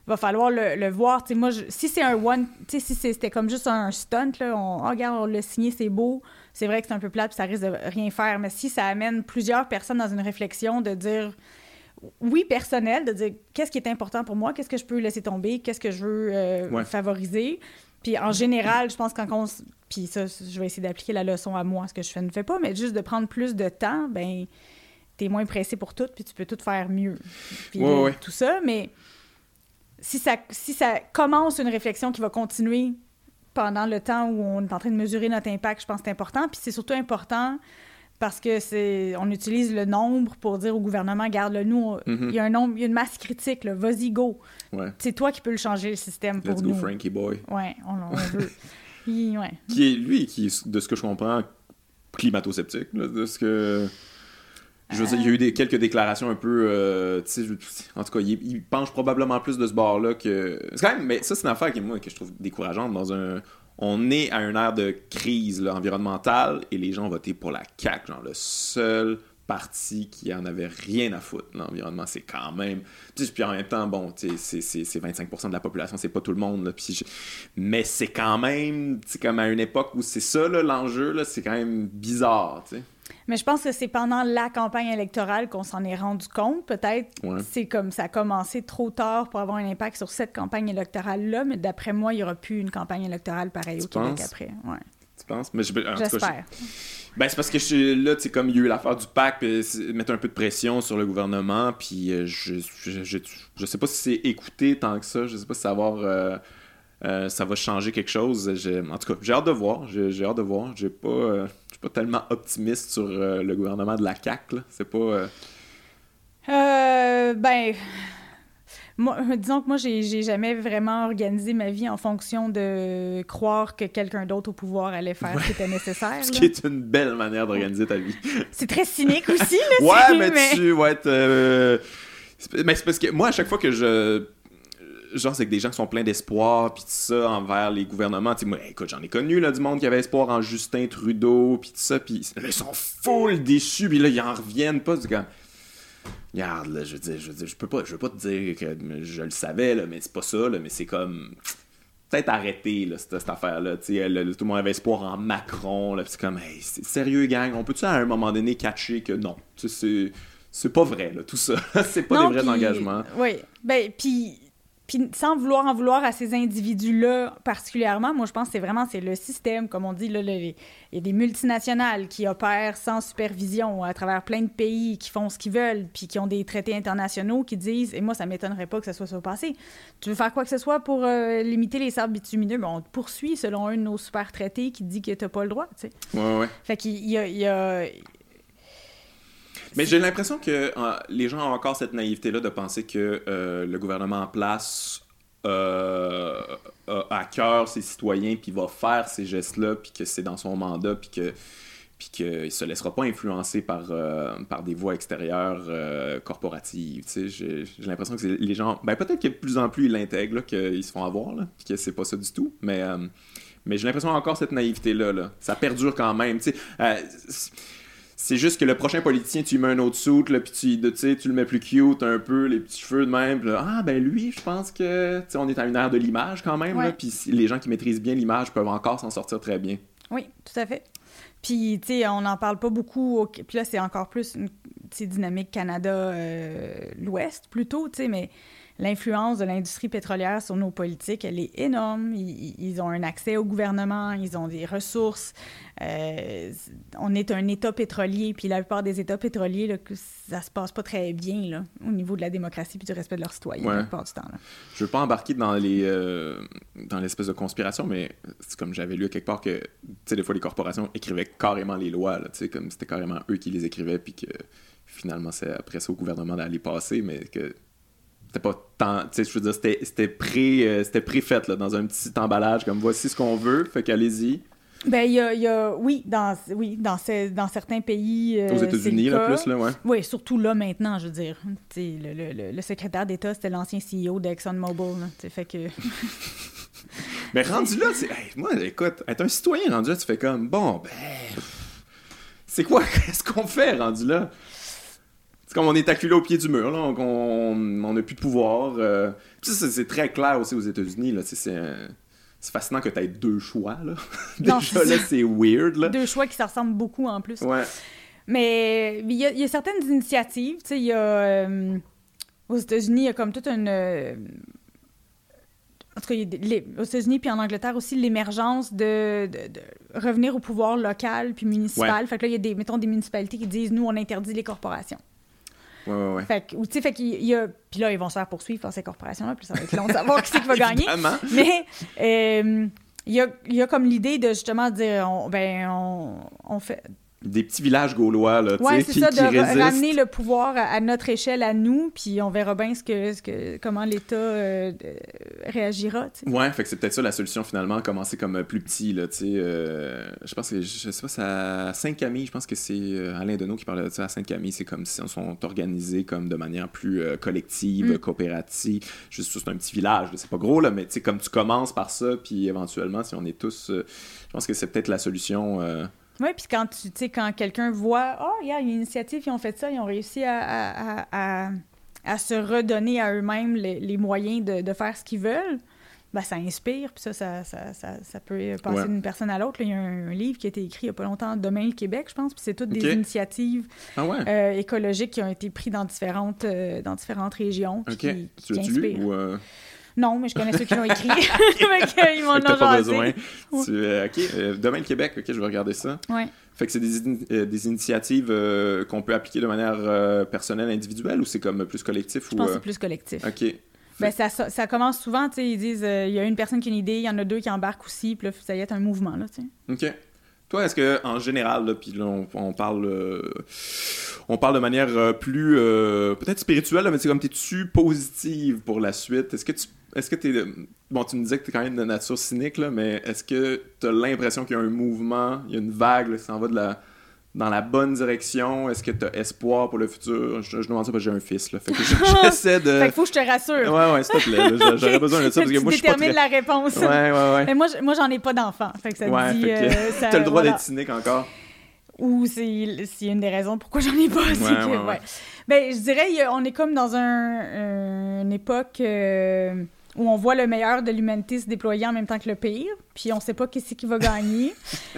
va falloir le voir. T'sais, moi, si c'est un one, si c'était comme juste un stunt, là, regarde, on l'a signé, c'est beau, c'est vrai que c'est un peu plate, puis ça risque de rien faire. Mais si ça amène plusieurs personnes dans une réflexion de dire, oui, personnel, de dire qu'est-ce qui est important pour moi, qu'est-ce que je peux laisser tomber, qu'est-ce que je veux favoriser. Puis en général, je pense puis ça, je vais essayer d'appliquer la leçon à moi, ce que je ne fais pas, mais juste de prendre plus de temps, ben t'es moins pressé pour tout, puis tu peux tout faire mieux. Puis tout ça, mais si ça commence une réflexion qui va continuer pendant le temps où on est en train de mesurer notre impact, je pense que c'est important. Puis c'est surtout important parce que on utilise le nombre pour dire au gouvernement, garde-le nous, il y a un nombre, il y a une masse critique, là, vas-y, go. Ouais. C'est toi qui peux le changer, le système, pour nous. Let's go, Frankie boy. Ouais, on veut. Qui est, de ce que je comprends, climato-sceptique, là, de ce que... Je veux dire, il y a eu quelques déclarations un peu... en tout cas, il penche probablement plus de ce bord-là que... C'est quand même... Mais ça, c'est une affaire que je trouve décourageante On est à une ère de crise là, environnementale et les gens ont voté pour la CAQ, genre le seul parti qui en avait rien à foutre. L'environnement, c'est quand même... Puis en même temps, bon, c'est 25% de la population, c'est pas tout le monde. Là, mais c'est quand même... C'est comme à une époque où c'est ça, là, l'enjeu, là, c'est quand même bizarre, tu sais. Mais je pense que c'est pendant la campagne électorale qu'on s'en est rendu compte. Peut-être c'est comme ça a commencé trop tard pour avoir un impact sur cette campagne électorale-là, mais d'après moi, il n'y aura plus une campagne électorale pareille au Québec après. Ouais. Tu penses? Mais j'espère. Ben, c'est parce que là, tu sais, comme il y a eu l'affaire du PAC, mettre un peu de pression sur le gouvernement, puis je sais pas si c'est écouté tant que ça, je sais pas si ça va avoir... ça va changer quelque chose. En tout cas, j'ai hâte de voir. J'ai hâte de voir. Je suis pas tellement optimiste sur le gouvernement de la CAQ. Là. C'est pas... disons que moi, j'ai jamais vraiment organisé ma vie en fonction de croire que quelqu'un d'autre au pouvoir allait faire ce qui était nécessaire. Ce qui est une belle manière d'organiser ta vie. C'est très cynique aussi, là. Mais c'est parce que moi, à chaque fois que genre, c'est que des gens qui sont pleins d'espoir, puis tout ça, envers les gouvernements. Tu sais, moi, écoute, j'en ai connu, là, du monde qui avait espoir en Justin Trudeau, puis tout ça, puis là, ils sont full déçus, puis là, ils en reviennent pas. C'est comme... Regarde, là, je veux dire, je veux pas te dire que je le savais, là, mais c'est pas ça, là, mais c'est comme... Peut-être arrêter, là, cette affaire-là. Tu sais, tout le monde avait espoir en Macron, là, puis c'est comme, hey, c'est sérieux, gang, on peut-tu à un moment donné catcher que non, tu sais, c'est pas vrai, là, tout ça. C'est pas des vrais engagements. Oui, ben, puis sans vouloir en vouloir à ces individus-là particulièrement, moi, je pense que c'est le système, comme on dit, là, il y a des multinationales qui opèrent sans supervision à travers plein de pays, qui font ce qu'ils veulent, puis qui ont des traités internationaux qui disent, et moi, ça m'étonnerait pas que ça soit ça au passé, tu veux faire quoi que ce soit pour limiter les sables bitumineux, ben, on te poursuit selon un de nos super traités qui dit que t'as pas le droit, tu sais. Ouais. Fait qu'il y a... Mais j'ai l'impression que les gens ont encore cette naïveté-là de penser que le gouvernement en place a à cœur ses citoyens, puis va faire ces gestes-là, puis que c'est dans son mandat, puis qu'il se laissera pas influencer par des voies extérieures corporatives. Tu sais, j'ai l'impression que les gens... Ben, peut-être que de plus en plus ils l'intègrent, là, qu'ils se font avoir, là, puis que c'est pas ça du tout, mais j'ai l'impression encore cette naïveté-là. Là. Ça perdure quand même. Tu sais, c'est juste que le prochain politicien, tu lui mets un autre suit, là, puis tu le mets plus cute un peu, les petits cheveux de même. Puis là, ben lui, je pense que on est à une ère de l'image quand même. Ouais. Puis les gens qui maîtrisent bien l'image peuvent encore s'en sortir très bien. Oui, tout à fait. Puis, tu sais, on n'en parle pas beaucoup. Puis là, c'est encore plus une dynamique Canada, l'Ouest plutôt, tu sais, mais l'influence de l'industrie pétrolière sur nos politiques, elle est énorme. Ils ont un accès au gouvernement, ils ont des ressources. On est un État pétrolier, puis la plupart des États pétroliers, là, ça se passe pas très bien là, au niveau de la démocratie puis du respect de leurs citoyens la plupart du temps. Là. Je veux pas embarquer dans l'espèce de conspiration, c'est comme j'avais lu quelque part que, tu sais, des fois, les corporations écrivaient carrément les lois, tu sais, comme c'était carrément eux qui les écrivaient, puis que finalement, c'est après ça au gouvernement d'aller passer, mais que c'était pas tant, tu sais, je veux dire, c'était préfait, là, dans un petit emballage, comme voici ce qu'on veut, fait qu'allez-y. Ben, il y a dans certains pays. Aux États-Unis, là, plus, là, ouais. Oui, surtout là, maintenant, je veux dire. Tu sais, le secrétaire d'État, c'était l'ancien CEO d'ExxonMobil, là, tu sais, fait que... Mais rendu là, moi, écoute, être un citoyen rendu là, tu fais comme, bon, c'est quoi, qu'est-ce qu'on fait rendu là? C'est comme on est acculé au pied du mur, là, on n'a plus de pouvoir. Puis ça, c'est très clair aussi aux États-Unis, là, c'est fascinant que tu aies deux choix, là. Non, Déjà, là, c'est weird, là. Deux choix qui se ressemblent beaucoup, en plus. Ouais. Mais il y a certaines initiatives, tu sais, il y a... aux États-Unis, il y a comme toute une... en tout cas, aux États-Unis puis en Angleterre aussi, l'émergence de revenir au pouvoir local puis municipal. Ouais. Fait que là, il y a des municipalités qui disent, nous, on interdit les corporations. Ouais. Fait que, tu sais, fait qu'il y a... Puis là, ils vont se faire poursuivre par ces corporations-là, puis ça va être long de savoir qui c'est qui va gagner. Évidemment. Mais il y a comme l'idée de justement dire, on fait... Des petits villages gaulois, là, tu sais, Ouais, c'est ça, qui de résistent. ramener le pouvoir à notre échelle, à nous, puis on verra bien comment l'État réagira, tu sais. Ouais, fait que c'est peut-être ça la solution, finalement, commencer comme plus petit, là, tu sais. Je pense que, je sais pas, c'est à Sainte-Camille, je pense que c'est Alain Deneau qui parlait de ça à Sainte-Camille, c'est comme si on sont organisés comme de manière plus collective, coopérative. Juste, c'est un petit village, là, c'est pas gros, là, mais tu sais, comme tu commences par ça, puis éventuellement, si on est tous... je pense que c'est peut-être la solution... Oui, puis quand quelqu'un voit, il y a une initiative, ils ont fait ça, ils ont réussi à se redonner à eux-mêmes les moyens de faire ce qu'ils veulent, ben ça inspire, puis ça peut passer d'une personne à l'autre. Là, il y a un livre qui a été écrit il n'y a pas longtemps, Demain le Québec, je pense, puis c'est toutes des initiatives écologiques qui ont été prises dans différentes régions, qui inspirent. Lu, ou Non, mais je connais ceux qui l'ont écrit. Ils m'en ont pas jasé. besoin. Demain le Québec, ok, je vais regarder ça. Ouais. Fait que c'est des initiatives qu'on peut appliquer de manière personnelle, individuelle, ou c'est comme plus collectif? Je pense que c'est plus collectif. Ok. Ben, ça commence souvent, tu sais, ils disent, il y a une personne qui a une idée, il y en a deux qui embarquent aussi, puis là, ça y est un mouvement, là, tu sais. Ok. Toi, est-ce que en général, là, puis là, on parle de manière plus peut-être spirituelle, là, mais c'est comme t'es-tu positive pour la suite? Est-ce que t'es... Bon, tu me disais que t'es quand même de nature cynique, là, mais est-ce que t'as l'impression qu'il y a un mouvement, il y a une vague là, qui s'en va dans la bonne direction? Est-ce que t'as espoir pour le futur? Je demande ça parce que j'ai un fils, là. Fait que j'essaie de... Fait qu'il faut que je te rassure. Ouais, s'il te plaît. Là, j'aurais besoin de ça, parce que moi, je suis pas très... la réponse. Ouais. Mais moi, j'en ai pas d'enfant. Fait que ça te dit... fait que t'as le droit d'être cynique encore. Ou c'est une des raisons pourquoi j'en ai pas. Ouais. Ben, je dirais, on est comme dans une époque... où on voit le meilleur de l'humanité se déployer en même temps que le pire, puis on sait pas qui c'est qui va gagner,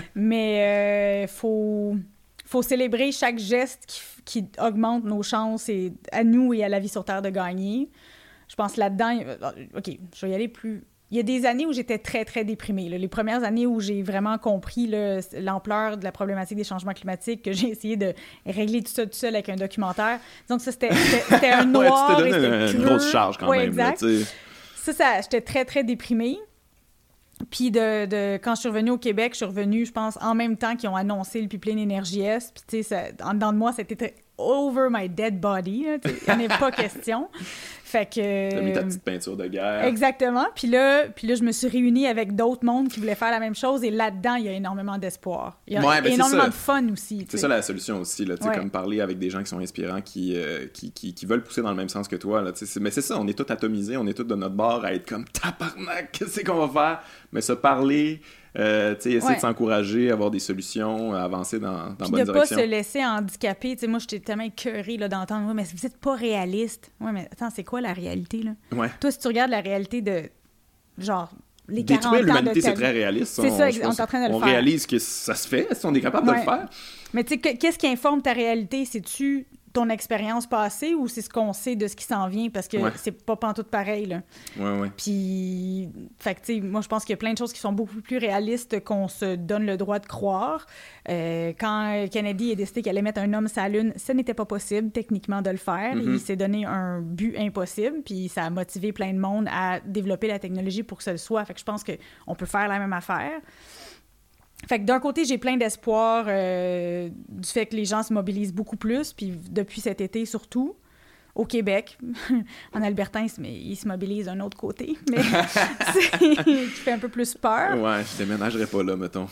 mais faut célébrer chaque geste qui augmente nos chances à nous et à la vie sur Terre de gagner. Je pense là-dedans... OK, je vais y aller plus... Il y a des années où j'étais très, très déprimée. Là. Les premières années où j'ai vraiment compris l'ampleur de la problématique des changements climatiques, que j'ai essayé de régler tout ça tout seul avec un documentaire. Donc ça, c'était un noir. Tu t'es donné une grosse charge quand même. Exact. Là, ça, j'étais très, très déprimée. Puis quand je suis revenue au Québec, je suis revenue, je pense, en même temps qu'ils ont annoncé le pipeline Énergie Est. Puis, tu sais, en dedans de moi, c'était très over my dead body. Il n'y en a pas question. Fait que... T'as mis ta petite peinture de guerre. Exactement. Puis là, je me suis réunie avec d'autres mondes qui voulaient faire la même chose. Et là-dedans, il y a énormément d'espoir. Il y a énormément de fun aussi. C'est ça la solution aussi. Là, comme parler avec des gens qui sont inspirants, qui veulent pousser dans le même sens que toi. Là, mais c'est ça, on est tous atomisés, on est tous de notre bord à être comme tabarnak, qu'est-ce qu'on va faire? Mais se parler... essayer de s'encourager, avoir des solutions, avancer dans la bonne direction. Puis de pas se laisser handicaper. Moi, j'étais tellement écœurée d'entendre « mais vous êtes pas réaliste. » Ouais, mais attends, c'est quoi la réalité, là? Ouais. Toi, si tu regardes la réalité de, genre, les 40 Détruire ans l'humanité, de ta c'est très réaliste. C'est ça, on est en train de le faire. On réalise que ça se fait, si on est capable de le faire. Mais tu sais, qu'est-ce qui informe ta réalité? C'est-tu ton expérience passée ou c'est ce qu'on sait de ce qui s'en vient? Parce que c'est pas pantoute pareil, là. Ouais. Puis, fait que, tu sais, moi, je pense qu'il y a plein de choses qui sont beaucoup plus réalistes qu'on se donne le droit de croire. Quand Kennedy a décidé qu'il allait mettre un homme sur la Lune, ce n'était pas possible, techniquement, de le faire. Il s'est donné un but impossible, puis ça a motivé plein de monde à développer la technologie pour que ça le soit. Fait que je pense qu'on peut faire la même affaire. Fait que d'un côté, j'ai plein d'espoir du fait que les gens se mobilisent beaucoup plus, puis depuis cet été surtout, au Québec. En Albertin, ils se mobilisent d'un autre côté, mais qui fait un peu plus peur. Ouais, je déménagerais pas là, mettons.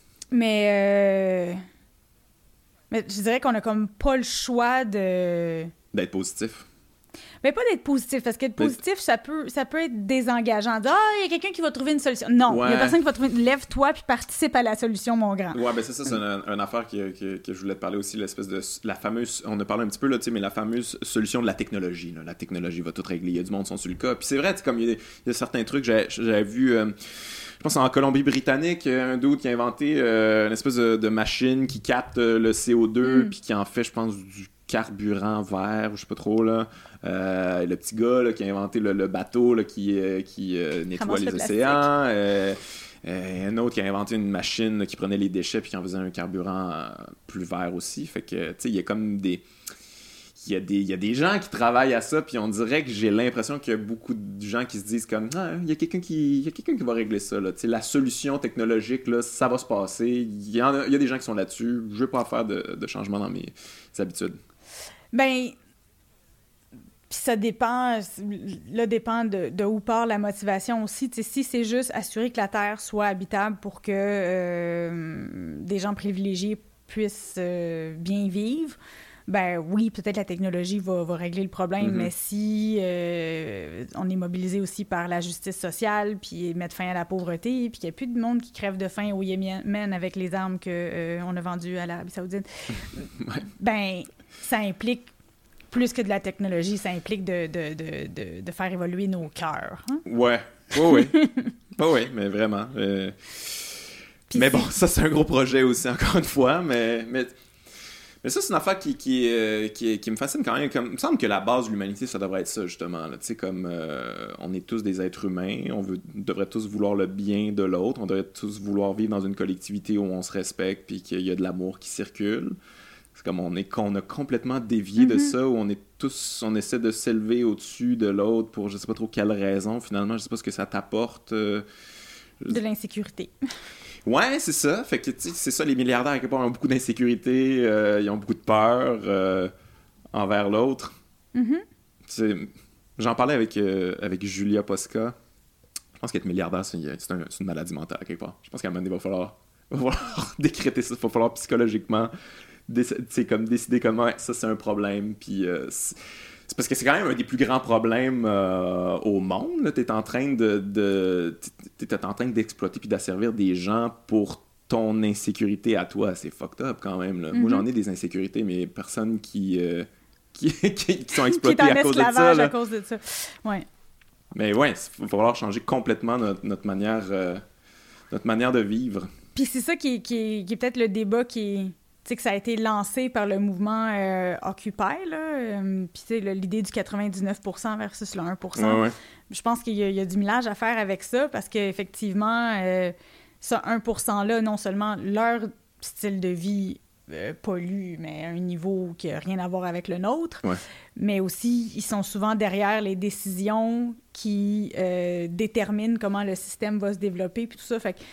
Mais je dirais qu'on a comme pas le choix de... D'être positif. Mais pas d'être positif, parce qu'être positif, ça peut être désengageant. Dire, il y a quelqu'un qui va trouver une solution. Non, il y a personne qui va trouver. Lève-toi puis participe à la solution, mon grand. Ouais, ben c'est une affaire que je voulais te parler aussi, l'espèce de la fameuse, on a parlé un petit peu là, tu sais, mais la fameuse solution de la technologie. Là. La technologie va tout régler. Il y a du monde qui sont sur le cas. Puis c'est vrai, comme il y a certains trucs, j'avais vu. Je pense en Colombie-Britannique, un dude qui a inventé une espèce de machine qui capte le CO2 puis qui en fait, je pense, du carburant vert, ou je sais pas trop, là. Le petit gars là, qui a inventé le bateau là, qui nettoie les océans. Un autre qui a inventé une machine là, qui prenait les déchets puis qui en faisait un carburant plus vert aussi. Fait que, tu sais, il y a comme des... Il y a des gens qui travaillent à ça, puis on dirait que j'ai l'impression qu'il y a beaucoup de gens qui se disent comme il y a quelqu'un qui va régler ça là. La solution technologique là, ça va se passer. Il y a des gens qui sont là-dessus. Je veux pas faire de changement dans mes habitudes. Ben, puis ça dépend. Là, dépend de où part la motivation aussi. T'sais, si c'est juste assurer que la Terre soit habitable pour que des gens privilégiés puissent bien vivre. Ben oui, peut-être la technologie va régler le problème, mais si on est mobilisé aussi par la justice sociale, puis mettre fin à la pauvreté, puis qu'il n'y a plus de monde qui crève de faim au Yémen avec les armes qu'on a vendues à l'Arabie Saoudite, ben ça implique plus que de la technologie, ça implique de faire évoluer nos cœurs. Hein? Ouais, oui, mais vraiment. Mais bon, ça c'est un gros projet aussi, encore une fois, mais ça, c'est une affaire qui me fascine quand même. Il me semble que la base de l'humanité, ça devrait être ça, justement. Tu sais, comme on est tous des êtres humains, on devrait tous vouloir le bien de l'autre, on devrait tous vouloir vivre dans une collectivité où on se respecte puis qu'il y a de l'amour qui circule. C'est comme qu'on a complètement dévié de ça, où on essaie de s'élever au-dessus de l'autre pour je sais pas trop quelle raison. Finalement, je sais pas ce que ça t'apporte. De l'insécurité. Ouais, c'est ça. Fait que, tu sais, c'est ça, les milliardaires, à quelque part, ont beaucoup d'insécurité, ils ont beaucoup de peur envers l'autre. J'en parlais avec Julia Posca. Je pense qu'être milliardaire, c'est une maladie mentale, à quelque part. Je pense qu'à un moment donné, il va falloir décréter ça. Il va falloir psychologiquement décider comment ça, c'est un problème. Puis c'est parce que c'est quand même un des plus grands problèmes au monde. T'es en train d'exploiter puis d'asservir des gens pour ton insécurité à toi. C'est fucked up quand même. Là. Moi, j'en ai des insécurités, mais personnes qui sont exploitées à cause de ça. Là. À cause de ça. Ouais. Mais ouais, il va falloir changer complètement notre manière de vivre. Puis c'est ça qui est peut-être le débat qui tu sais, que ça a été lancé par le mouvement Occupy, là. Puis, tu sais, l'idée du 99% versus le 1%. Ouais. Je pense qu'il y a du millage à faire avec ça parce qu'effectivement, ce 1%-là, non seulement leur style de vie pollue, mais à un niveau qui n'a rien à voir avec le nôtre, mais aussi, ils sont souvent derrière les décisions qui déterminent comment le système va se développer, puis tout ça. Fait que...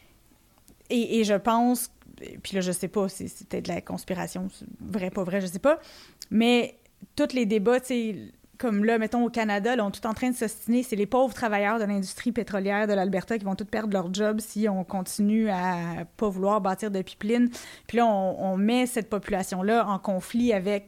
et je pense... Puis là, je sais pas, c'est peut-être de la conspiration, vrai, pas vrai, je sais pas. Mais tous les débats, tu sais, comme là, mettons, au Canada, là, on est tout en train de s'ostiner. C'est les pauvres travailleurs de l'industrie pétrolière de l'Alberta qui vont tous perdre leur job si on continue à pas vouloir bâtir de pipeline. Puis là, on met cette population-là en conflit avec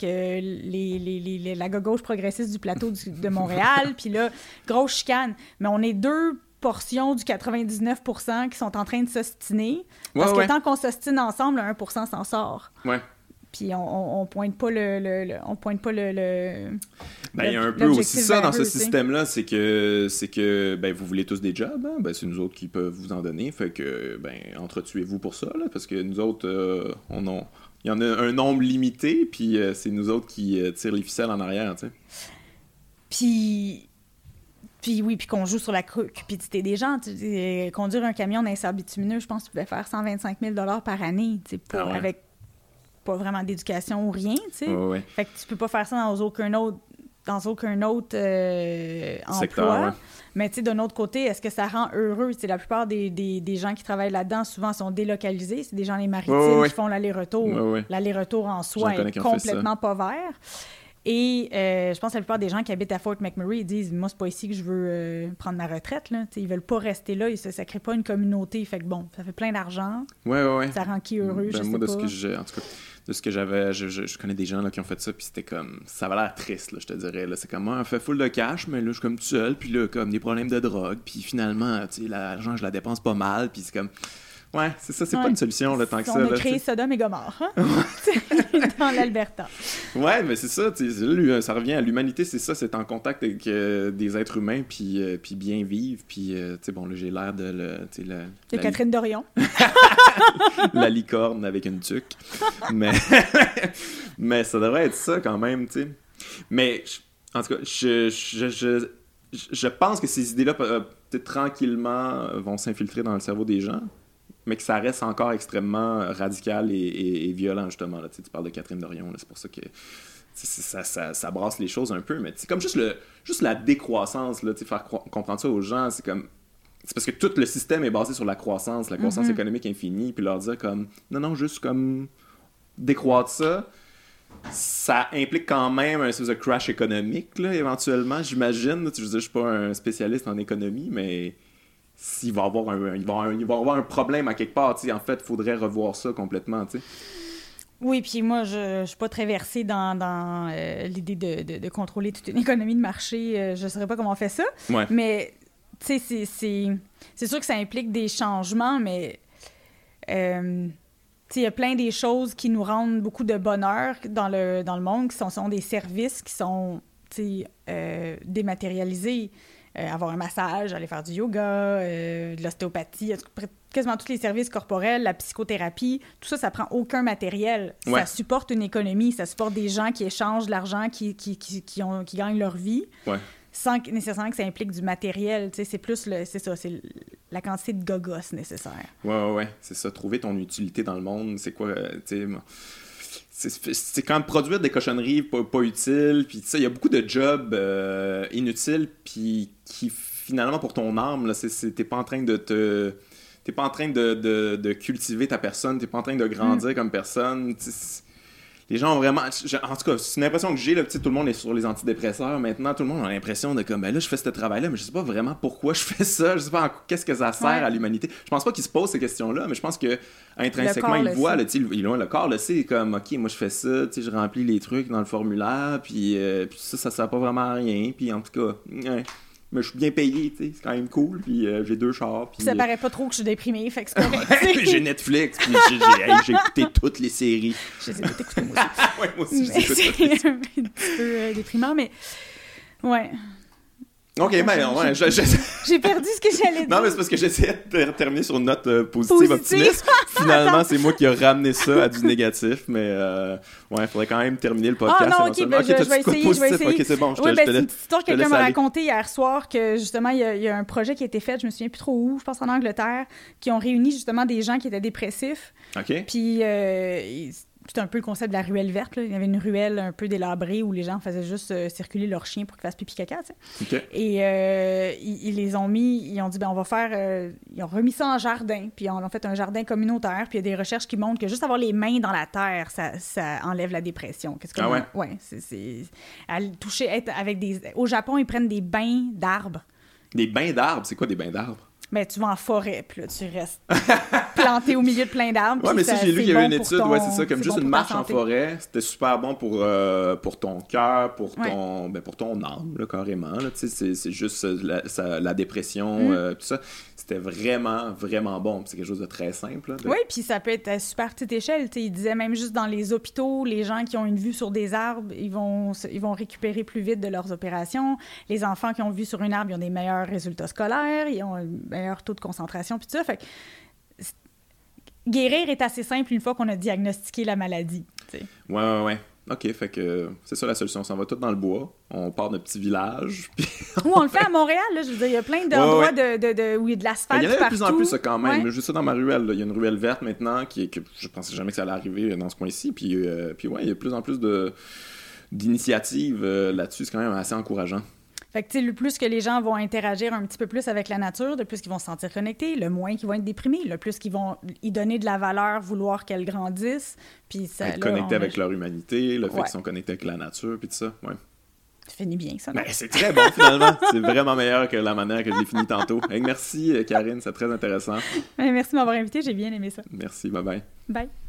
la gauche progressiste du plateau de Montréal. Puis là, grosse chicane. Mais on est deux portions du 99% qui sont en train de s'ostiner. Parce que tant qu'on s'ostine ensemble, le 1% s'en sort. Ouais. Puis on pointe pas le ben, il y a un peu aussi ça dans ce système-là, c'est que ben, vous voulez tous des jobs, hein? Ben, c'est nous autres qui peuvent vous en donner, fait que ben, entretuez-vous pour ça, là, parce que nous autres, il y en a un nombre limité, puis c'est nous autres qui tirent les ficelles en arrière, tu sais. Puis oui, puis qu'on joue sur la cupidité des gens. Conduire un camion dans les sables bitumineux, je pense que tu pouvais faire 125 000 $ par année, avec pas vraiment d'éducation ou rien, tu sais. Fait que tu peux pas faire ça dans aucun autre secteur, emploi. Mais tu sais, d'un autre côté, est-ce que ça rend heureux? T'sais, la plupart des gens qui travaillent là-dedans, souvent, sont délocalisés. C'est des gens les maritimes qui font l'aller-retour. L'aller-retour en soi est complètement pas vert. Et je pense que la plupart des gens qui habitent à Fort McMurray, ils disent « Moi, c'est pas ici que je veux prendre ma retraite. » Ils veulent pas rester là. Ça crée pas une communauté. Fait que bon, ça fait plein d'argent. Ouais. Ça rend qui heureux, je sais moi, de pas. ce que j'ai... En tout cas, de ce que j'avais... Je connais des gens là, qui ont fait ça, puis c'était comme... Ça avait l'air triste, là, je te dirais. Là. C'est comme, moi, on fait full de cash, mais là, je suis comme tout seul, puis là, comme des problèmes de drogue, puis finalement, tu sais, l'argent, je la dépense pas mal, puis c'est comme... Ouais, c'est ça, c'est pas une solution, là, tant que ça. On a créé Sodome et Gomorrhe, hein? Dans l'Alberta. Ouais, mais c'est ça, ça revient à l'humanité, c'est ça, c'est en contact avec des êtres humains, puis bien vivre, puis, tu sais, bon, là, j'ai l'air de Catherine Dorion. la licorne avec une tuque. mais ça devrait être ça, quand même, tu sais. Mais, en tout cas, je pense que ces idées-là, peut-être tranquillement, vont s'infiltrer dans le cerveau des gens, mais que ça reste encore extrêmement radical et violent, justement. Là. Tu parles de Catherine Dorion, là, c'est pour ça que ça brasse les choses un peu. Mais comme juste la décroissance, là, faire comprendre ça aux gens, c'est parce que tout le système est basé sur la croissance économique infinie, puis leur dire comme, non, juste comme décroître ça implique quand même un espèce de crash économique, là, éventuellement, j'imagine. Je veux dire, je suis pas un spécialiste en économie, mais... il va y avoir un problème à quelque part, en fait, il faudrait revoir ça complètement, tu sais. Oui, puis moi, je suis pas très versée dans l'idée de contrôler toute une économie de marché. Je saurais pas comment on fait ça. Ouais. Mais, tu sais, c'est sûr que ça implique des changements, mais... il y a plein des choses qui nous rendent beaucoup de bonheur dans le monde, qui sont des services qui sont dématérialisés. Avoir un massage, aller faire du yoga, de l'ostéopathie, quasiment tous les services corporels, la psychothérapie, tout ça, ça prend aucun matériel. Ouais. Ça supporte une économie, ça supporte des gens qui échangent de l'argent, qui gagnent leur vie, sans nécessairement que ça implique du matériel. C'est plus c'est la quantité de gogos nécessaire. Ouais, c'est ça. Trouver ton utilité dans le monde, c'est quoi, c'est quand même produire des cochonneries pas utiles, puis il y a beaucoup de jobs inutiles, puis qui finalement pour ton âme, là, t'es pas en train de t'es pas en train de cultiver ta personne, t'es pas en train de grandir comme personne. Les gens ont vraiment... En tout cas, c'est une impression que j'ai, là, tout le monde est sur les antidépresseurs maintenant, tout le monde a l'impression de comme, ben là, je fais ce travail-là, mais je sais pas vraiment pourquoi je fais ça, je sais pas qu'est-ce que ça sert à l'humanité. Je pense pas qu'ils se posent ces questions-là, mais je pense que intrinsèquement, ils voient, le corps le sait, comme, ok, moi je fais ça, je remplis les trucs dans le formulaire, puis ça sert pas vraiment à rien, puis en tout cas... mais je suis bien payé, c'est quand même cool, puis j'ai 2 chars. Puis ça paraît pas trop que je suis déprimée, fait que c'est correct. J'ai Netflix, puis j'ai écouté toutes les séries. Je les ai toutes écoutées, moi aussi. Ouais, moi aussi, c'est un petit peu déprimant, mais... Ouais. Ok, ben, j'ai perdu ce que j'allais dire. Non, mais c'est parce que j'essayais de terminer sur une note positive, optimiste. Finalement, c'est moi qui ai ramené ça à du négatif, mais il faudrait quand même terminer le podcast. Ah non, ok, ben, je vais essayer. Ok, c'est bon, c'est une petite histoire que quelqu'un m'a raconté hier soir, que justement, il y a un projet qui a été fait, je me souviens plus trop où, je pense en Angleterre, qui ont réuni justement des gens qui étaient dépressifs. Ok. Puis... c'était un peu le concept de la ruelle verte. Là. Il y avait une ruelle un peu délabrée où les gens faisaient juste circuler leur chien pour qu'ils fassent pipi caca. Okay. Et ils les ont mis, ils ont dit, ben on va faire... ils ont remis ça en jardin, puis on a fait un jardin communautaire, puis il y a des recherches qui montrent que juste avoir les mains dans la terre, ça enlève la dépression. Qu'est-ce que ouais, c'est toucher, être avec des... Au Japon, ils prennent des bains d'arbres. Des bains d'arbres? C'est quoi des bains d'arbres? Ben, tu vas en forêt, puis là, tu restes planté au milieu de plein d'arbres. Ouais, mais ça, j'ai lu qu'il y avait une étude, c'est ça, comme juste une marche en santé. forêt, c'était super bon pour ton cœur, pour ton âme, là, carrément. Là, c'est juste la dépression, tout ça. C'était vraiment, vraiment bon. C'est quelque chose de très simple. Là, Oui, puis ça peut être à super petite échelle. Il disait même juste dans les hôpitaux, les gens qui ont une vue sur des arbres, ils vont récupérer plus vite de leurs opérations. Les enfants qui ont une vue sur une arbre, ils ont des meilleurs résultats scolaires, ils ont un meilleur taux de concentration, puis tout ça. Fait que guérir est assez simple une fois qu'on a diagnostiqué la maladie. T'sais. Ouais. OK, fait que c'est ça la solution. On s'en va tout dans le bois. On part d'un petit village. Puis... Ou on le fait à Montréal, là. Je veux dire, il y a plein d'endroits où il y a de l'asphalte partout. Il y en a de plus en plus, ça, quand même. Juste ça dans ma ruelle. Il y a une ruelle verte maintenant que je pensais jamais que ça allait arriver dans ce coin-ci. Puis ouais, il y a de plus en plus d'initiatives là-dessus. C'est quand même assez encourageant. Fait que, tu sais, le plus que les gens vont interagir un petit peu plus avec la nature, le plus qu'ils vont se sentir connectés, le moins qu'ils vont être déprimés, le plus qu'ils vont y donner de la valeur, vouloir qu'elle grandisse. Puis ça, être connectés avec leur humanité, le fait qu'ils sont connectés avec la nature, puis tout ça, ouais. Ça finit bien, ça, non? Ben, c'est très bon, finalement. C'est vraiment meilleur que la manière que je l'ai fini tantôt. Hey, merci, Karine, c'est très intéressant. Merci de m'avoir invité, j'ai bien aimé ça. Merci, bye-bye. Bye.